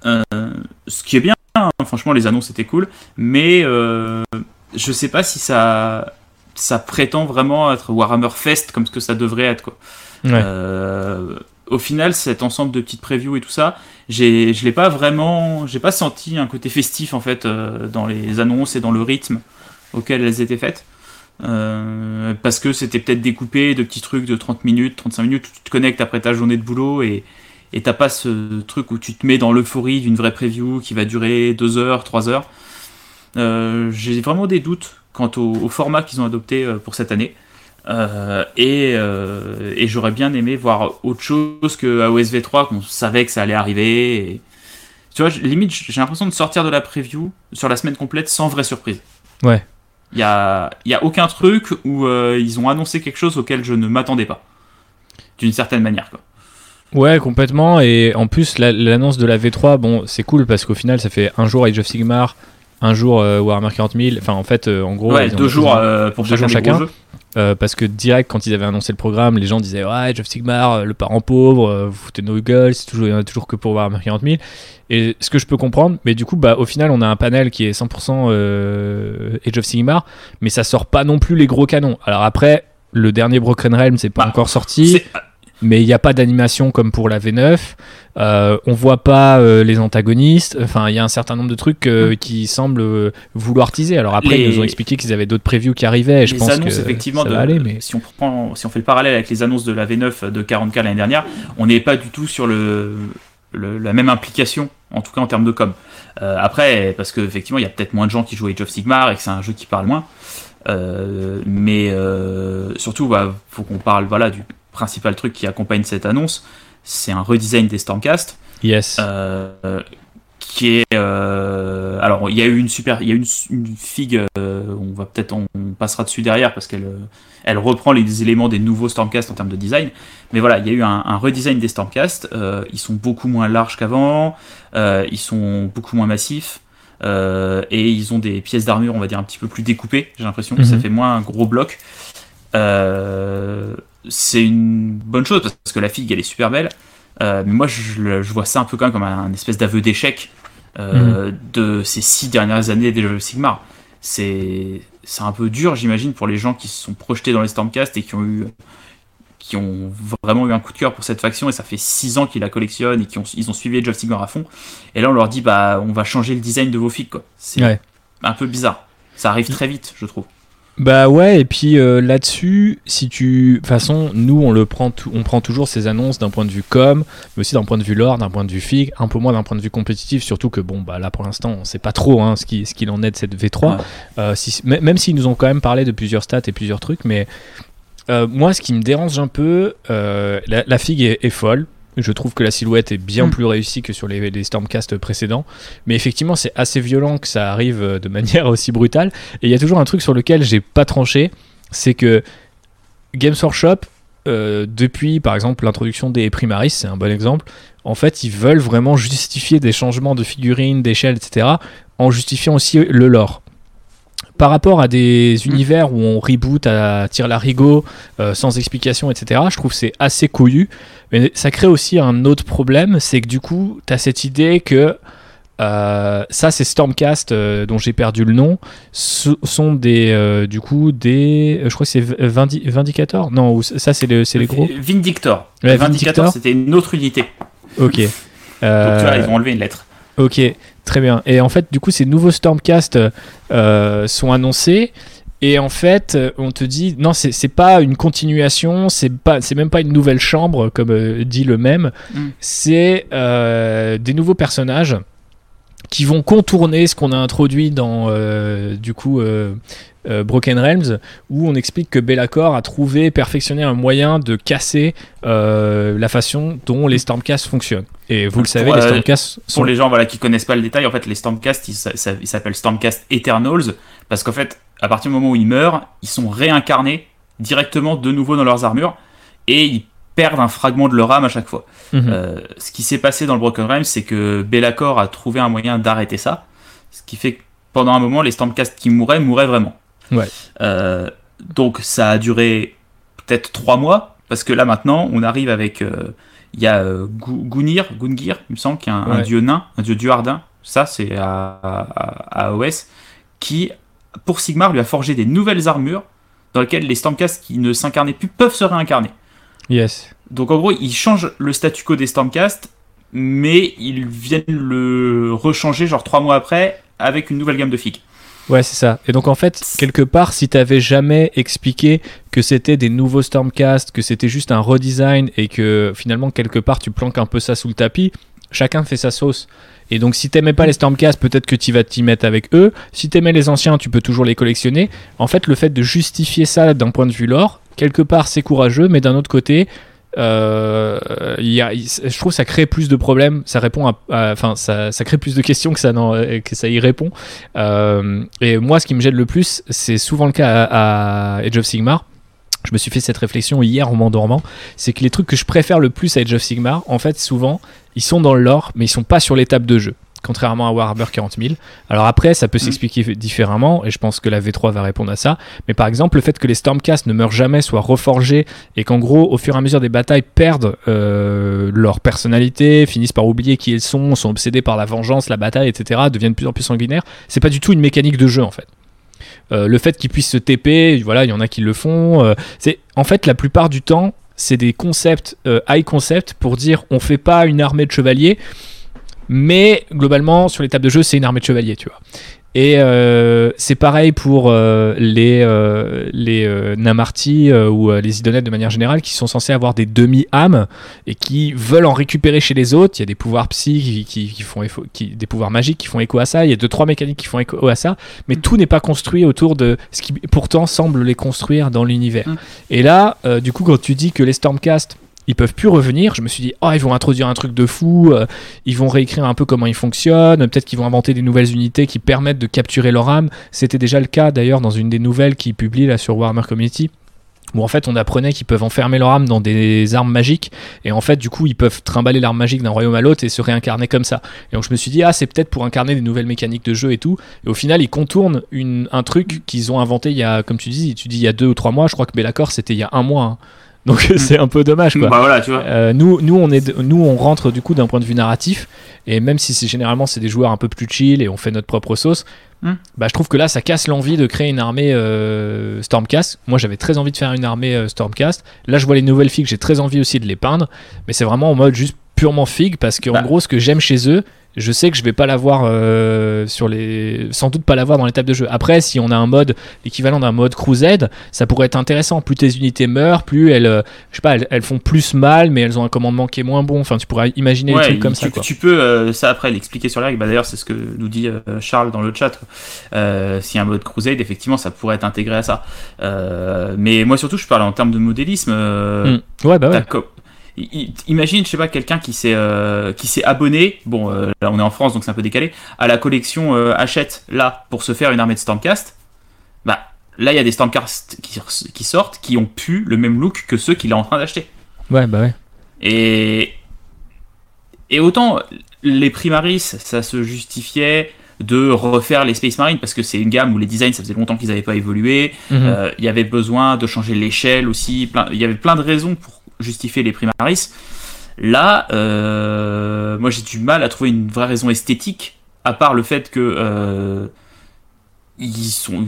ce qui est bien, hein. Franchement les annonces étaient cool, mais je sais pas si ça prétend vraiment être Warhammer Fest comme ce que ça devrait être, quoi. Ouais. Au final, cet ensemble de petites previews et tout ça, j'ai pas senti un côté festif en fait dans les annonces et dans le rythme auquel elles étaient faites. Parce que c'était peut-être découpé de petits trucs de 30 minutes, 35 minutes où tu te connectes après ta journée de boulot et t'as pas ce truc où tu te mets dans l'euphorie d'une vraie preview qui va durer 2 heures, 3 heures. J'ai vraiment des doutes quant au format qu'ils ont adopté pour cette année. Et j'aurais bien aimé voir autre chose que AOSV 3 qu'on savait que ça allait arriver et... tu vois, limite j'ai l'impression de sortir de la preview sur la semaine complète sans vraie surprise. Ouais. Il y a aucun truc où ils ont annoncé quelque chose auquel je ne m'attendais pas d'une certaine manière, quoi. Ouais, complètement. Et en plus l'annonce de la V3, bon, c'est cool parce qu'au final ça fait un jour Age of Sigmar, un jour Warhammer 40 000, enfin en fait en gros ouais, 2 jours pour chacun. Parce que direct quand ils avaient annoncé le programme, les gens disaient ouais, Age of Sigmar, le parent pauvre, vous foutez de nos gueules, il y en a toujours que pour Warhammer 40 000. Et ce que je peux comprendre, mais du coup bah au final on a un panel qui est 100% Age of Sigmar, mais ça sort pas non plus les gros canons. Alors après le dernier Broken Realm c'est pas encore sorti. Mais il n'y a pas d'animation comme pour la V9. On voit pas les antagonistes. Enfin, il y a un certain nombre de trucs qui semblent vouloir teaser. Alors après, ils nous ont expliqué qu'ils avaient d'autres previews qui arrivaient. Je pense annonces, que effectivement, ça va aller. Mais si on fait le parallèle avec les annonces de la V9 de 40K l'année dernière, on n'est pas du tout sur la même implication, en tout cas en termes de com. Après, parce qu'effectivement, il y a peut-être moins de gens qui jouent Age of Sigmar et que c'est un jeu qui parle moins. Mais surtout, faut qu'on parle du principal truc qui accompagne cette annonce, c'est un redesign des Stormcast. Yes. Qui est alors il y a eu une figue, on passera dessus derrière parce qu'elle reprend les éléments des nouveaux Stormcast en termes de design, mais voilà, il y a eu un redesign des Stormcast. Ils sont beaucoup moins larges qu'avant, ils sont beaucoup moins massifs, et ils ont des pièces d'armure, on va dire, un petit peu plus découpées. J'ai l'impression que ça fait moins un gros bloc. C'est une bonne chose parce que la figue elle est super belle, mais moi je vois ça un peu quand même comme un espèce d'aveu d'échec de ces 6 dernières années des jeux Sigmar. C'est un peu dur, j'imagine, pour les gens qui se sont projetés dans les Stormcast et qui ont vraiment eu un coup de cœur pour cette faction, et ça fait 6 ans qu'ils la collectionnent et ils ont suivi Age of Sigmar à fond, et là on leur dit on va changer le design de vos figues, quoi. C'est un peu bizarre, ça arrive très vite, je trouve. Bah ouais, et puis là-dessus, de toute façon, nous on prend toujours ces annonces d'un point de vue com, mais aussi d'un point de vue lore, d'un point de vue fig, un peu moins d'un point de vue compétitif, surtout que là pour l'instant on sait pas trop ce qu'il en est de cette V3, même s'ils nous ont quand même parlé de plusieurs stats et plusieurs trucs, mais moi ce qui me dérange un peu, la fig est folle. Je trouve que la silhouette est bien plus réussie que sur les Stormcast précédents, mais effectivement c'est assez violent que ça arrive de manière aussi brutale. Et il y a toujours un truc sur lequel j'ai pas tranché, c'est que Games Workshop, depuis par exemple l'introduction des Primaris, c'est un bon exemple, en fait ils veulent vraiment justifier des changements de figurines, d'échelle, etc., en justifiant aussi le lore. Par rapport à des univers où on reboot à tir-larigot, sans explication, etc., je trouve que c'est assez couillu. Mais ça crée aussi un autre problème, c'est que du coup, tu as cette idée que ça, ces Stormcast dont j'ai perdu le nom, sont des, je crois que c'est Vindicator. Non, ça c'est les gros. Vindictor. Ouais, Vindicator, c'était une autre unité. Ok. Donc tu vois, ils ont enlevé une lettre. Ok, très bien. Et en fait, du coup, ces nouveaux Stormcast sont annoncés. Et en fait, on te dit, non, c'est pas une continuation, c'est même pas une nouvelle chambre, comme dit le même. C'est des nouveaux personnages qui vont contourner ce qu'on a introduit dans, Broken Realms, où on explique que Be'lakor a perfectionné un moyen de casser la façon dont les Stormcast fonctionnent. Et vous le savez, les Stormcast sont... Pour les gens qui connaissent pas le détail, en fait, les Stormcast, ils s'appellent Stormcast Eternals, parce qu'en fait, à partir du moment où ils meurent, ils sont réincarnés directement de nouveau dans leurs armures, et ils perdent un fragment de leur âme à chaque fois. Ce qui s'est passé dans le Broken Realms, c'est que Be'lakor a trouvé un moyen d'arrêter ça, ce qui fait que pendant un moment, les Stormcast qui mouraient vraiment. Ouais. Donc ça a duré peut-être 3 mois, parce que là maintenant, on arrive avec... Il y a Gungnir, il me semble, qui est un dieu nain, un dieu duardin. Ça, c'est à OS, qui, pour Sigmar, lui a forgé des nouvelles armures dans lesquelles les Stormcast qui ne s'incarnaient plus peuvent se réincarner. Yes. Donc en gros, ils changent le statu quo des Stormcast, mais ils viennent le rechanger genre 3 mois après avec une nouvelle gamme de figues. Ouais, c'est ça. Et donc en fait, quelque part, si t'avais jamais expliqué que c'était des nouveaux Stormcast, que c'était juste un redesign et que finalement quelque part tu planques un peu ça sous le tapis, chacun fait sa sauce. Et donc si t'aimais pas les Stormcast, peut-être que tu vas t'y mettre avec eux. Si t'aimais les anciens, tu peux toujours les collectionner. En fait, le fait de justifier ça d'un point de vue lore, quelque part c'est courageux, mais d'un autre côté, je trouve que ça crée plus de problèmes, ça répond ça crée plus de questions que ça y répond. Et moi, ce qui me gêne le plus, c'est souvent le cas à Age of Sigmar. Je me suis fait cette réflexion hier en m'endormant. C'est que les trucs que je préfère le plus à Age of Sigmar, en fait, souvent, ils sont dans le lore, mais ils sont pas sur les tables de jeu. Contrairement à Warhammer 40 000. Alors après, ça peut s'expliquer différemment, et je pense que la V3 va répondre à ça. Mais par exemple, le fait que les Stormcast ne meurent jamais, soient reforgés, et qu'en gros, au fur et à mesure des batailles, perdent leur personnalité, finissent par oublier qui ils sont obsédés par la vengeance, la bataille, etc., deviennent de plus en plus sanguinaires, c'est pas du tout une mécanique de jeu, en fait. Le fait qu'ils puissent se TP, voilà, il y en a qui le font. En fait, la plupart du temps, c'est des concepts, high concept, pour dire on fait pas une armée de chevaliers, mais globalement, sur les tables de jeu, c'est une armée de chevaliers, tu vois. Et c'est pareil pour les Namarti ou les Idonettes de manière générale, qui sont censés avoir des demi-âmes et qui veulent en récupérer chez les autres. Il y a des pouvoirs psy qui font des pouvoirs magiques qui font écho à ça. Il y a 2-3 mécaniques qui font écho à ça, mais tout n'est pas construit autour de ce qui pourtant semble les construire dans l'univers. Et là, du coup, quand tu dis que les Stormcast, ils peuvent plus revenir, je me suis dit ils vont introduire un truc de fou, ils vont réécrire un peu comment ils fonctionnent, peut-être qu'ils vont inventer des nouvelles unités qui permettent de capturer leur âme. C'était déjà le cas d'ailleurs dans une des nouvelles qu'ils publient là sur Warhammer Community, où en fait on apprenait qu'ils peuvent enfermer leur âme dans des armes magiques, et en fait du coup ils peuvent trimballer l'arme magique d'un royaume à l'autre et se réincarner comme ça. Et donc je me suis dit c'est peut-être pour incarner des nouvelles mécaniques de jeu et tout, et au final ils contournent un truc qu'ils ont inventé il y a, comme tu dis il y a 2 ou 3 mois, je crois que Be'lakor c'était il y a 1 mois, hein. Donc c'est un peu dommage, quoi. Bah voilà, tu vois. Nous on rentre du coup d'un point de vue narratif, et même si généralement c'est des joueurs un peu plus chill et on fait notre propre sauce, bah je trouve que là ça casse l'envie de créer une armée Stormcast. Moi j'avais très envie de faire une armée Stormcast. Là je vois les nouvelles figues, j'ai très envie aussi de les peindre, mais c'est vraiment en mode juste purement figue, parce qu'en gros ce que j'aime chez eux, je sais que je vais pas l'avoir sans doute pas l'avoir dans les tables de jeu. Après, si on a un mode, l'équivalent d'un mode Crusade, ça pourrait être intéressant. Plus tes unités meurent, plus elles font plus mal, mais elles ont un commandement qui est moins bon. Enfin, tu pourrais imaginer des trucs comme ça, quoi. Tu peux ça après l'expliquer sur les règles. D'ailleurs, c'est ce que nous dit Charles dans le chat, quoi. Si un mode Crusade, effectivement, ça pourrait être intégré à ça. Mais moi surtout, je parle en termes de modélisme. Ouais, bah ouais. Imagine, je sais pas, quelqu'un qui s'est abonné, là on est en France donc c'est un peu décalé, à la collection Hachette là pour se faire une armée de Stormcast. Bah là il y a des Stormcast qui sortent qui ont pu le même look que ceux qu'il est en train d'acheter. Ouais, bah ouais. Et autant les Primaris, ça se justifiait de refaire les Space Marines parce que c'est une gamme où les designs ça faisait longtemps qu'ils n'avaient pas évolué. Il y avait besoin de changer l'échelle aussi, il y avait plein de raisons pour justifier les Primaris. Là, moi j'ai du mal à trouver une vraie raison esthétique, à part le fait que ils sont,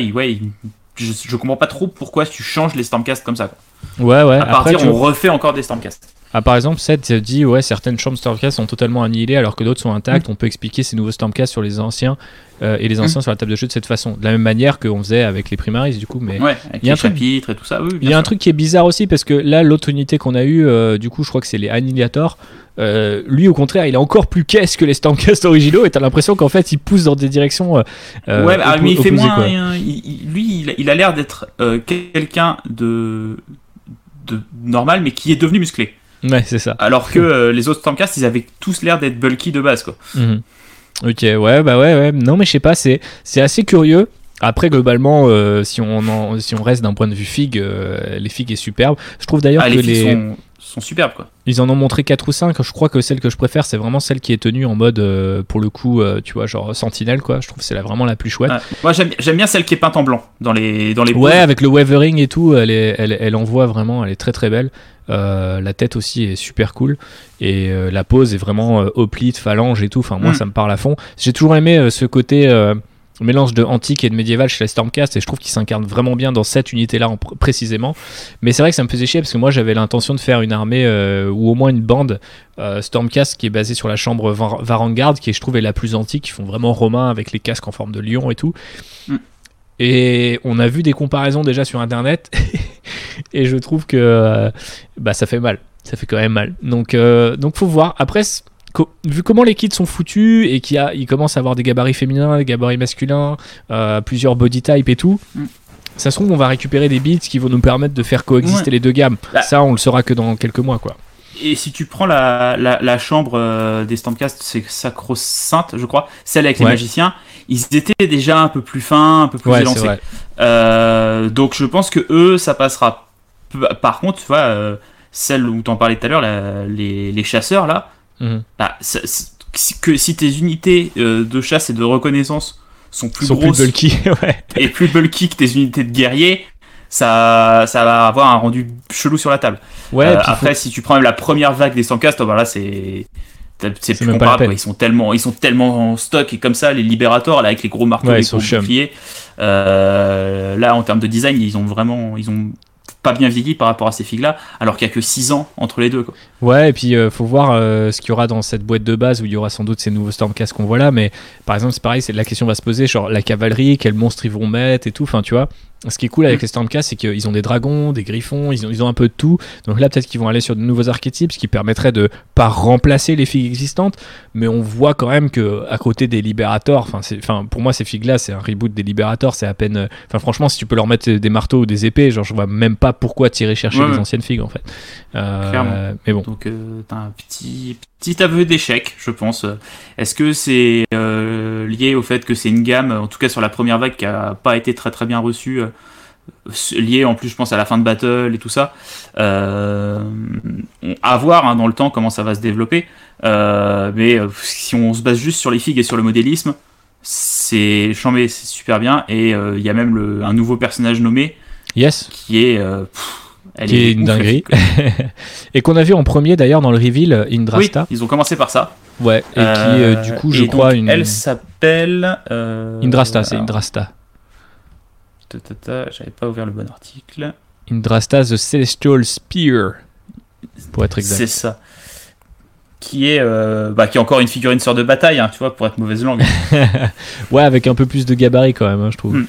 je comprends pas trop pourquoi tu changes les Stormcast comme ça, quoi. Ouais. À partir, on refait encore des Stormcast. Par exemple, Seth dit certaines chambres Stormcast sont totalement annihilées alors que d'autres sont intactes. On peut expliquer ces nouveaux Stormcast sur les anciens et les anciens sur la table de jeu de cette façon, de la même manière qu'on faisait avec les Primaris, du coup. Mais avec les chapitres et tout ça. Il y a un truc qui est bizarre aussi, parce que là, l'autre unité qu'on a eue, du coup, je crois que c'est les Annihilator. Lui, au contraire, il est encore plus caisse que les Stormcast originaux, et t'as l'impression qu'en fait, il pousse dans des directions. Mais il fait moins. Il a l'air d'être quelqu'un de normal, mais qui est devenu musclé. Ouais, c'est ça. Alors que les autres Stormcast, ils avaient tous l'air d'être bulky de base, quoi. Ok, ouais. Non, mais je sais pas, c'est assez curieux. Après, globalement, si on reste d'un point de vue figue, les figues est superbe. Je trouve d'ailleurs que sont superbes, quoi. Ils en ont montré 4 ou 5. Je crois que celle que je préfère, c'est vraiment celle qui est tenue en mode, pour le coup, tu vois, genre Sentinelle, quoi. Je trouve que c'est vraiment la plus chouette. Moi, j'aime bien celle qui est peinte en blanc dans les ouais, poses. avec le weathering et tout, elle envoie vraiment, elle est très très belle. La tête aussi est super cool. Et la pose est vraiment hoplite, phalange et tout. Enfin, moi, ça me parle à fond. J'ai toujours aimé ce côté mélange de antique et de médiéval chez la Stormcast, et je trouve qu'il s'incarne vraiment bien dans cette unité-là précisément. Mais c'est vrai que ça me faisait chier parce que moi j'avais l'intention de faire une armée ou au moins une bande Stormcast qui est basée sur la chambre Varangard, qui je trouve est la plus antique, qui font vraiment romain avec les casques en forme de lion et tout. Et on a vu des comparaisons déjà sur internet et je trouve que ça fait mal, ça fait quand même mal. Donc faut voir. Après, vu comment les kits sont foutus et qu'ils commencent à avoir des gabarits féminins, des gabarits masculins, plusieurs body types et tout, ça se trouve on va récupérer des bits qui vont nous permettre de faire coexister les deux gammes. Ça, on le saura que dans quelques mois, quoi. Et si tu prends la chambre des Stormcast, c'est Sacro-Sainte, je crois, celle avec les magiciens, ils étaient déjà un peu plus fins, un peu plus élancés. Donc je pense que eux, ça passera. Par contre, tu vois, celle où t'en parlais tout à l'heure, les chasseurs là, que si tes unités de chasse et de reconnaissance sont plus grosses plus bulky, et plus bulky que tes unités de guerriers, ça va avoir un rendu chelou sur la table. Après, si tu prends même la première vague des Stormcast, là c'est plus comparable, quoi. Ils sont tellement en stock, et comme ça les Libérators là, avec les gros marteaux, les gros boucliers, là en termes de design ils ont pas bien vieilli par rapport à ces figues là, alors qu'il y a que 6 ans entre les deux, quoi. Ouais, et puis faut voir ce qu'il y aura dans cette boîte de base où il y aura sans doute ces nouveaux Stormcast qu'on voit là, mais par exemple c'est pareil, la question va se poser, genre la cavalerie, quels monstres ils vont mettre et tout, enfin tu vois. Ce qui est cool avec les Stormcast, c'est qu'ils ont des dragons, des griffons, ils ont un peu de tout. Donc là, peut-être qu'ils vont aller sur de nouveaux archétypes, ce qui permettrait de pas remplacer les figues existantes, mais on voit quand même que à côté des Libérators, pour moi ces figues-là, c'est un reboot des Libérators, c'est à peine. Franchement, si tu peux leur mettre des marteaux ou des épées, genre je vois même pas pourquoi tirer chercher les anciennes figues en fait. Clairement. Mais bon. Donc t'as un petit aveu d'échec, je pense. Est-ce que c'est lié au fait que c'est une gamme, en tout cas sur la première vague, qui a pas été très très bien reçue, lié en plus je pense à la fin de Battle et tout ça, à voir dans le temps comment ça va se développer, mais si on se base juste sur les figues et sur le modélisme, c'est chambé, c'est super bien. Et il y a même un nouveau personnage nommé qui est une dinguerie et qu'on a vu en premier d'ailleurs dans le reveal, Indrasta. Oui, ils ont commencé par ça. Ouais, et qui du coup je crois elle s'appelle Indrasta, c'est Indrasta. J'avais pas ouvert le bon article. Indrasta the Celestial Spear, pour être exact. C'est ça. Qui est encore une figurine sœur de bataille, tu vois, pour être mauvaise langue. Ouais, avec un peu plus de gabarit quand même, je trouve.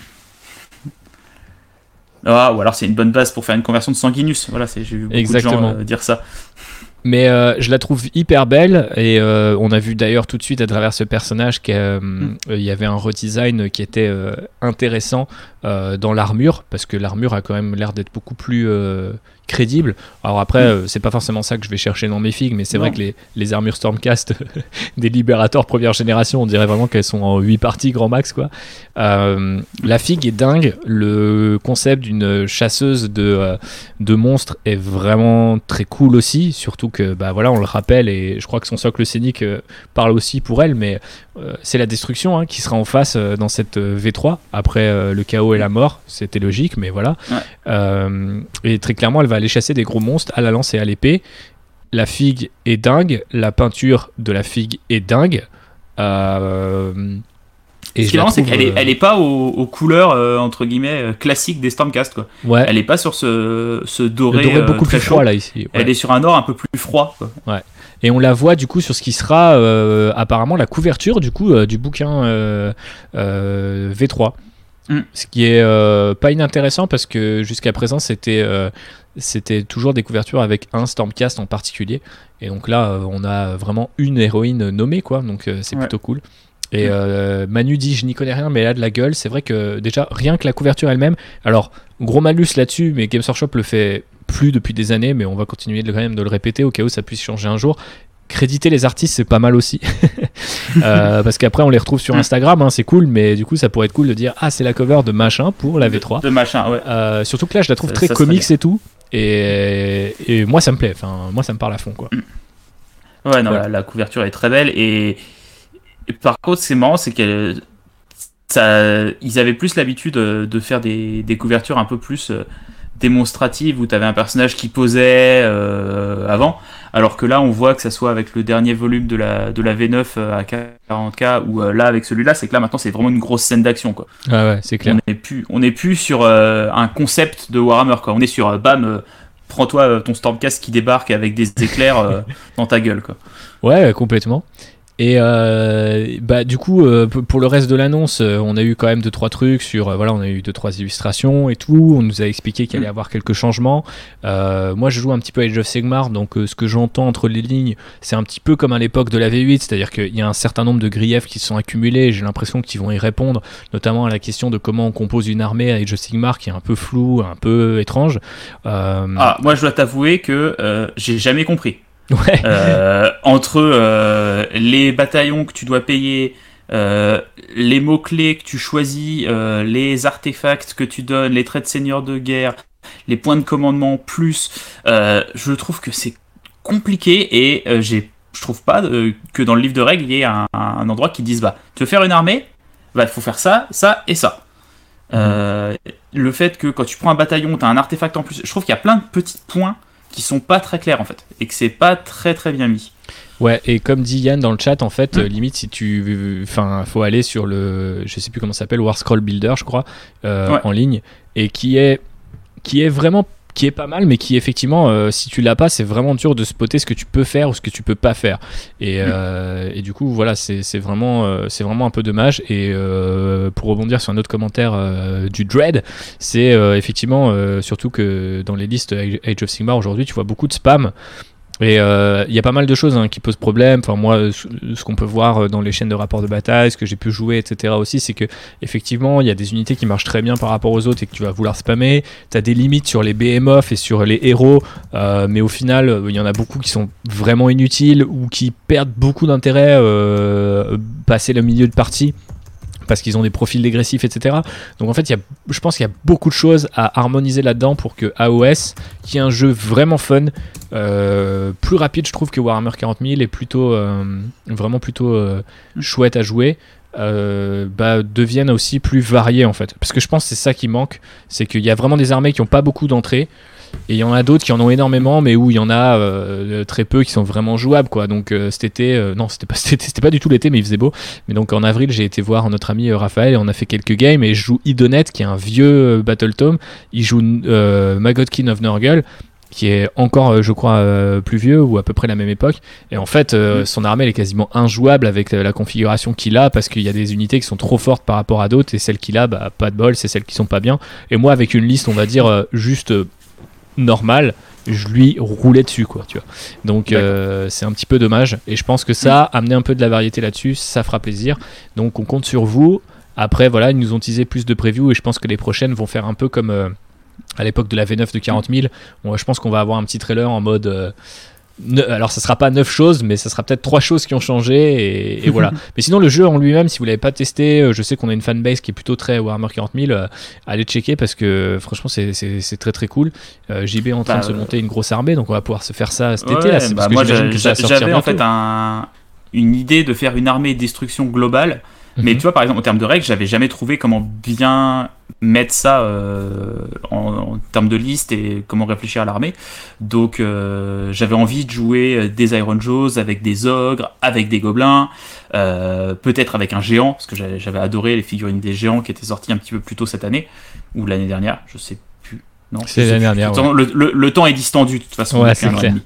Ou alors c'est une bonne base pour faire une conversion de Sanguinus. Voilà, j'ai vu beaucoup de gens dire ça. Mais je la trouve hyper belle, et on a vu d'ailleurs tout de suite à travers ce personnage qu'il y avait un redesign qui était intéressant dans l'armure, parce que l'armure a quand même l'air d'être beaucoup plus crédible. Alors après, c'est pas forcément ça que je vais chercher dans mes figues, mais c'est vrai que les armures Stormcast des Libérators première génération, on dirait vraiment qu'elles sont en 8 parties grand max, quoi. La figue est dingue, le concept d'une chasseuse de monstres est vraiment très cool aussi, surtout que on le rappelle, et je crois que son socle scénique parle aussi pour elle, mais c'est la destruction qui sera en face dans cette V3 après le chaos et la mort. C'était logique, mais voilà. Et très clairement elle va aller chasser des gros monstres à la lance et à l'épée. La figue est dingue, la peinture de la figue est dingue, et ce qui est marrant, c'est qu'elle est pas aux couleurs entre guillemets classiques des Stormcast, quoi. Ouais. Elle est pas sur ce doré, le doré beaucoup plus froid là ici. Elle est sur un or un peu plus froid, quoi. Ouais. Et on la voit du coup sur ce qui sera apparemment la couverture du coup du bouquin V3. Ce qui est pas inintéressant, parce que jusqu'à présent c'était toujours des couvertures avec un Stormcast en particulier, et donc là on a vraiment une héroïne nommée, quoi, donc c'est plutôt cool. Et Manu dit je n'y connais rien, mais elle a de la gueule. C'est vrai que déjà rien que la couverture elle-même, alors gros malus là-dessus, mais Games Workshop le fait plus depuis des années, mais on va continuer quand même de le répéter au cas où ça puisse changer un jour. Créditer les artistes, c'est pas mal aussi. Parce qu'après on les retrouve sur Instagram, c'est cool, mais du coup ça pourrait être cool de dire c'est la cover de machin pour la V3. De machin, ouais. Surtout que là je la trouve très comics et tout. et moi ça me plaît, enfin moi ça me parle à fond quoi. Ouais, non, la couverture est très belle et par contre c'est marrant, c'est qu'ils avaient plus l'habitude de faire des couvertures un peu plus démonstratives où tu avais un personnage qui posait avant, alors que là on voit que ça soit avec le dernier volume de la V9 à 40K ou là avec celui-là, c'est que là maintenant c'est vraiment une grosse scène d'action quoi. Ah ouais, c'est clair. On est plus sur un concept de Warhammer quoi. On est sur bam, prends-toi ton Stormcast qui débarque avec des éclairs dans ta gueule quoi. Ouais, complètement. Et du coup, pour le reste de l'annonce, on a eu quand même 2-3 trucs sur, voilà, on a eu 2-3 illustrations et tout. On nous a expliqué qu'il allait y avoir quelques changements. Moi, je joue un petit peu à Age of Sigmar, donc ce que j'entends entre les lignes, c'est un petit peu comme à l'époque de la V8, c'est-à-dire qu'il y a un certain nombre de griefs qui se sont accumulés. Et j'ai l'impression qu'ils vont y répondre, notamment à la question de comment on compose une armée à Age of Sigmar, qui est un peu floue, un peu étrange. Moi, je dois t'avouer que j'ai jamais compris. Ouais. Entre les bataillons que tu dois payer, les mots-clés que tu choisis, les artefacts que tu donnes, les traits de seigneur de guerre, les points de commandement, plus, je trouve que c'est compliqué et je trouve pas que dans le livre de règles il y ait un endroit qui dise tu veux faire une armée, il faut faire ça, ça et ça. Le fait que quand tu prends un bataillon, tu as un artefact en plus, je trouve qu'il y a plein de petits points qui sont pas très clairs en fait et que c'est pas très très bien mis. Ouais, et comme dit Yann dans le chat, en fait, limite si tu, faut aller sur le, je sais plus comment ça s'appelle, War Scroll Builder, je crois, en ligne, et qui est vraiment, qui est pas mal, mais qui effectivement, si tu l'as pas, c'est vraiment dur de spotter ce que tu peux faire ou ce que tu peux pas faire. Et du coup, voilà, c'est vraiment un peu dommage. Et pour rebondir sur un autre commentaire du Dread, c'est effectivement surtout que dans les listes Age of Sigmar aujourd'hui, tu vois beaucoup de spam. Et il y a pas mal de choses qui posent problème. Enfin, moi, ce qu'on peut voir dans les chaînes de rapports de bataille, ce que j'ai pu jouer, etc. aussi, c'est que effectivement, il y a des unités qui marchent très bien par rapport aux autres et que tu vas vouloir spammer. Tu as des limites sur les behemoths et sur les héros, mais au final, il y en a beaucoup qui sont vraiment inutiles ou qui perdent beaucoup d'intérêt passer le milieu de partie, parce qu'ils ont des profils dégressifs, etc. Donc en fait, je pense qu'il y a beaucoup de choses à harmoniser là-dedans pour que AOS, qui est un jeu vraiment fun, plus rapide je trouve que Warhammer 40 000, et plutôt vraiment plutôt chouette à jouer, devienne aussi plus varié en fait. Parce que je pense que c'est ça qui manque, c'est qu'il y a vraiment des armées qui n'ont pas beaucoup d'entrées, et il y en a d'autres qui en ont énormément, mais où il y en a très peu qui sont vraiment jouables quoi. Donc cet été, non c'était pas du tout l'été, mais il faisait beau. Mais donc en avril j'ai été voir notre ami Raphaël et on a fait quelques games, et je joue Idonet qui est un vieux Battletome, il joue Magodkin of Nurgle qui est encore je crois plus vieux ou à peu près la même époque, et en fait son armée elle est quasiment injouable avec la configuration qu'il a, parce qu'il y a des unités qui sont trop fortes par rapport à d'autres, et celles qu'il a, pas de bol, c'est celles qui sont pas bien. Et moi avec une liste on va dire juste normal, je lui roulais dessus quoi, tu vois. Donc c'est un petit peu dommage, et je pense que ça, amener un peu de la variété là-dessus, ça fera plaisir. Donc on compte sur vous. Après voilà, ils nous ont teasé plus de previews, et je pense que les prochaines vont faire un peu comme à l'époque de la V9 de 40 000. Je pense qu'on va avoir un petit trailer en mode alors ça sera pas 9 choses, mais ça sera peut-être 3 choses qui ont changé, et voilà. Mais sinon le jeu en lui-même, si vous l'avez pas testé, je sais qu'on a une fanbase qui est plutôt très Warhammer 40 000, allez checker, parce que franchement c'est très très cool. JB est en train de se monter une grosse armée, donc on va pouvoir se faire ça cet été là. Parce que moi j'avais en fait une idée de faire une armée de destruction globale. Mais tu vois, par exemple, en termes de règles, j'avais jamais trouvé comment bien mettre ça en termes de liste et comment réfléchir à l'armée. Donc j'avais envie de jouer des Iron Jaws avec des ogres, avec des gobelins, peut-être avec un géant, parce que j'avais adoré les figurines des géants qui étaient sorties un petit peu plus tôt cette année, ou l'année dernière, je sais plus. Non, c'est l'année dernière. Ouais. Le temps est distendu de toute façon. Ouais, c'est clair.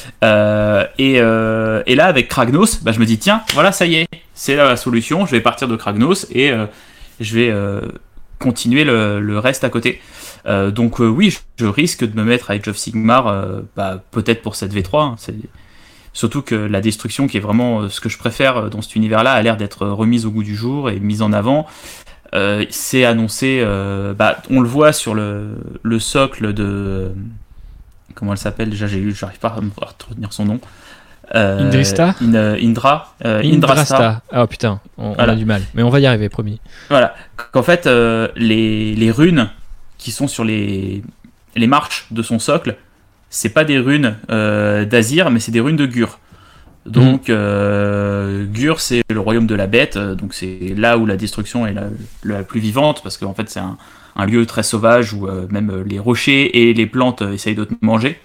Et là, avec Kragnos, je me dis tiens, voilà, ça y est, c'est la solution. Je vais partir de Kragnos et je vais continuer le reste à côté. Donc oui, je risque de me mettre à Age of Sigmar, peut-être pour cette V3. Hein, surtout que la destruction, qui est vraiment ce que je préfère dans cet univers-là, a l'air d'être remise au goût du jour et mise en avant. C'est annoncé, on le voit sur le socle de... Comment elle s'appelle déjà, j'arrive pas à retenir son nom. Indrista Indrasta. Ah putain, on a du mal, mais on va y arriver, promis. Voilà, qu'en fait les runes qui sont sur les les marches de son socle, c'est pas des runes d'Azir, mais c'est des runes de Gur. Donc Gur, c'est le royaume de la bête, donc c'est là où la destruction est la plus vivante, parce qu'en fait c'est un lieu très sauvage où même les rochers et les plantes essayent de te manger.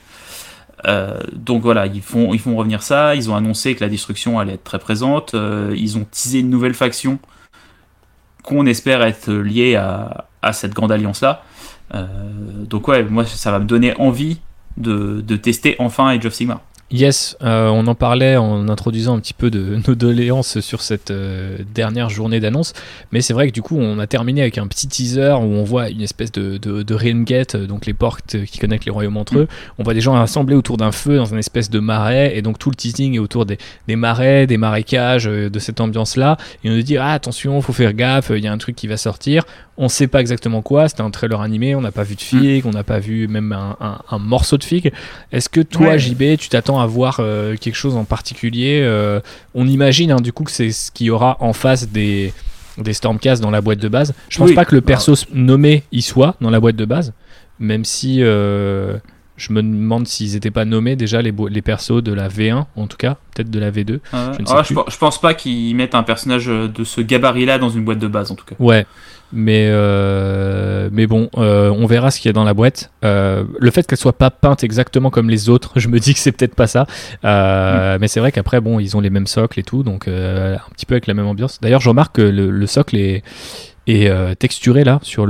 Donc voilà, ils font revenir ça. Ils ont annoncé que la destruction allait être très présente. Ils ont teasé une nouvelle faction qu'on espère être liée à cette grande alliance-là. Donc ouais, moi ça va me donner envie de tester enfin Age of Sigmar. Yes, on en parlait en introduisant un petit peu de nos doléances sur cette dernière journée d'annonce, mais c'est vrai que du coup on a terminé avec un petit teaser où on voit une espèce de Realm Gate, donc les portes qui connectent les royaumes entre eux. On voit des gens assemblés autour d'un feu dans une espèce de marais, et donc tout le teasing est autour des marais, des marécages, de cette ambiance-là, et on nous dit attention, faut faire gaffe, il y a un truc qui va sortir. On sait pas exactement quoi, c'était un trailer animé, on n'a pas vu de figue, on n'a pas vu même un morceau de figue. Est-ce que toi, JB, tu t'attends à voir quelque chose en particulier? On imagine du coup que c'est ce qu'il y aura en face des Stormcast dans la boîte de base. Je pense pas que le perso nommé y soit dans la boîte de base, même si je me demande s'ils étaient pas nommés déjà les persos de la V1, en tout cas, peut-être de la V2. Je pense pas qu'ils mettent un personnage de ce gabarit-là dans une boîte de base, en tout cas. Ouais. Mais bon, on verra ce qu'il y a dans la boîte. Le fait qu'elle soit pas peinte exactement comme les autres, je me dis que c'est peut-être pas ça. Mais c'est vrai qu'après, bon, ils ont les mêmes socles et tout, donc un petit peu avec la même ambiance. D'ailleurs, je remarque que le socle est texturé là sur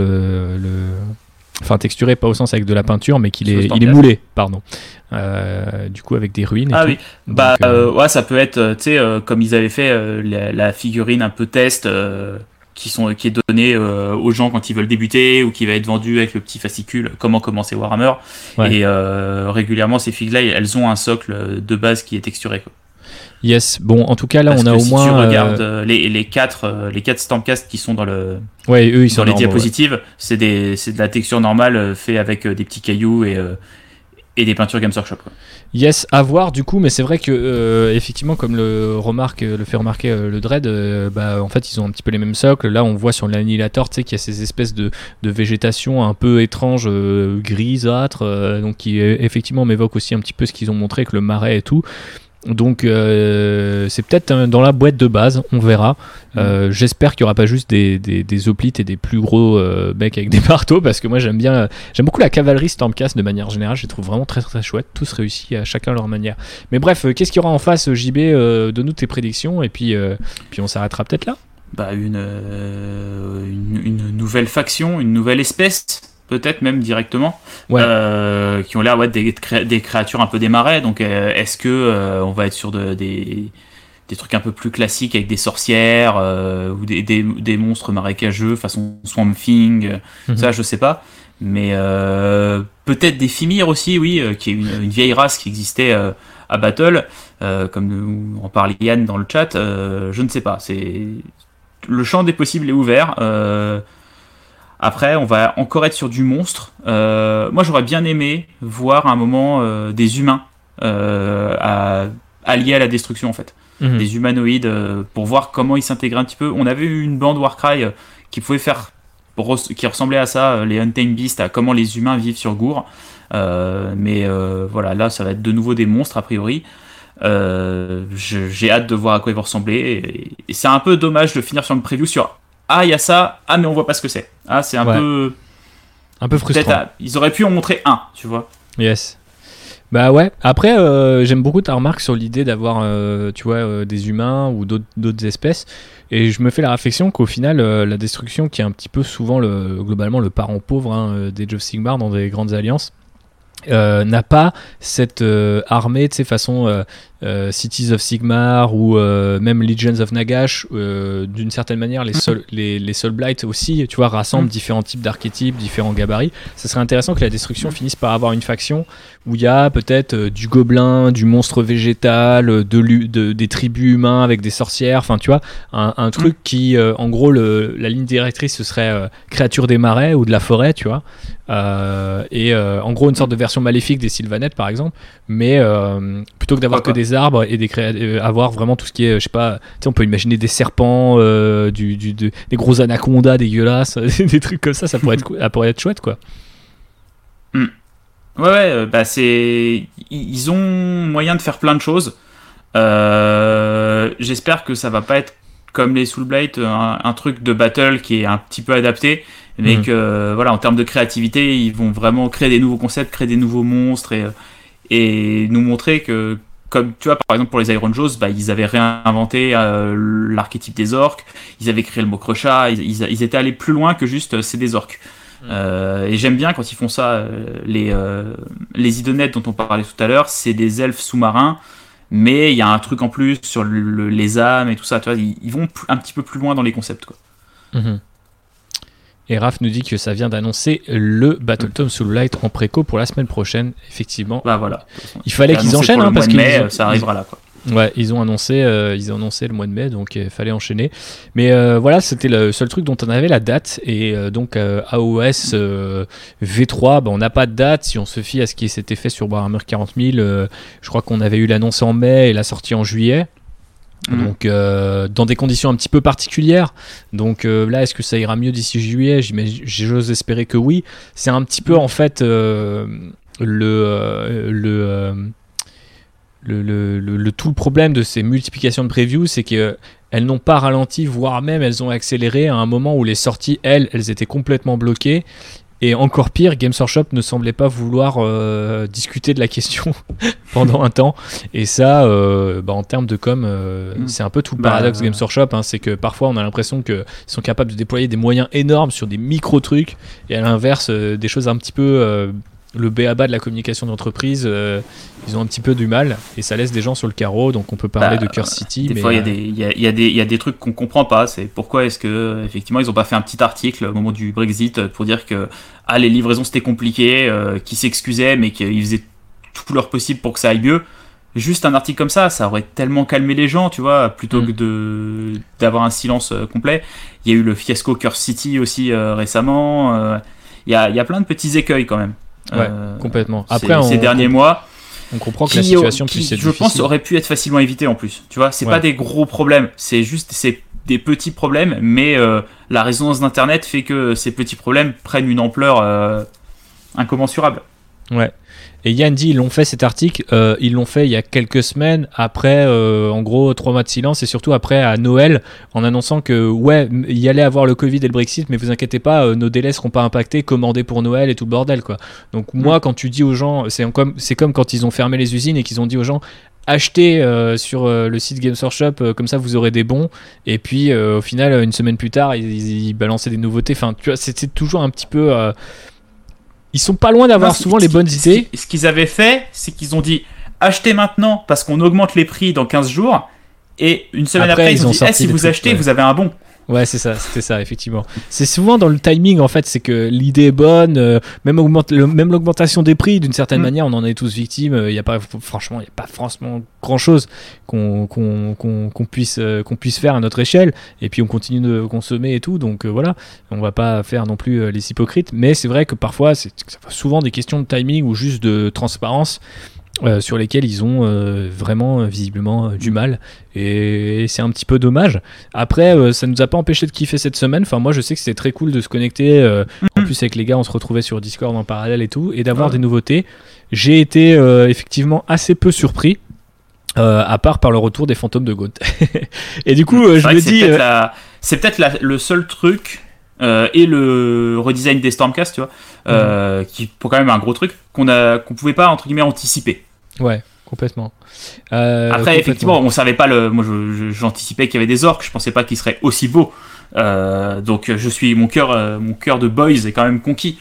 enfin texturé pas au sens avec de la peinture, mais il est moulé, pardon. Du coup avec des ruines. Et tout. Oui. Donc, ouais, ça peut être, tu sais, comme ils avaient fait la figurine un peu test. Qui est donné aux gens quand ils veulent débuter, ou qui va être vendu avec le petit fascicule comment commencer Warhammer. Ouais. Et régulièrement ces figues là elles ont un socle de base qui est texturé, quoi. Yes, bon en tout cas là on a au moins. Si tu regardes les quatre Stormcast qui sont dans eux ils sont dans les diapositives, c'est de la texture normale fait avec des petits cailloux et des peintures Games Workshop, quoi. Yes, à voir du coup, mais c'est vrai que effectivement, comme le fait remarquer le Dread, en fait ils ont un petit peu les mêmes socles. Là on voit sur l'annihilator, tu sais, qu'il y a ces espèces de végétation un peu étrange, grisâtre, donc qui effectivement m'évoque aussi un petit peu ce qu'ils ont montré avec le marais et tout. Donc c'est peut-être dans la boîte de base, on verra. J'espère qu'il n'y aura pas juste des hoplites et des plus gros mecs avec des marteaux, parce que moi j'aime beaucoup la cavalerie Stormcast de manière générale, je les trouve vraiment très très chouette, tous réussis à chacun leur manière. Mais bref, qu'est-ce qu'il y aura en face, JB? Donne-nous tes prédictions et puis on s'arrêtera peut-être là. Une nouvelle faction, une nouvelle espèce, peut-être même directement, qui ont l'air des créatures un peu des marais. Donc est-ce que on va être sur des trucs un peu plus classiques avec des sorcières ou des monstres marécageux façon Swamp Thing, ça je sais pas, mais peut-être des Fimir aussi, qui est une vieille race qui existait à Battle, comme en parle Yann dans le chat. Je ne sais pas, le champ des possibles est ouvert. Après, on va encore être sur du monstre. Moi, j'aurais bien aimé voir à un moment des humains alliés à la destruction, en fait. Des humanoïdes, pour voir comment ils s'intégraient un petit peu. On avait eu une bande Warcry qui pouvait qui ressemblait à ça, les Untamed Beasts, à comment les humains vivent sur Gour. Mais voilà, là, ça va être de nouveau des monstres, a priori. J'ai hâte de voir à quoi ils vont ressembler. Et c'est un peu dommage de finir sur une preview sur... il y a ça, mais on voit pas ce que c'est. C'est un peu frustrant. Ils auraient pu en montrer un, tu vois. Yes. Bah ouais. Après, j'aime beaucoup ta remarque sur l'idée d'avoir, des humains ou d'autres espèces. Et je me fais la réflexion qu'au final, la destruction, qui est un petit peu souvent globalement le parent pauvre d'Age of Sigmar dans des grandes alliances, n'a pas cette armée, tu sais, façon Cities of Sigmar ou même Legions of Nagash, d'une certaine manière les Soul Blight aussi, tu vois, rassemblent différents types d'archétypes, différents gabarits. Ça serait intéressant que la destruction finisse par avoir une faction où il y a peut-être du gobelin, du monstre végétal, des tribus humains avec des sorcières, enfin tu vois, un truc qui, en gros, la ligne directrice ce serait créature des marais ou de la forêt, tu vois, et en gros une sorte de version maléfique des Sylvanettes par exemple, mais plutôt que d'avoir que des arbres et avoir vraiment tout ce qui est, je sais pas, tu sais, on peut imaginer des serpents, des gros anacondas dégueulasses, des trucs comme ça pourrait être chouette, quoi. Ouais, bah ils ont moyen de faire plein de choses. J'espère que ça va pas être comme les Soul Blade, un truc de battle qui est un petit peu adapté, mais que voilà, en termes de créativité, ils vont vraiment créer des nouveaux concepts, créer des nouveaux monstres et nous montrer que, comme tu vois, par exemple pour les Iron Jaws, bah, ils avaient réinventé l'archétype des orques, ils avaient créé le mot crochat, ils étaient allés plus loin que juste c'est des orques. Et j'aime bien quand ils font ça. Les Idonettes dont on parlait tout à l'heure, c'est des elfes sous-marins, mais il y a un truc en plus sur les âmes et tout ça. Tu vois, ils vont un petit peu plus loin dans les concepts, quoi. Et Raph nous dit que ça vient d'annoncer le Battletome Soul Light en préco pour la semaine prochaine. Effectivement, bah voilà. Il fallait qu'ils enchaînent, parce que ça arrivera là, quoi. Ouais, ils ont annoncé le mois de mai, donc il fallait enchaîner. Mais voilà, c'était le seul truc dont on avait la date. Et donc AOS V3, bah, on n'a pas de date. Si on se fie à ce qui s'était fait sur Warhammer 40 000, je crois qu'on avait eu l'annonce en mai et la sortie en juillet. Donc dans des conditions un petit peu particulières. Donc là, est-ce que ça ira mieux d'ici juillet? J'ose espérer que oui. C'est un petit peu en fait tout le problème de ces multiplications de previews, c'est qu'elles n'ont pas ralenti, voire même elles ont accéléré à un moment où les sorties, elles étaient complètement bloquées. Et encore pire, Games Workshop ne semblait pas vouloir discuter de la question pendant un temps. Et ça, en termes de com, c'est un peu tout le paradoxe Games Workshop. C'est que parfois, on a l'impression qu'ils sont capables de déployer des moyens énormes sur des micro-trucs. Et à l'inverse, des choses un petit peu... le b.a.-ba de la communication d'entreprise, ils ont un petit peu du mal et ça laisse des gens sur le carreau. Donc on peut parler de Curse City. Des fois, il y a des trucs qu'on comprend pas. C'est pourquoi est-ce que effectivement ils ont pas fait un petit article au moment du Brexit pour dire que les livraisons c'était compliqué, qu'ils s'excusaient mais qu'ils faisaient tout leur possible pour que ça aille mieux. Juste un article comme ça aurait tellement calmé les gens, tu vois, plutôt que d'avoir un silence complet. Il y a eu le fiasco Curse City aussi récemment. Il y a plein de petits écueils quand même. Ouais, complètement. Après, ces derniers mois, on comprend que la situation puisse être je pense, aurait pu être facilement évitée en plus. Tu vois, c'est pas des gros problèmes, c'est des petits problèmes, mais la résonance d'Internet fait que ces petits problèmes prennent une ampleur incommensurable. Ouais. Et Yann dit, ils l'ont fait cet article, ils l'ont fait il y a quelques semaines, après en gros 3 mois de silence, et surtout après à Noël, en annonçant que il y allait avoir le Covid et le Brexit, mais vous inquiétez pas, nos délais seront pas impactés, commandez pour Noël et tout le bordel, quoi. Donc moi, quand tu dis aux gens, c'est comme quand ils ont fermé les usines et qu'ils ont dit aux gens, achetez sur le site Games Workshop, comme ça vous aurez des bons, et puis au final, une semaine plus tard, ils balançaient des nouveautés. Enfin, tu vois, c'est toujours un petit peu... Ils sont pas loin d'avoir souvent les bonnes idées. Ce qu'ils avaient fait, c'est qu'ils ont dit achetez maintenant parce qu'on augmente les prix dans 15 jours. Et une semaine après, ils ont dit si vous achetez, vous avez un bon. Ouais, c'était ça, effectivement. C'est souvent dans le timing, en fait, c'est que l'idée est bonne, même l'augmentation des prix, d'une certaine manière, on en est tous victimes. Il n'y a pas franchement grand-chose qu'on puisse faire à notre échelle. Et puis on continue de consommer et tout, donc voilà, on va pas faire non plus les hypocrites. Mais c'est vrai que parfois, c'est souvent des questions de timing ou juste de transparence. Sur lesquels ils ont vraiment visiblement du mal, et c'est un petit peu dommage. Après ça nous a pas empêché de kiffer cette semaine. Enfin, moi je sais que c'était très cool de se connecter, en plus avec les gars on se retrouvait sur Discord en parallèle et tout, et d'avoir des nouveautés. J'ai été effectivement assez peu surpris, à part par le retour des fantômes de Gaunt. Et du coup je me dis c'est peut-être le seul truc et le redesign des Stormcast, tu vois, qui pour quand même un gros truc qu'on pouvait pas entre guillemets anticiper. Ouais, complètement. Après, effectivement, on savait pas moi, j'anticipais qu'il y avait des orques. Je pensais pas qu'ils seraient aussi beaux. Donc, mon cœur de boys est quand même conquis.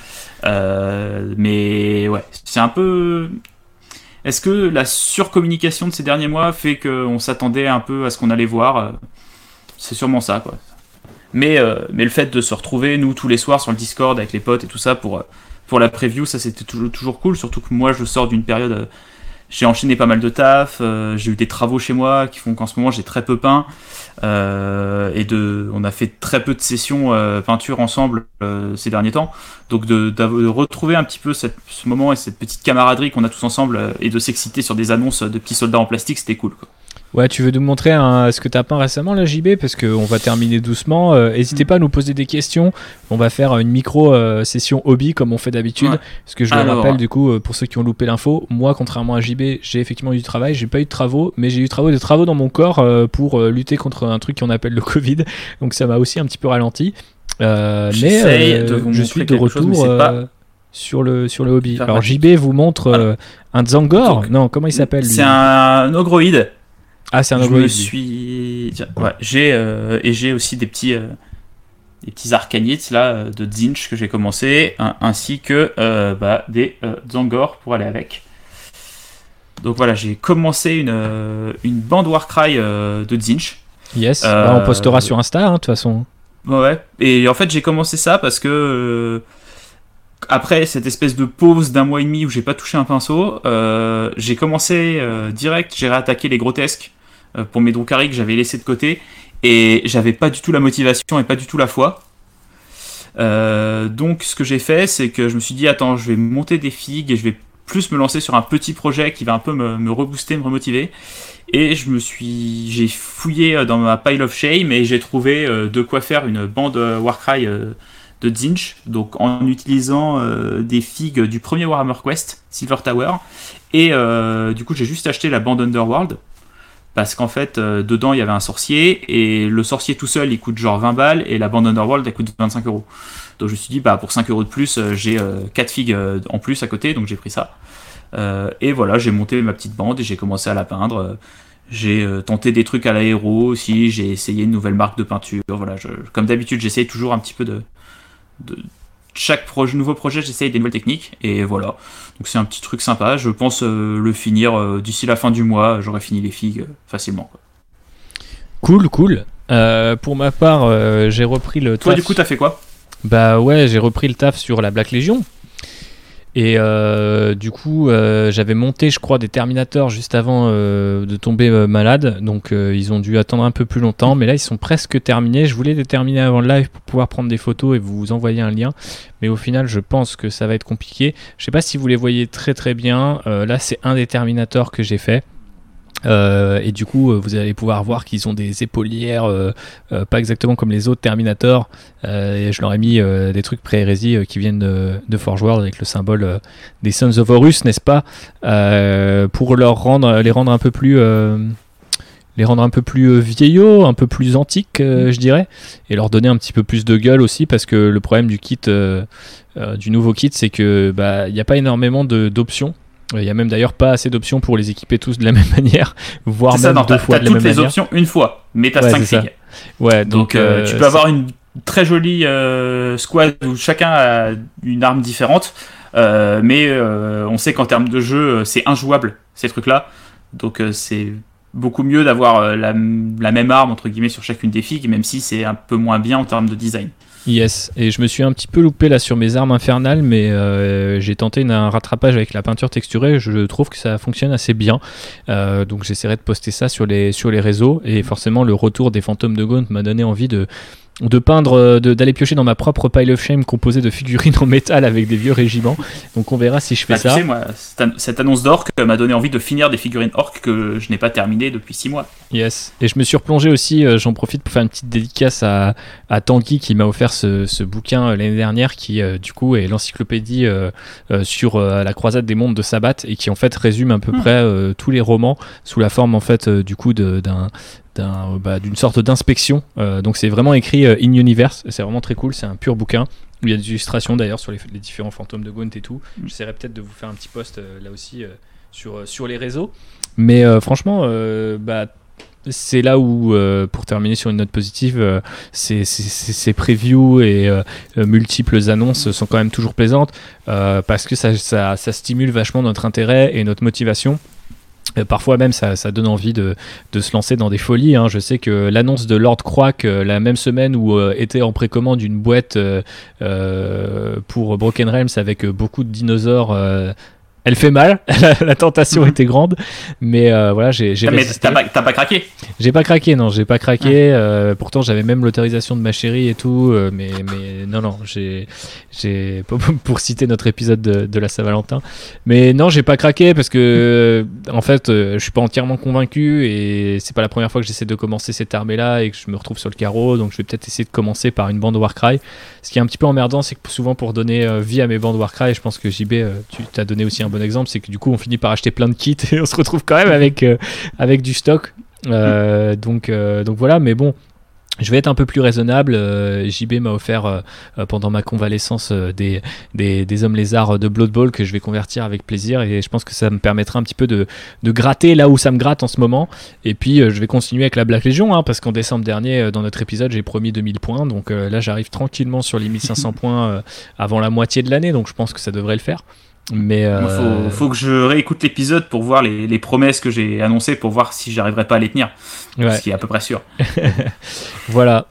Mais ouais, c'est un peu. Est-ce que la surcommunication de ces derniers mois fait qu'on s'attendait un peu à ce qu'on allait voir? C'est sûrement ça, quoi. Mais le fait de se retrouver, nous, tous les soirs sur le Discord avec les potes et tout ça pour la preview, ça c'était toujours cool. Surtout que moi, je sors d'une période... j'ai enchaîné pas mal de taf, j'ai eu des travaux chez moi qui font qu'en ce moment, j'ai très peu peint. On a fait très peu de sessions peinture ensemble ces derniers temps. Donc de retrouver un petit peu ce moment et cette petite camaraderie qu'on a tous ensemble et de s'exciter sur des annonces de petits soldats en plastique, c'était cool, quoi. Ouais, tu veux nous montrer ce que tu as peint récemment, là, JB, parce qu'on va terminer doucement. N'hésitez pas à nous poser des questions. On va faire une micro-session hobby, comme on fait d'habitude. Ouais. Parce que je le rappelle, du coup, pour ceux qui ont loupé l'info, moi, contrairement à JB, j'ai effectivement eu du travail. J'ai pas eu de travaux, mais j'ai eu des travaux dans mon corps pour lutter contre un truc qu'on appelle le Covid. Donc ça m'a aussi un petit peu ralenti. Mais je suis de retour sur le hobby. Alors JB vous montre un Dzangor. Non, comment il s'appelle, lui ? C'est un ogroïde. Ah, c'est un ogroïde. J'ai aussi des petits arcanites là de Tzeentch que j'ai commencé, ainsi que des Dzangor pour aller avec. Donc voilà, j'ai commencé une bande Warcry de Tzeentch. Yes, on postera sur Insta, de toute façon. Ouais, et en fait j'ai commencé ça parce que après cette espèce de pause d'1 mois et demi où j'ai pas touché un pinceau, j'ai commencé direct, j'ai réattaqué les grotesques pour mes Drukhari que j'avais laissé de côté, et j'avais pas du tout la motivation et pas du tout la foi. Donc ce que j'ai fait, c'est que je me suis dit attends, je vais monter des figues et je vais plus me lancer sur un petit projet qui va un peu me rebooster, me remotiver. Et j'ai fouillé dans ma pile of shame et j'ai trouvé de quoi faire une bande Warcry de Tzeentch, donc en utilisant des figues du premier Warhammer Quest, Silver Tower, et du coup j'ai juste acheté la bande Underworld, parce qu'en fait dedans il y avait un sorcier, et le sorcier tout seul il coûte genre 20 balles, et la bande Underworld elle coûte 25€. Donc je me suis dit pour 5€ de plus, j'ai 4 figues en plus à côté, donc j'ai pris ça. Et voilà, j'ai monté ma petite bande et j'ai commencé à la peindre. J'ai tenté des trucs à l'aéro aussi, j'ai essayé une nouvelle marque de peinture. Voilà, comme d'habitude, j'essaye toujours un petit peu de chaque nouveau projet, j'essaye des nouvelles techniques, et voilà. Donc c'est un petit truc sympa. Je pense le finir d'ici la fin du mois. J'aurai fini les figues facilement, quoi. Cool. Pour ma part, j'ai repris le taf. Toi, du coup, t'as fait quoi ? Bah ouais, j'ai repris le taf sur la Black Legion. Et du coup, j'avais monté, je crois, des Terminators juste avant de tomber malade. Donc, ils ont dû attendre un peu plus longtemps. Mais là, ils sont presque terminés. Je voulais les terminer avant le live pour pouvoir prendre des photos et vous envoyer un lien. Mais au final, je pense que ça va être compliqué. Je sais pas si vous les voyez très très bien. Là, c'est un des Terminators que j'ai fait. Et du coup vous allez pouvoir voir qu'ils ont des épaulières pas exactement comme les autres Terminator, et je leur ai mis des trucs pré-hérésie qui viennent de Forge World avec le symbole des Sons of Horus, n'est-ce pas, pour les rendre un peu plus vieillots, un peu plus antiques, je dirais, et leur donner un petit peu plus de gueule aussi, parce que le problème du kit du nouveau kit, c'est que il n'y a pas énormément d'options. Il n'y a même d'ailleurs pas assez d'options pour les équiper tous de la même manière, voire même deux fois de la même manière. T'as toutes les options une fois, mais t'as 5 figues. Ouais, donc tu peux avoir une très jolie squad où chacun a une arme différente, mais on sait qu'en termes de jeu, c'est injouable, ces trucs-là. Donc c'est beaucoup mieux d'avoir la même arme, entre guillemets, sur chacune des figues, même si c'est un peu moins bien en termes de design. Yes, et je me suis un petit peu loupé là sur mes armes infernales, mais j'ai tenté un rattrapage avec la peinture texturée. Je trouve que ça fonctionne assez bien, donc j'essaierai de poster ça sur les réseaux, et forcément le retour des fantômes de Gaunt m'a donné envie de peindre, d'aller piocher dans ma propre pile of shame composée de figurines en métal avec des vieux régiments. Donc on verra si je fais ça. Tu sais, moi, cette annonce d'orc m'a donné envie de finir des figurines orc que je n'ai pas terminées depuis 6 mois. Yes, et je me suis replongé aussi, j'en profite pour faire une petite dédicace à Tanguy qui m'a offert ce bouquin l'année dernière, qui du coup est l'encyclopédie sur la croisade des mondes de Sabbat, et qui en fait résume à peu près tous les romans sous la forme en fait du coup d'une sorte d'inspection. Donc c'est vraiment écrit in universe, c'est vraiment très cool, c'est un pur bouquin où il y a des illustrations d'ailleurs sur les différents fantômes de Gaunt et tout. J'essaierai peut-être de vous faire un petit post là aussi sur les réseaux, mais franchement c'est là où, pour terminer sur une note positive, ces previews et multiples annonces sont quand même toujours plaisantes, parce que ça stimule vachement notre intérêt et notre motivation. Parfois même ça donne envie de se lancer dans des folies, hein. Je sais que l'annonce de Lord Croak la même semaine où était en précommande une boîte pour Broken Realms avec beaucoup de dinosaures Elle fait mal, la tentation était grande, mais voilà, j'ai résisté. Mais t'as pas craqué? J'ai pas craqué, non, j'ai pas craqué. Pourtant, j'avais même l'autorisation de ma chérie et tout, mais non, j'ai pour citer notre épisode de la Saint-Valentin. Mais non, j'ai pas craqué parce que en fait, je suis pas entièrement convaincu et c'est pas la première fois que j'essaie de commencer cette armée-là et que je me retrouve sur le carreau, donc je vais peut-être essayer de commencer par une bande Warcry. Ce qui est un petit peu emmerdant, c'est que souvent pour donner vie à mes bandes Warcry, je pense que JB, tu t'as donné aussi un bon exemple, c'est que du coup on finit par acheter plein de kits et on se retrouve quand même avec du stock. Donc voilà, mais bon, je vais être un peu plus raisonnable. JB m'a offert pendant ma convalescence des hommes lézards de Blood Bowl que je vais convertir avec plaisir, et je pense que ça me permettra un petit peu de gratter là où ça me gratte en ce moment. Et puis je vais continuer avec la Black Legion, hein, parce qu'en décembre dernier dans notre épisode j'ai promis 2000 points, donc là j'arrive tranquillement sur les 1500 points avant la moitié de l'année, donc je pense que ça devrait le faire. Mais faut que je réécoute l'épisode pour voir les promesses que j'ai annoncées, pour voir si j'arriverai pas à les tenir, ouais. Ce qui est à peu près sûr. Voilà,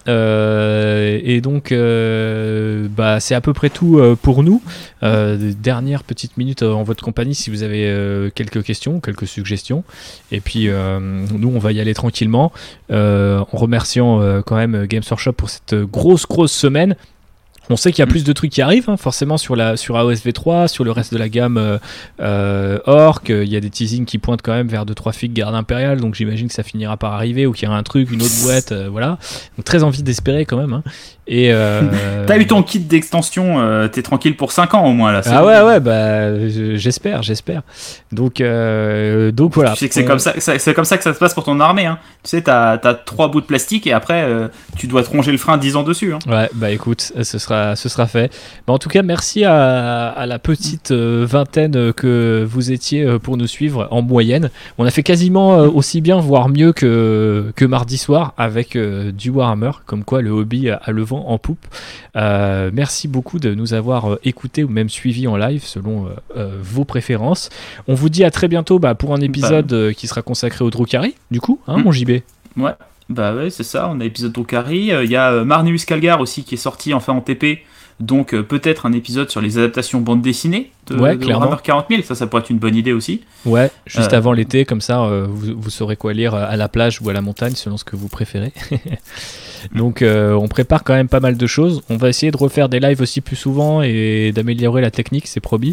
et donc c'est à peu près tout pour nous. Dernière petite minute en votre compagnie si vous avez quelques questions, quelques suggestions, et puis nous on va y aller tranquillement en remerciant quand même Games Workshop pour cette grosse semaine. On sait qu'il y a plus de trucs qui arrivent, hein, forcément sur AOS V3, sur le reste de la gamme Orc. Il y a des teasings qui pointent quand même vers 2-3 figues Garde Impériale, donc j'imagine que ça finira par arriver, ou qu'il y aura un truc, une autre boîte, voilà. Donc très envie d'espérer quand même. Hein. Et t'as eu ton kit d'extension, t'es tranquille pour 5 ans au moins là. Ah ouais, bah j'espère. Donc voilà. Tu sais que c'est comme ça que ça se passe pour ton armée. Hein. Tu sais, t'as 3 bouts de plastique et après tu dois te ronger le frein 10 ans dessus. Hein. Ouais, bah écoute, ce sera fait. Bah, en tout cas, merci à la petite vingtaine que vous étiez pour nous suivre en moyenne. On a fait quasiment aussi bien, voire mieux que mardi soir avec du Warhammer, comme quoi le hobby a le vent en poupe. Merci beaucoup de nous avoir écoutés ou même suivis en live selon vos préférences. On vous dit à très bientôt pour un épisode qui sera consacré au Drukhari, du coup, hein, mon JB. Ouais. Bah ouais, c'est ça, on a l'épisode Drukhari. Il y a Marneus Calgar aussi qui est sorti enfin en TP. Donc peut-être un épisode sur les adaptations bande dessinée de Warhammer 40 000. Ça pourrait être une bonne idée aussi. Ouais, juste avant l'été, comme ça vous saurez quoi lire à la plage ou à la montagne selon ce que vous préférez. Donc on prépare quand même pas mal de choses. On va essayer de refaire des lives aussi plus souvent et d'améliorer la technique, c'est promis.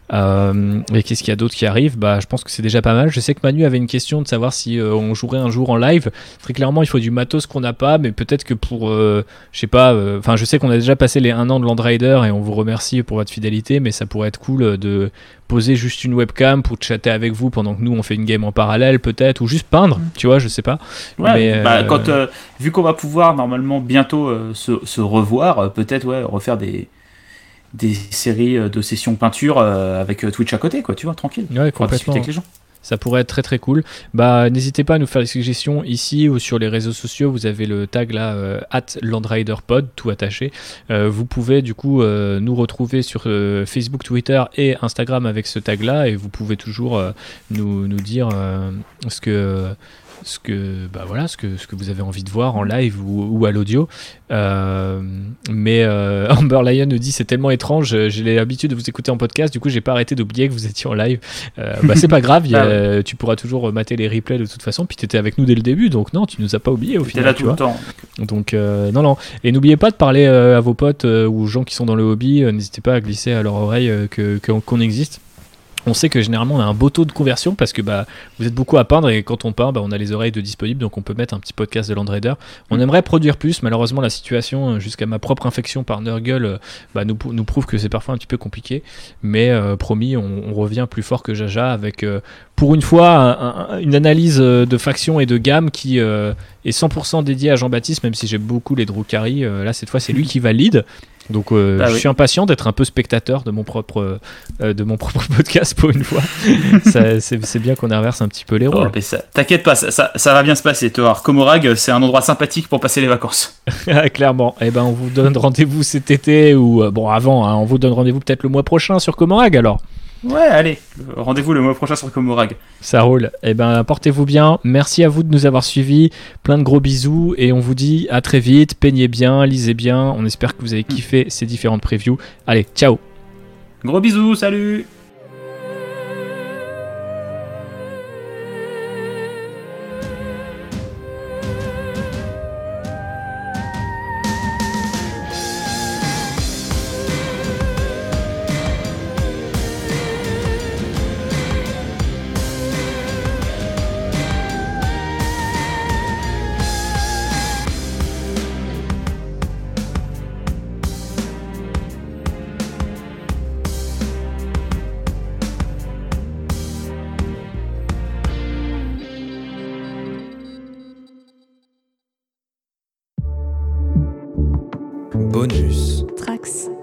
Et qu'est-ce qu'il y a d'autre qui arrive ? Je pense que c'est déjà pas mal. Je sais que Manu avait une question de savoir si on jouerait un jour en live. Très clairement, il faut du matos qu'on n'a pas, mais peut-être que pour, je sais pas, je sais qu'on a déjà passé les 1 an de Land Rider et on vous remercie pour votre fidélité, mais ça pourrait être cool de poser juste une webcam pour chatter avec vous pendant que nous on fait une game en parallèle peut-être, ou juste peindre, tu vois, je sais pas. Ouais, mais, vu qu'on va pouvoir normalement bientôt se revoir, peut-être refaire des séries de sessions peinture avec Twitch à côté, quoi, tu vois, tranquille. Ouais, pour discuter avec les gens. Ça pourrait être très très cool. N'hésitez pas à nous faire des suggestions ici ou sur les réseaux sociaux. Vous avez le tag là, @LandRiderPod, tout attaché. Vous pouvez du coup nous retrouver sur Facebook, Twitter et Instagram avec ce tag là, et vous pouvez toujours nous dire ce que vous avez envie de voir en live ou à l'audio. Mais Amber Lion nous dit c'est tellement étrange, j'ai l'habitude de vous écouter en podcast, du coup j'ai pas arrêté d'oublier que vous étiez en live. C'est pas grave, tu pourras toujours mater les replays de toute façon, puis t'étais avec nous dès le début, donc non, tu nous as pas oublié au final. T'es là tout le temps. Donc non, et n'oubliez pas de parler à vos potes ou aux gens qui sont dans le hobby, n'hésitez pas à glisser à leur oreille qu'on existe. On sait que généralement on a un beau taux de conversion parce que vous êtes beaucoup à peindre, et quand on peint on a les oreilles de disponibles, donc on peut mettre un petit podcast de Land Raider. On aimerait produire plus, malheureusement la situation jusqu'à ma propre infection par Nurgle nous prouve que c'est parfois un petit peu compliqué, mais promis on revient plus fort que Jaja avec pour une fois une analyse de faction et de gamme qui est 100% dédiée à Jean-Baptiste, même si j'aime beaucoup les Drukhari. Là cette fois c'est lui qui va lead. Donc je suis impatient d'être un peu spectateur de mon propre podcast pour une fois. C'est bien qu'on inverse un petit peu les rôles. T'inquiète pas, ça va bien se passer. Comorag, c'est un endroit sympathique pour passer les vacances. Clairement. On vous donne rendez-vous cet été ou avant. On vous donne rendez-vous peut-être le mois prochain sur Comorag alors. Ouais, allez, rendez-vous le mois prochain sur Comorag. Ça roule. Portez-vous bien. Merci à vous de nous avoir suivis. Plein de gros bisous et on vous dit à très vite. Peignez bien, lisez bien. On espère que vous avez kiffé ces différentes previews. Allez, ciao. Gros bisous, salut. Bonus. Trax.